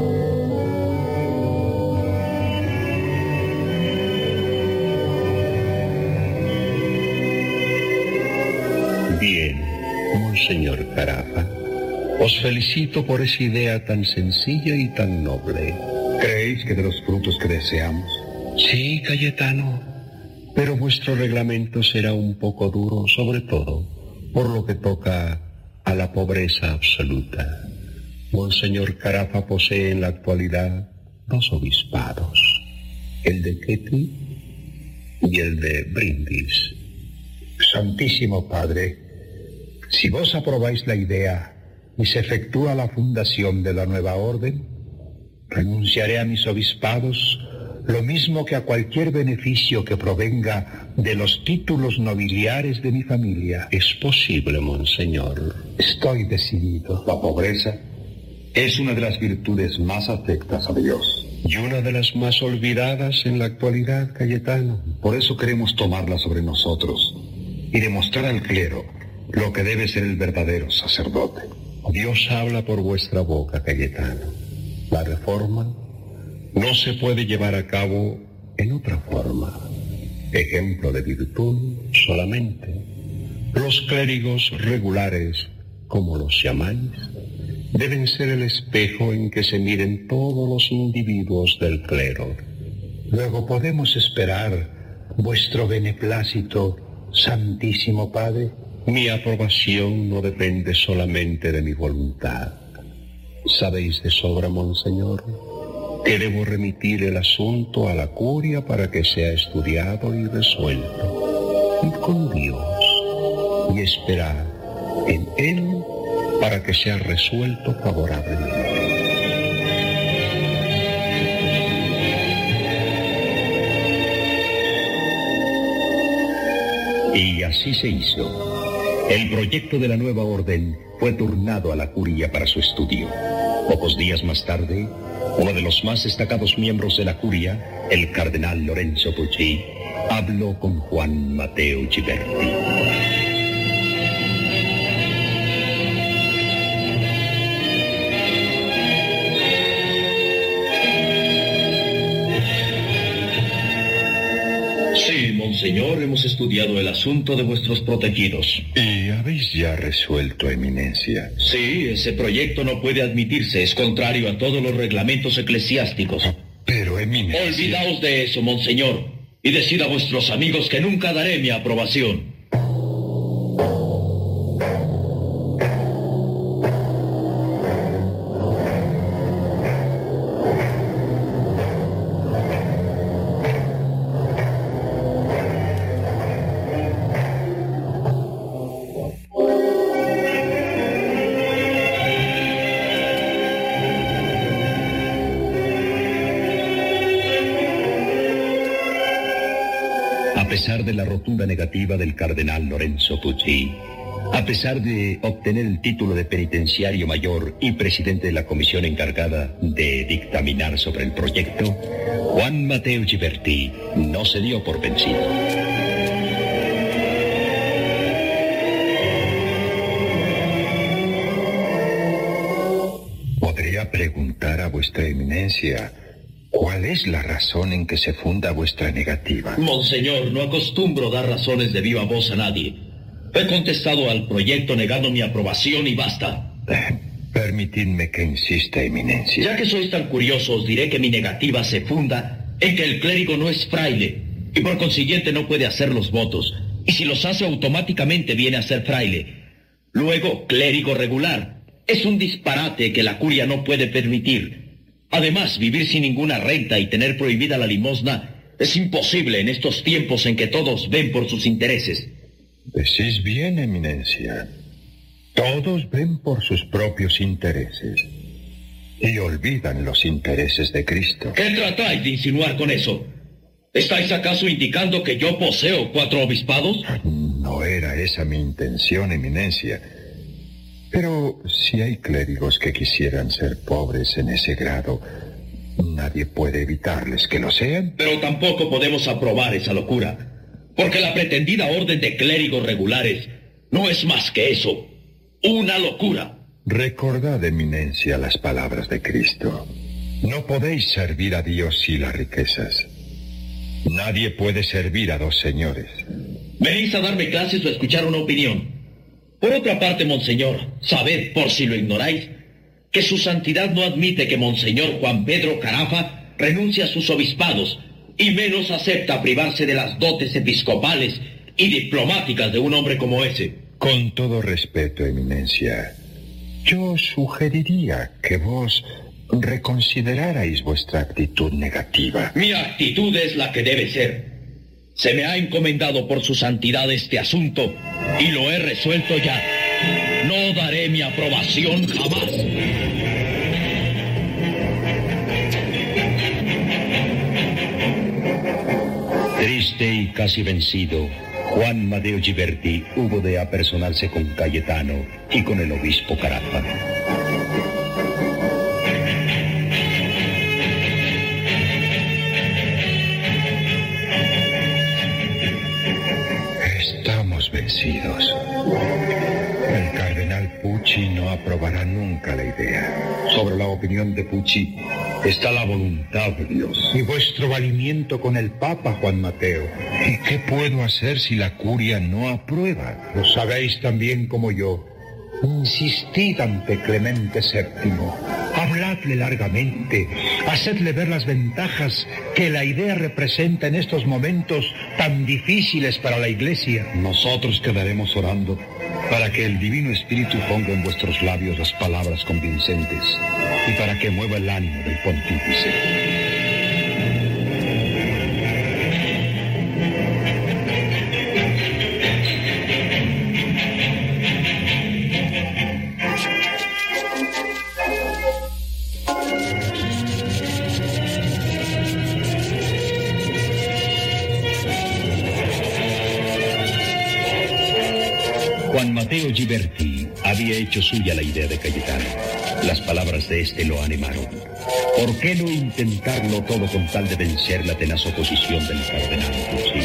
Bien, Monseñor Carafa, os felicito por esa idea tan sencilla y tan noble. ¿Creéis que de los frutos que deseamos? Sí, Cayetano, pero vuestro reglamento será un poco duro, sobre todo por lo que toca a la pobreza absoluta. Monseñor Carafa posee en la actualidad dos obispados, el de Ketty y el de Brindis. Santísimo Padre, si vos aprobáis la idea y se efectúa la fundación de la nueva orden, renunciaré a mis obispados, lo mismo que a cualquier beneficio que provenga de los títulos nobiliares de mi familia. Es posible, Monseñor. Estoy decidido. La pobreza es una de las virtudes más afectas a Dios. Y una de las más olvidadas en la actualidad, Cayetano. Por eso queremos tomarla sobre nosotros y demostrar al clero lo que debe ser el verdadero sacerdote. Dios habla por vuestra boca, Cayetano. La reforma no se puede llevar a cabo en otra forma. Ejemplo de virtud solamente. Los clérigos regulares, como los llamáis, deben ser el espejo en que se miren todos los individuos del clero. Luego podemos esperar vuestro beneplácito, Santísimo Padre. Mi aprobación no depende solamente de mi voluntad. ¿Sabéis de sobra, Monseñor, que debo remitir el asunto a la curia para que sea estudiado y resuelto. Ir con Dios y esperar en Él para que sea resuelto favorablemente. Y así se hizo. El proyecto de la nueva orden fue turnado a la curia para su estudio. Pocos días más tarde, uno de los más destacados miembros de la curia, el cardenal Lorenzo Pucci, habló con Juan Mateo Ghiberti. Sí, monseñor, hemos estudiado el asunto de vuestros protegidos. ¿Y habéis ya resuelto, eminencia? Sí, ese proyecto no puede admitirse, es contrario a todos los reglamentos eclesiásticos. Pero, eminencia... Olvidaos de eso, monseñor, y decid a vuestros amigos que nunca daré mi aprobación. A pesar de la rotunda negativa del cardenal Lorenzo Pucci, a pesar de obtener el título de penitenciario mayor y presidente de la comisión encargada de dictaminar sobre el proyecto, Juan Mateo Ghiberti no se dio por vencido. Podría preguntar a vuestra eminencia... ¿cuál es la razón en que se funda vuestra negativa? Monseñor, no acostumbro dar razones de viva voz a nadie. He contestado al proyecto negando mi aprobación y basta. Permitidme que insista, eminencia. Ya que sois tan curiosos, os diré que mi negativa se funda en que el clérigo no es fraile y por consiguiente no puede hacer los votos. Y si los hace automáticamente viene a ser fraile. Luego, clérigo regular. Es un disparate que la curia no puede permitir. Además, vivir sin ninguna renta y tener prohibida la limosna es imposible en estos tiempos en que todos ven por sus intereses. Decís bien, eminencia. Todos ven por sus propios intereses y olvidan los intereses de Cristo. ¿Qué tratáis de insinuar con eso? ¿Estáis acaso indicando que yo poseo 4 obispados? No era esa mi intención, eminencia. Pero si hay clérigos que quisieran ser pobres en ese grado, nadie puede evitarles que lo sean. Pero tampoco podemos aprobar esa locura, porque la pretendida orden de clérigos regulares no es más que eso, una locura. Recordad, eminencia, las palabras de Cristo. No podéis servir a Dios y las riquezas. Nadie puede servir a 2 señores. ¿Venís a darme clases o a escuchar una opinión? Por otra parte, monseñor, sabed, por si lo ignoráis, que su santidad no admite que monseñor Juan Pedro Carafa renuncie a sus obispados y menos acepta privarse de las dotes episcopales y diplomáticas de un hombre como ese. Con todo respeto, eminencia, yo sugeriría que vos reconsiderarais vuestra actitud negativa. Mi actitud es la que debe ser. Se me ha encomendado por su santidad este asunto y lo he resuelto ya. No daré mi aprobación jamás. Triste y casi vencido, Juan Mateo Ghiberti hubo de apersonarse con Cayetano y con el obispo Carafa. Estamos vencidos. El cardenal Pucci no aprobará nunca la idea. Sobre la opinión de Pucci está la voluntad de Dios. Y vuestro valimiento con el Papa, Juan Mateo. ¿Y qué puedo hacer si la curia no aprueba? Lo sabéis tan bien como yo. Insistid ante Clemente VII. Habladle largamente. Hacedle ver las ventajas que la idea representa en estos momentos tan difíciles para la Iglesia. Nosotros quedaremos orando para que el Divino Espíritu ponga en vuestros labios las palabras convincentes y para que mueva el ánimo del pontífice. Juan Mateo Ghiberti había hecho suya la idea de Cayetano. Las palabras de este lo animaron. ¿Por qué no intentarlo todo con tal de vencer la tenaz oposición del cardenal Pucci?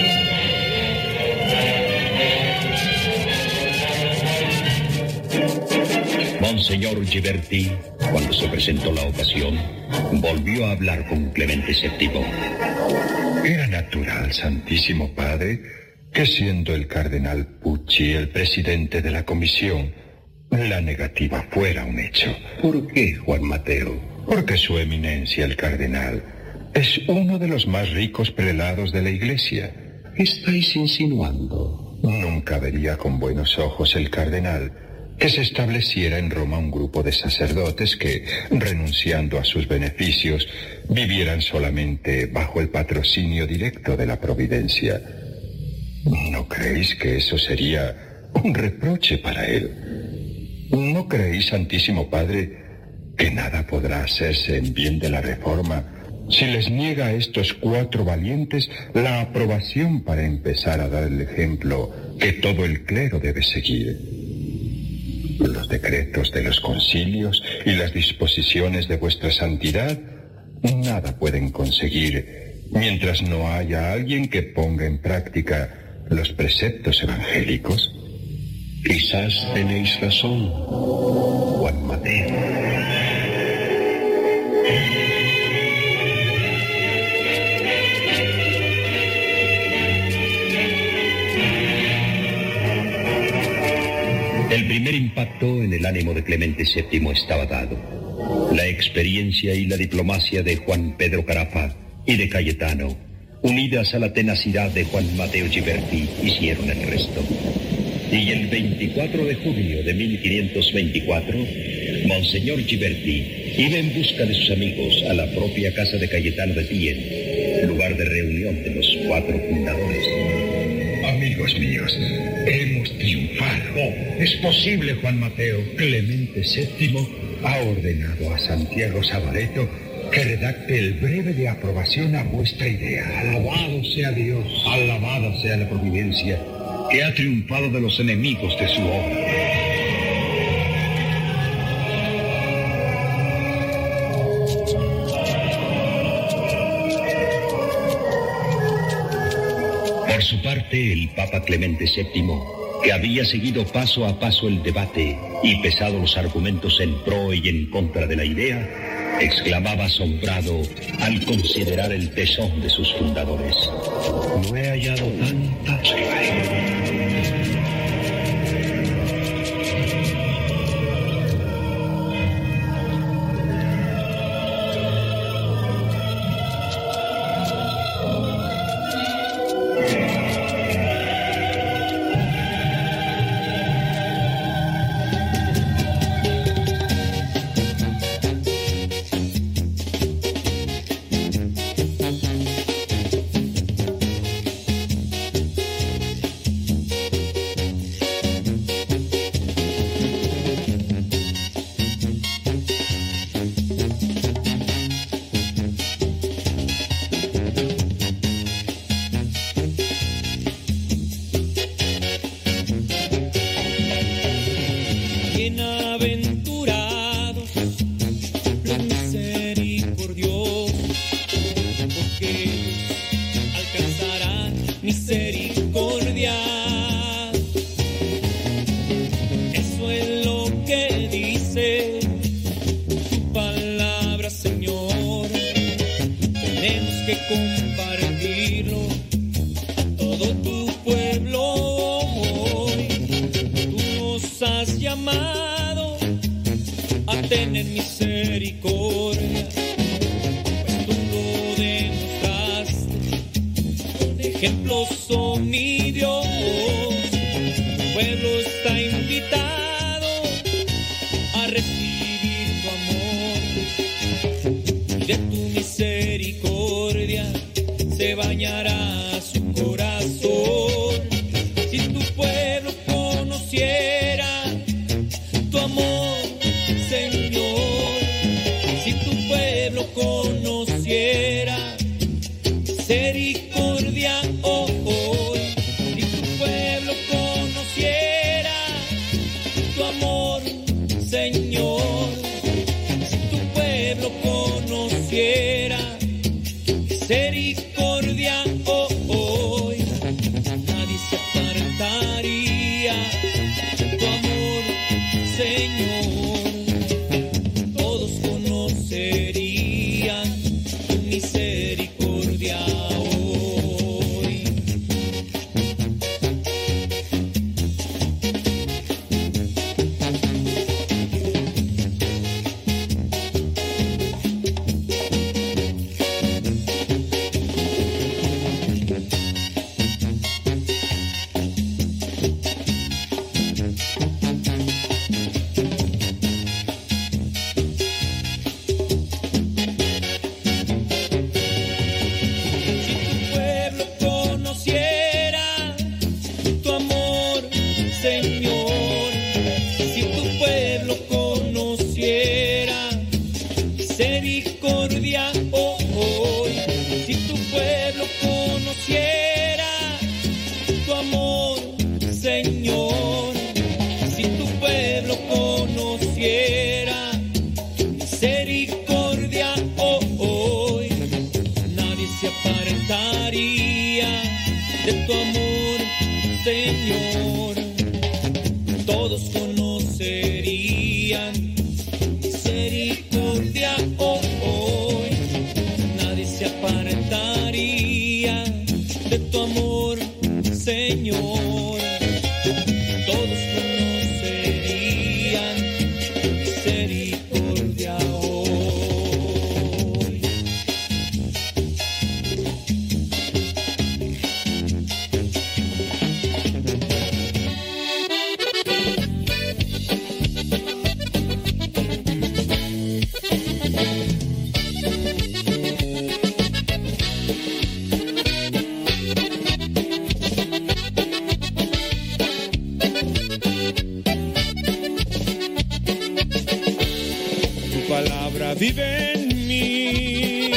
Monseñor Ghiberti, cuando se presentó la ocasión, volvió a hablar con Clemente VII. Era natural, Santísimo Padre, que siendo el cardenal Pucci el presidente de la comisión, la negativa fuera un hecho. ¿Por qué, Juan Mateo? Porque su eminencia, el cardenal, es uno de los más ricos prelados de la iglesia. ¿Qué estáis insinuando? Nunca vería con buenos ojos el cardenal que se estableciera en Roma un grupo de sacerdotes que, renunciando a sus beneficios, vivieran solamente bajo el patrocinio directo de la providencia. ¿No creéis que eso sería un reproche para él? ¿No creéis, Santísimo Padre, que nada podrá hacerse en bien de la reforma si les niega a estos 4 valientes la aprobación para empezar a dar el ejemplo que todo el clero debe seguir? Los decretos de los concilios y las disposiciones de vuestra santidad nada pueden conseguir mientras no haya alguien que ponga en práctica los preceptos evangélicos. Quizás tenéis razón, Juan Mateo. El primer impacto en el ánimo de Clemente VII estaba dado. La experiencia y la diplomacia de Juan Pedro Carafa y de Cayetano, unidas a la tenacidad de Juan Mateo Ghiberti, hicieron el resto. Y el 24 de junio de 1524, Monseñor Ghiberti iba en busca de sus amigos a la propia casa de Cayetano de Thiene, lugar de reunión de los 4 fundadores. Amigos míos, hemos triunfado. Es posible, Juan Mateo. Clemente VII ha ordenado a Santiago Sabareto que redacte el breve de aprobación a vuestra idea. Alabado sea Dios, alabada sea la providencia, que ha triunfado de los enemigos de su obra. Por su parte, el Papa Clemente VII, que había seguido paso a paso el debate y pesado los argumentos en pro y en contra de la idea, exclamaba asombrado al considerar el tesón de sus fundadores. No he hallado tanta fe. Pueblo está invitado a recibir tu amor. tu amor, Señor, todos conocerían misericordia hoy. Nadie se apartaría de tu amor, Señor. Todos conocerían misericordia hoy. Vive en mí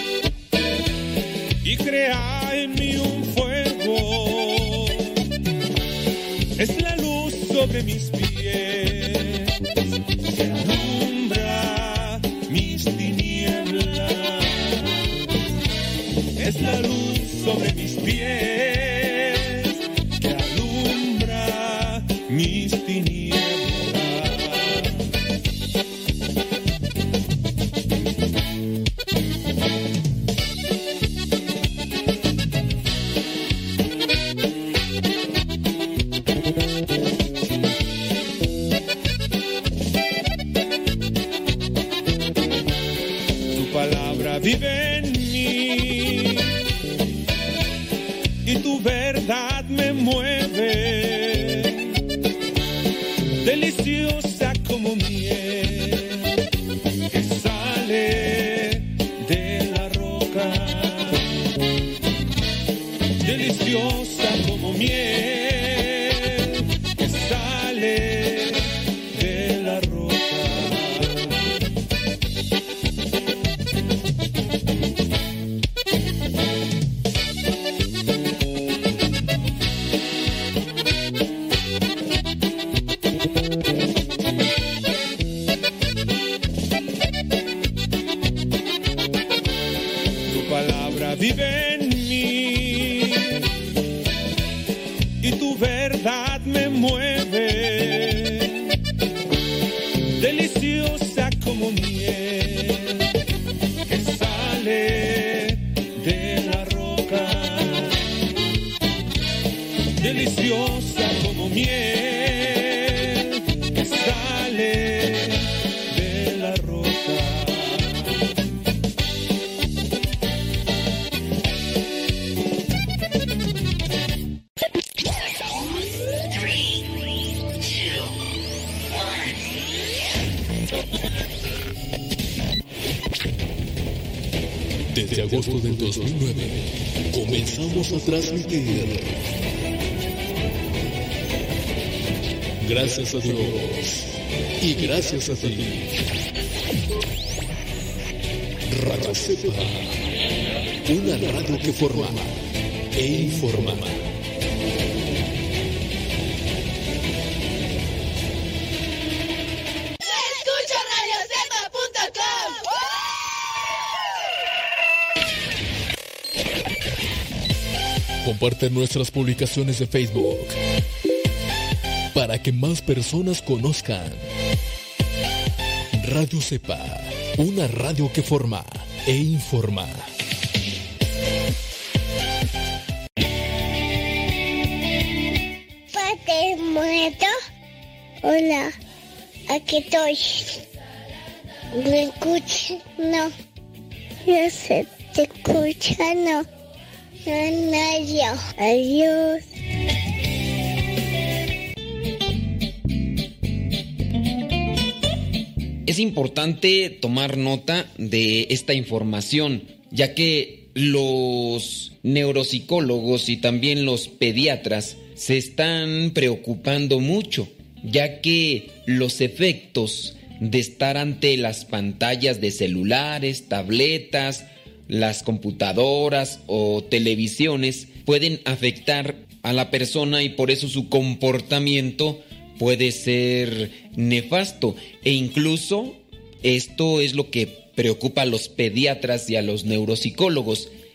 y crea en mí un fuego. Es la luz sobre mis pies que alumbra mis tinieblas. Es la luz sobre mis pies que alumbra mis tinieblas. Vive en mí y tu verdad me mueve, deliciosa como miel que sale de la roca, deliciosa como miel que sale de la roca. Vive en mí y tu verdad me mueve, deliciosa como miel que sale de la roca, deliciosa como miel que sale de la roca. Desde agosto del 2009 comenzamos a transmitir. Gracias a Dios y gracias a ti. Radio Cepa, una radio que forma e informa. Comparte nuestras publicaciones de Facebook para que más personas conozcan. Radio Cepa, una radio que forma e informa. Padre muerto. Hola, aquí estoy. ¿Me escuchas? No. Yo sé, te escucha, no. Adiós. Es importante tomar nota de esta información, ya que los neuropsicólogos y también los pediatras se están preocupando mucho, ya que los efectos de estar ante las pantallas de celulares, tabletas, las computadoras o televisiones pueden afectar a la persona y por eso su comportamiento puede ser nefasto. E incluso esto es lo que preocupa a los pediatras y a los neuropsicólogos,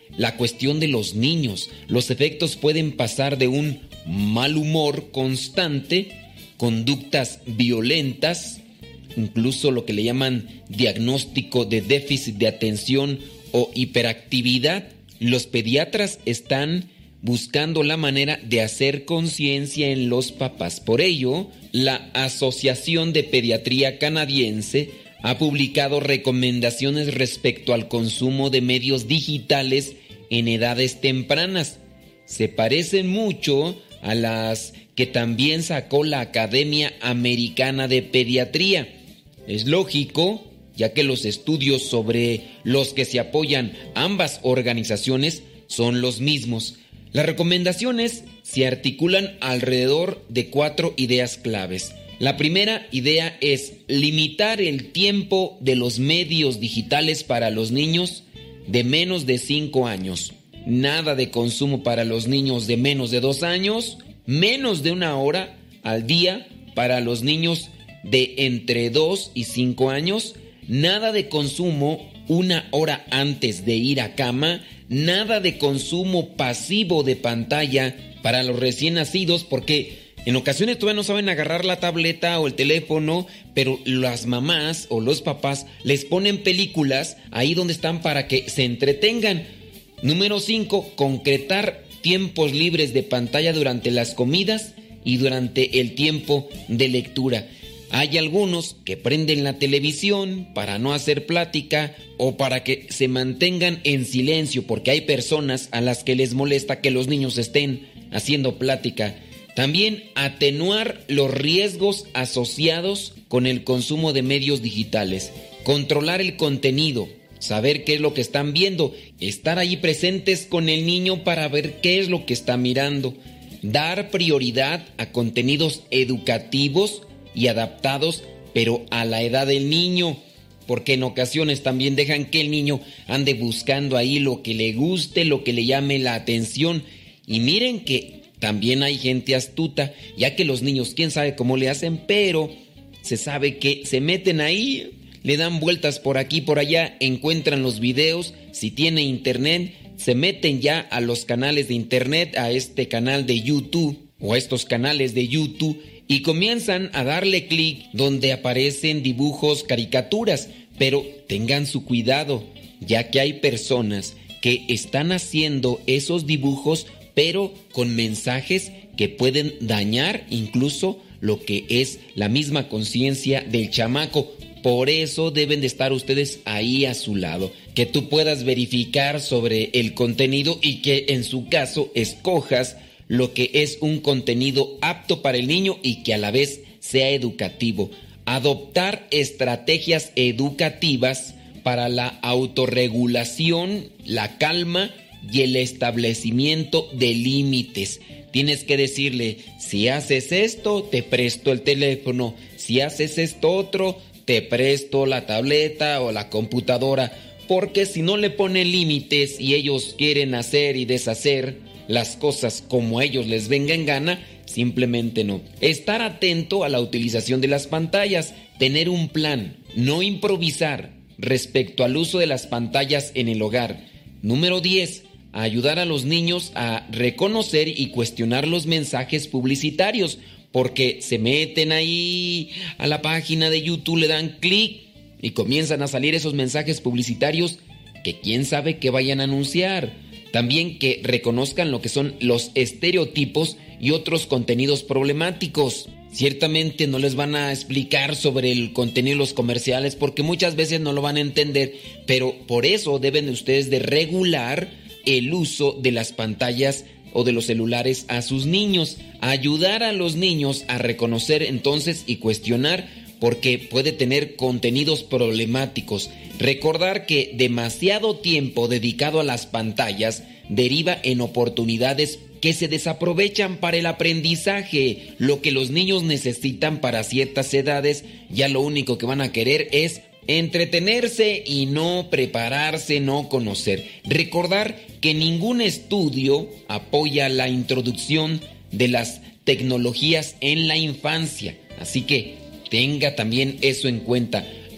la cuestión de los niños. Los efectos pueden pasar de un mal humor constante, conductas violentas, incluso lo que le llaman diagnóstico de déficit de atención o hiperactividad. Los pediatras están buscando la manera de hacer conciencia en los papás. Por ello, la Asociación de Pediatría Canadiense ha publicado recomendaciones respecto al consumo de medios digitales en edades tempranas. Se parecen mucho a las que también sacó la Academia Americana de Pediatría. Es lógico, ya que los estudios sobre los que se apoyan ambas organizaciones son los mismos. Las recomendaciones se articulan alrededor de 4 ideas claves. La primera idea es limitar el tiempo de los medios digitales para los niños de menos de 5 años. Nada de consumo para los niños de menos de 2 años, menos de 1 hora al día para los niños de entre 2 y 5 años, nada de consumo 1 hora antes de ir a cama, nada de consumo pasivo de pantalla para los recién nacidos, porque en ocasiones todavía no saben agarrar la tableta o el teléfono, pero las mamás o los papás les ponen películas ahí donde están para que se entretengan. Número 5, concretar tiempos libres de pantalla durante las comidas y durante el tiempo de lectura. Hay algunos que prenden la televisión para no hacer plática o para que se mantengan en silencio, porque hay personas a las que les molesta que los niños estén haciendo plática. También atenuar los riesgos asociados con el consumo de medios digitales. Controlar el contenido, saber qué es lo que están viendo, estar ahí presentes con el niño para ver qué es lo que está mirando. Dar prioridad a contenidos educativos y adaptados, pero a la edad del niño, porque en ocasiones también dejan que el niño ande buscando ahí lo que le guste, lo que le llame la atención. Y miren que también hay gente astuta, ya que los niños, quién sabe cómo le hacen, pero se sabe que se meten ahí, le dan vueltas por aquí, por allá, encuentran los videos, si tiene internet, se meten ya a los canales de internet, a este canal de YouTube o a estos canales de YouTube, y comienzan a darle clic donde aparecen dibujos, caricaturas, pero tengan su cuidado, ya que hay personas que están haciendo esos dibujos, pero con mensajes que pueden dañar incluso lo que es la misma conciencia del chamaco. Por eso deben de estar ustedes ahí a su lado, que tú puedas verificar sobre el contenido y que en su caso escojas lo que es un contenido apto para el niño y que a la vez sea educativo. Adoptar estrategias educativas para la autorregulación, la calma y el establecimiento de límites. Tienes que decirle, si haces esto, te presto el teléfono. Si haces esto otro, te presto la tableta o la computadora. Porque si no le ponen límites y ellos quieren hacer y deshacer las cosas como a ellos les venga en gana, simplemente no. Estar atento a la utilización de las pantallas, tener un plan, no improvisar respecto al uso de las pantallas en el hogar. Número 10, ayudar a los niños a reconocer y cuestionar los mensajes publicitarios, porque se meten ahí a la página de YouTube, le dan clic y comienzan a salir esos mensajes publicitarios que quién sabe qué vayan a anunciar. También que reconozcan lo que son los estereotipos y otros contenidos problemáticos. Ciertamente no les van a explicar sobre el contenido de los comerciales porque muchas veces no lo van a entender, pero por eso deben ustedes de regular el uso de las pantallas o de los celulares a sus niños. Ayudar a los niños a reconocer entonces y cuestionar porque puede tener contenidos problemáticos. Recordar que demasiado tiempo dedicado a las pantallas deriva en oportunidades que se desaprovechan para el aprendizaje. Lo que los niños necesitan para ciertas edades, ya lo único que van a querer es entretenerse y no prepararse, no conocer. Recordar que ningún estudio apoya la introducción de las tecnologías en la infancia. Así que tenga también eso en cuenta.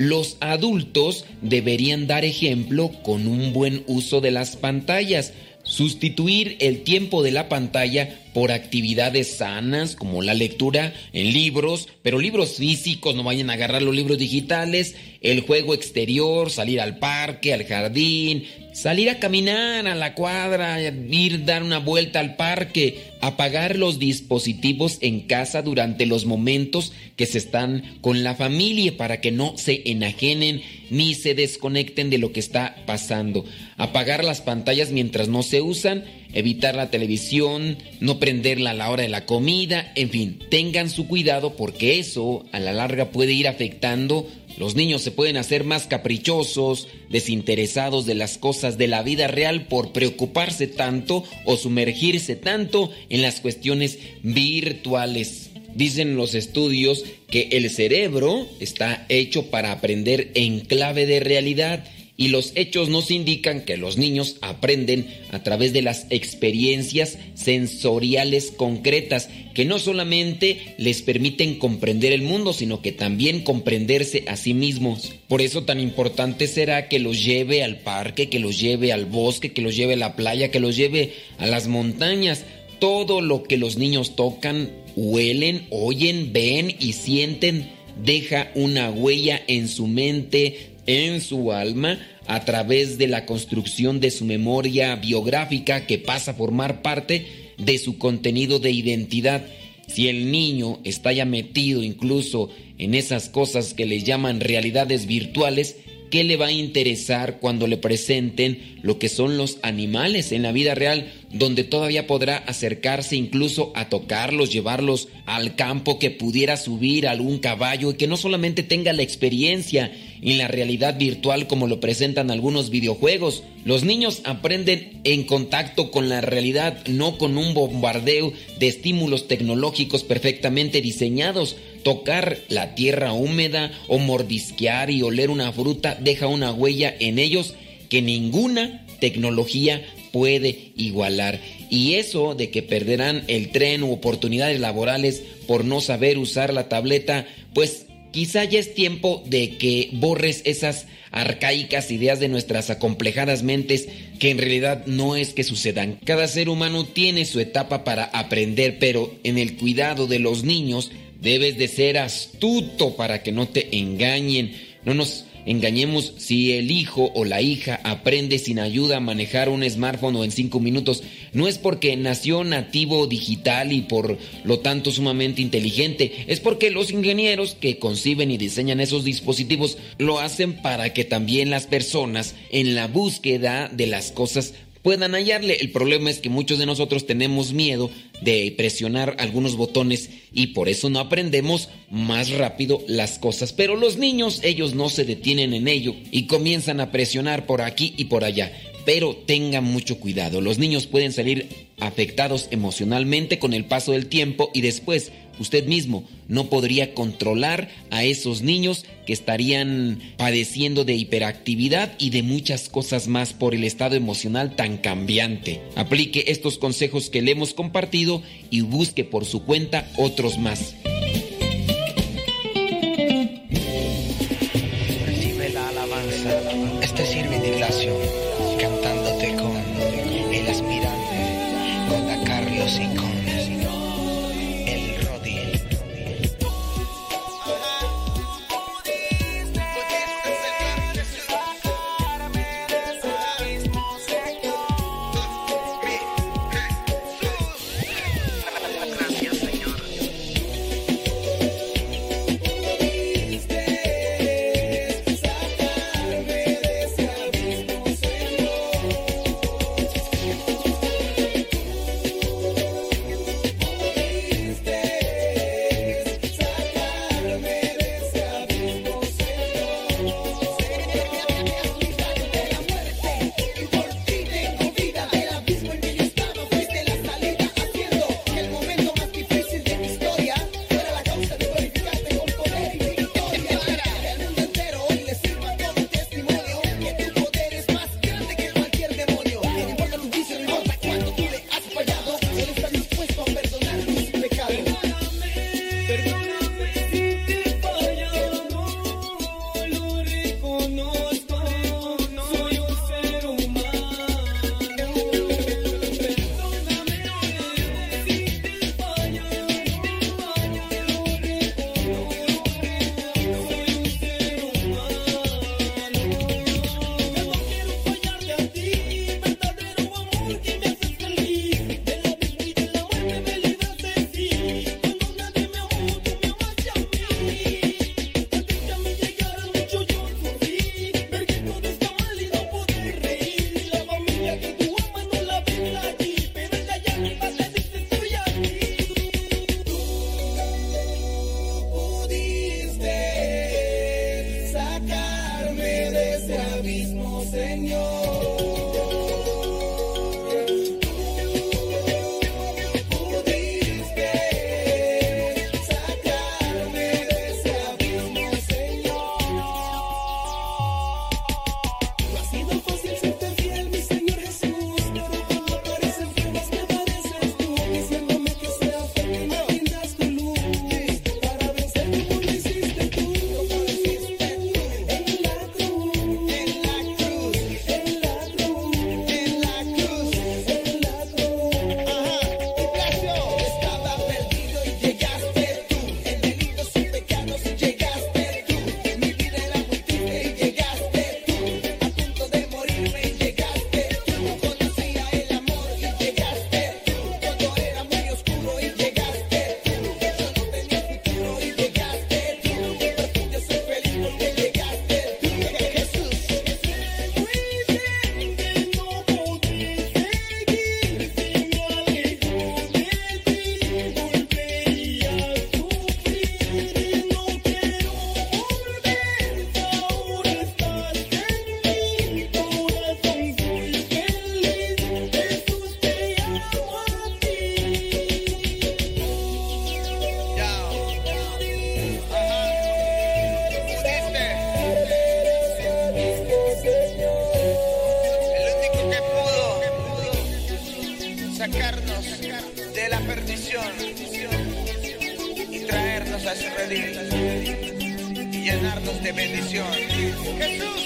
Los adultos deberían dar ejemplo con un buen uso de las pantallas. Sustituir el tiempo de la pantalla por actividades sanas como la lectura en libros, pero libros físicos, no vayan a agarrar los libros digitales, el juego exterior, salir al parque, al jardín, salir a caminar a la cuadra, ir dar una vuelta al parque, apagar los dispositivos en casa durante los momentos que se están con la familia para que no se enajenen ni se desconecten de lo que está pasando. Apagar las pantallas mientras no se usan, evitar la televisión, no prenderla a la hora de la comida, en fin, tengan su cuidado porque eso a la larga puede ir afectando. Los niños se pueden hacer más caprichosos, desinteresados de las cosas de la vida real por preocuparse tanto o sumergirse tanto en las cuestiones virtuales. Dicen los estudios que el cerebro está hecho para aprender en clave de realidad. Y los hechos nos indican que los niños aprenden a través de las experiencias sensoriales concretas que no solamente les permiten comprender el mundo, sino que también comprenderse a sí mismos. Por eso tan importante será que los lleve al parque, que los lleve al bosque, que los lleve a la playa, que los lleve a las montañas. Todo lo que los niños tocan, huelen, oyen, ven y sienten deja una huella en su mente, en su alma, a través de la construcción de su memoria biográfica que pasa a formar parte de su contenido de identidad. Si el niño está ya metido incluso en esas cosas que le llaman realidades virtuales, ¿qué le va a interesar cuando le presenten lo que son los animales en la vida real, donde todavía podrá acercarse incluso a tocarlos, llevarlos al campo, que pudiera subir a algún caballo y que no solamente tenga la experiencia en la realidad virtual como lo presentan algunos videojuegos? Los niños aprenden en contacto con la realidad, no con un bombardeo de estímulos tecnológicos perfectamente diseñados. Tocar la tierra húmeda o mordisquear y oler una fruta deja una huella en ellos que ninguna tecnología puede igualar. Y eso de que perderán el tren u oportunidades laborales por no saber usar la tableta, pues quizá ya es tiempo de que borres esas arcaicas ideas de nuestras acomplejadas mentes que en realidad no es que sucedan. Cada ser humano tiene su etapa para aprender, pero en el cuidado de los niños debes de ser astuto para que no te engañen. No nos engañemos. Si el hijo o la hija aprende sin ayuda a manejar un smartphone o en 5 minutos, no es porque nació nativo digital y por lo tanto sumamente inteligente. Es porque los ingenieros que conciben y diseñan esos dispositivos lo hacen para que también las personas en la búsqueda de las cosas puedan hallarle. El problema es que muchos de nosotros tenemos miedo de presionar algunos botones y por eso no aprendemos más rápido las cosas. Pero los niños, ellos no se detienen en ello y comienzan a presionar por aquí y por allá. Pero tengan mucho cuidado. Los niños pueden salir afectados emocionalmente con el paso del tiempo y después usted mismo no podría controlar a esos niños que estarían padeciendo de hiperactividad y de muchas cosas más por el estado emocional tan cambiante. Aplique estos consejos que le hemos compartido y busque por su cuenta otros más. Recibe la alabanza. Este sirve de Ignacio, cantándote con el aspirante, con la Carlos y con el Rodi. Gracias, Señor. y traernos a su redil y llenarnos de bendición. Jesús.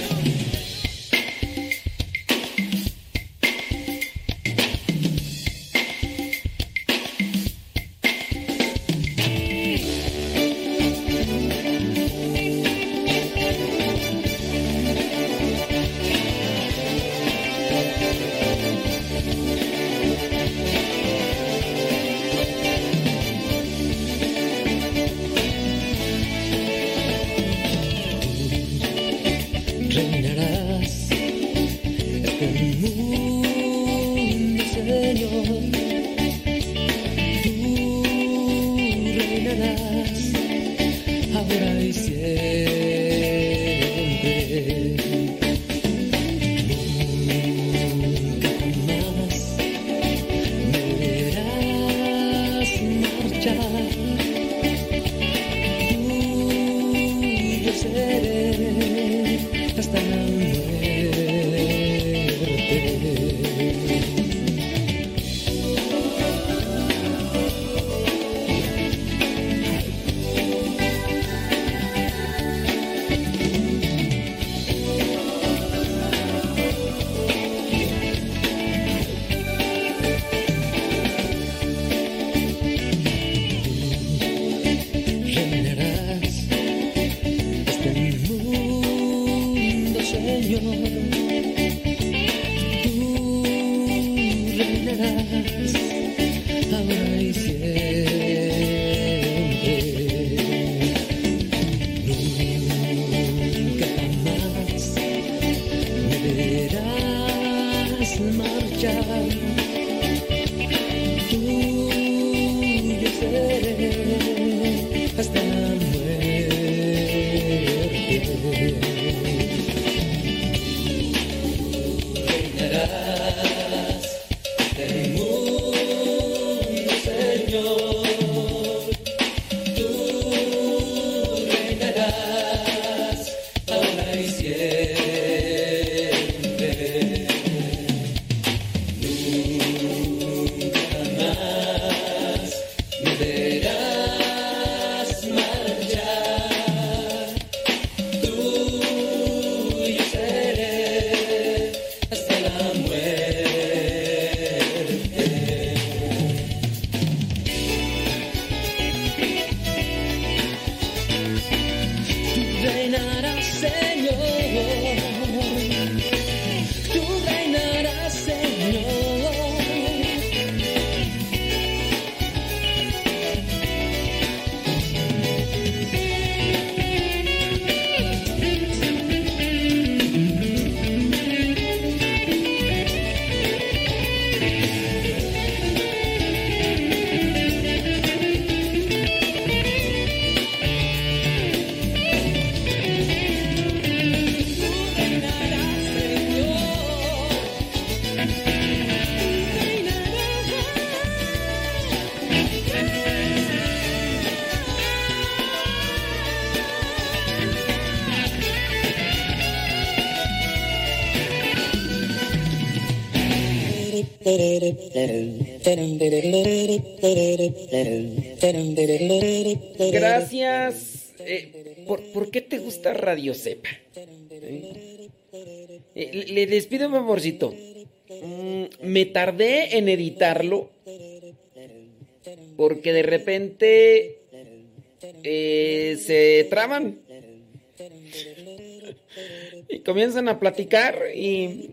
Gracias. ¿Por qué te gusta Radio Cepa? Le despido un favorcito. Me tardé en editarlo porque de repente se traban y comienzan a platicar y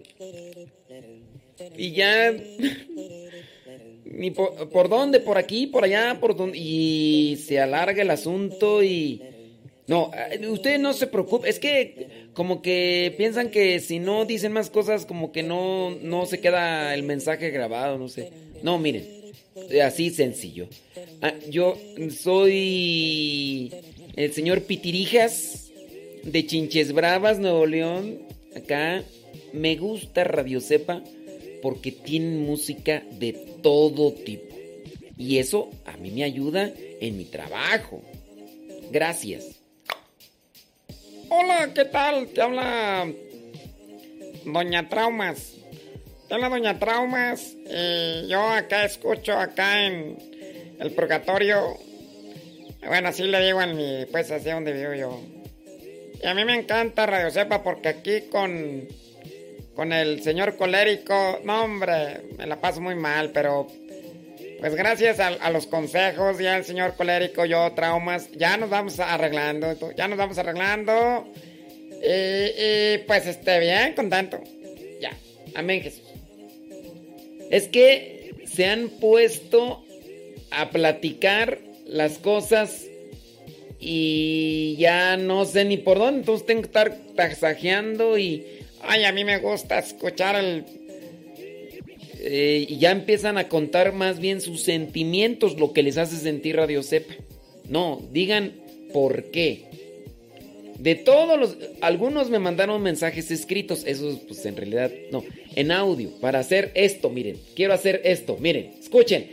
ya ni por dónde, por aquí, por allá, por donde, y se alarga el asunto y no, ustedes no se preocupen, es que como que piensan que si no dicen más cosas como que no se queda el mensaje grabado, no sé. No, miren, así sencillo. Yo soy el señor Pitirijas de Chinches Bravas, Nuevo León. Acá me gusta Radio Cepa porque tienen música de todo tipo. Y eso a mí me ayuda en mi trabajo. Gracias. Hola, ¿qué tal? Te habla Doña Traumas. Te habla Doña Traumas. Yo acá escucho acá en el purgatorio. Bueno, así le digo en mi, pues así donde vivo yo. Y a mí me encanta Radio Cepa porque aquí con el señor colérico, no hombre, me la paso muy mal, pero pues gracias a los consejos y al señor colérico, yo traumas, ya nos vamos arreglando. Y pues bien, contento. Ya, amén Jesús. Es que se han puesto a platicar las cosas y ya no sé ni por dónde, entonces tengo que estar tasajeando y... Ay, a mí me gusta escuchar y ya empiezan a contar más bien sus sentimientos, lo que les hace sentir Radio Cepa. No, digan por qué. De todos los... Algunos me mandaron mensajes escritos, esos pues en realidad no, en audio, para hacer esto, miren, quiero hacer esto, miren, escuchen.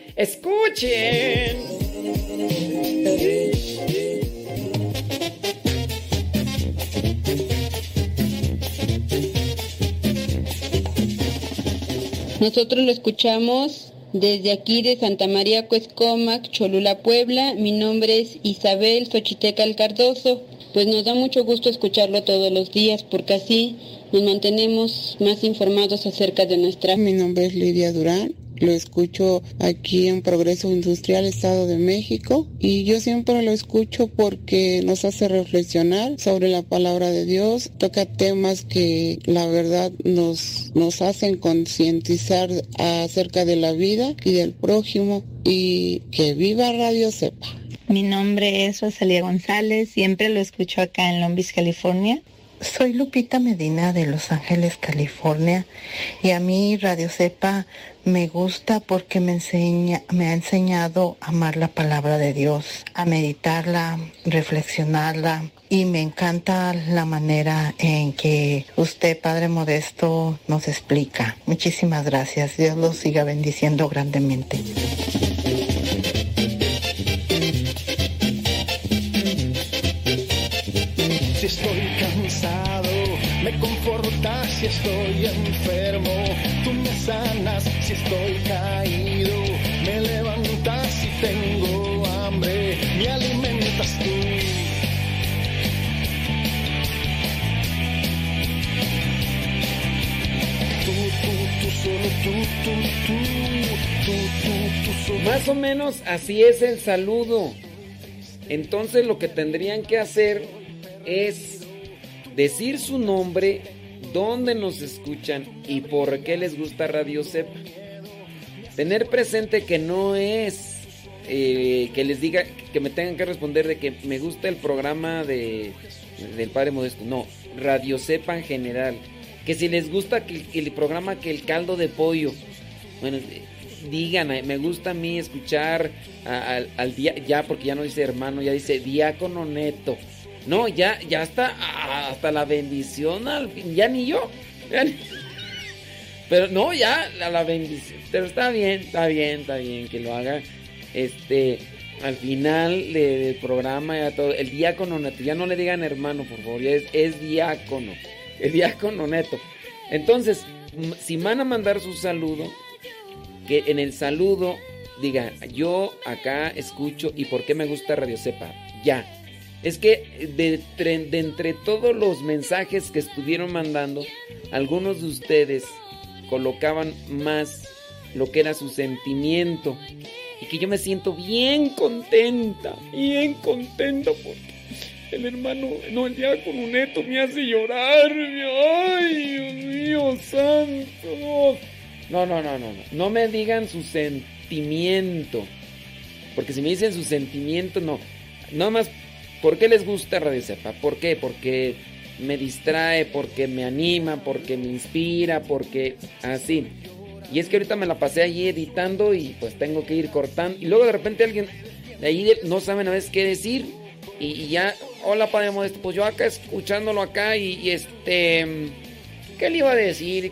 Nosotros lo escuchamos desde aquí de Santa María Cuescomac, Cholula, Puebla. Mi nombre es Isabel Xochitecal Cardoso. Pues nos da mucho gusto escucharlo todos los días porque así nos mantenemos más informados acerca de nuestra... Mi nombre es Lidia Durán. Lo escucho aquí en Progreso Industrial, Estado de México, y yo siempre lo escucho porque nos hace reflexionar sobre la palabra de Dios, toca temas que la verdad nos hacen concientizar acerca de la vida y del prójimo, y que viva Radio Cepa. Mi nombre es Rosalía González, siempre lo escucho acá en Long Beach, California. Soy Lupita Medina de Los Ángeles, California, y a mí Radio Cepa me gusta porque me ha enseñado a amar la palabra de Dios, a meditarla, reflexionarla, y me encanta la manera en que usted, Padre Modesto, nos explica. Muchísimas gracias. Dios los siga bendiciendo grandemente. Si estoy cansado, me confortas. Si estoy enfermo, tú me sanas. Si estoy caído, me levantas. Si tengo hambre, me alimentas tú. Más o menos así es el saludo. Entonces lo que tendrían que hacer es decir su nombre, dónde nos escuchan y por qué les gusta Radio Cepa. Tener presente que no es que les diga, que me tengan que responder de que me gusta el programa del Padre Modesto. No, Radio Cepa en general. Que si les gusta el programa, que el caldo de pollo. Bueno, digan, me gusta a mí escuchar al día, ya porque ya no dice hermano, ya dice diácono Neto. No, ya está hasta la bendición al fin, ya ni yo. Pero no, ya la bendición. Pero está bien que lo haga. Al final del programa, ya todo, el diácono Neto, ya no le digan hermano, por favor, ya es diácono. El diácono Neto. Entonces, si van a mandar su saludo, que en el saludo digan, yo acá escucho y por qué me gusta Radio Cepa. Ya. Es que de entre todos los mensajes que estuvieron mandando, algunos de ustedes colocaban más lo que era su sentimiento. Y que yo me siento bien contenta porque el hermano, no, el diácono Neto me hace llorar. Ay, Dios mío, santo. No me digan su sentimiento. Porque si me dicen su sentimiento, no. Nada más, ¿por qué les gusta Radio Cepa? ¿Por qué? Porque me distrae, porque me anima, porque me inspira, porque así. Y es que ahorita me la pasé ahí editando y pues tengo que ir cortando. Y luego de repente alguien de ahí no saben a veces qué decir. Y ya, hola Padre Modesto, pues yo acá escuchándolo acá y ¿qué le iba a decir?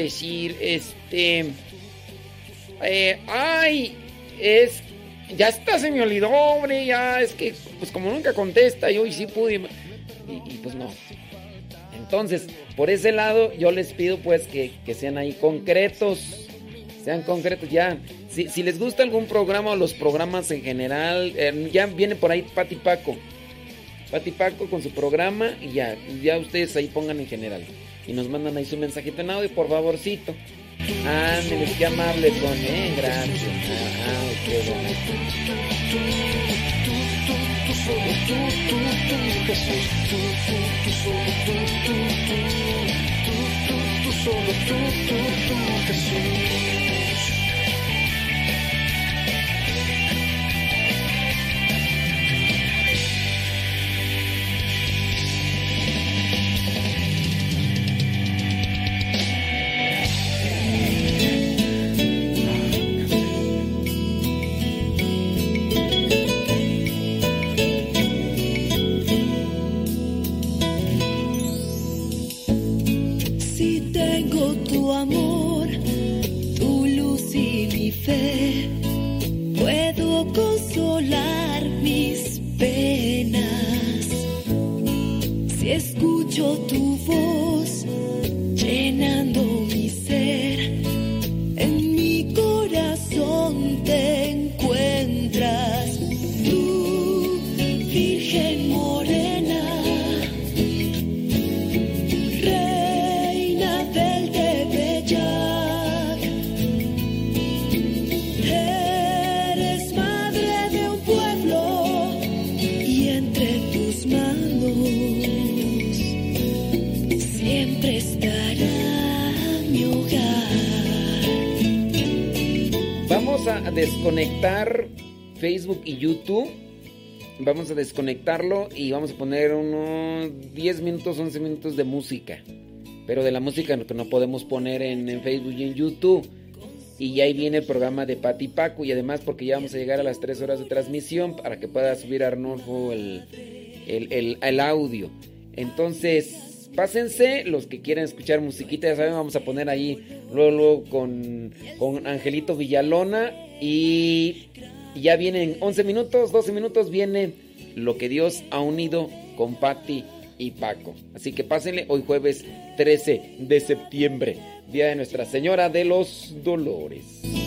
Ya está, se me olvidó, hombre, ya es que, pues como nunca contesta, yo hoy sí pude, y pues no. Entonces, por ese lado, yo les pido pues que sean ahí concretos, ya. Si les gusta algún programa o los programas en general, ya viene por ahí Pati Paco. Pati Paco con su programa y ya ustedes ahí pongan en general. Y nos mandan ahí su mensajito en audio, por favorcito. Ándale, qué amable son, gracias. Qué bonito. Tu amor, tu luz y mi fe, puedo consolar mis penas. Si escucho tu voz llenando mi ser, en mi corazón te encuentras. Tú, Virgen morena, a desconectar Facebook y YouTube. Vamos a desconectarlo y vamos a poner unos 10 minutos, 11 minutos de música. Pero de la música que no podemos poner en Facebook y en YouTube. Y ahí viene el programa de Pati Paco. Y además porque ya vamos a llegar a las 3 horas de transmisión para que pueda subir Arnulfo el audio. Entonces, pásense los que quieran escuchar musiquita. Ya saben, vamos a poner ahí luego con Angelito Villalona. Y ya vienen 11 minutos, 12 minutos. Viene Lo que Dios ha unido con Pati y Paco. Así que pásenle hoy jueves 13 de septiembre, día de Nuestra Señora de los Dolores.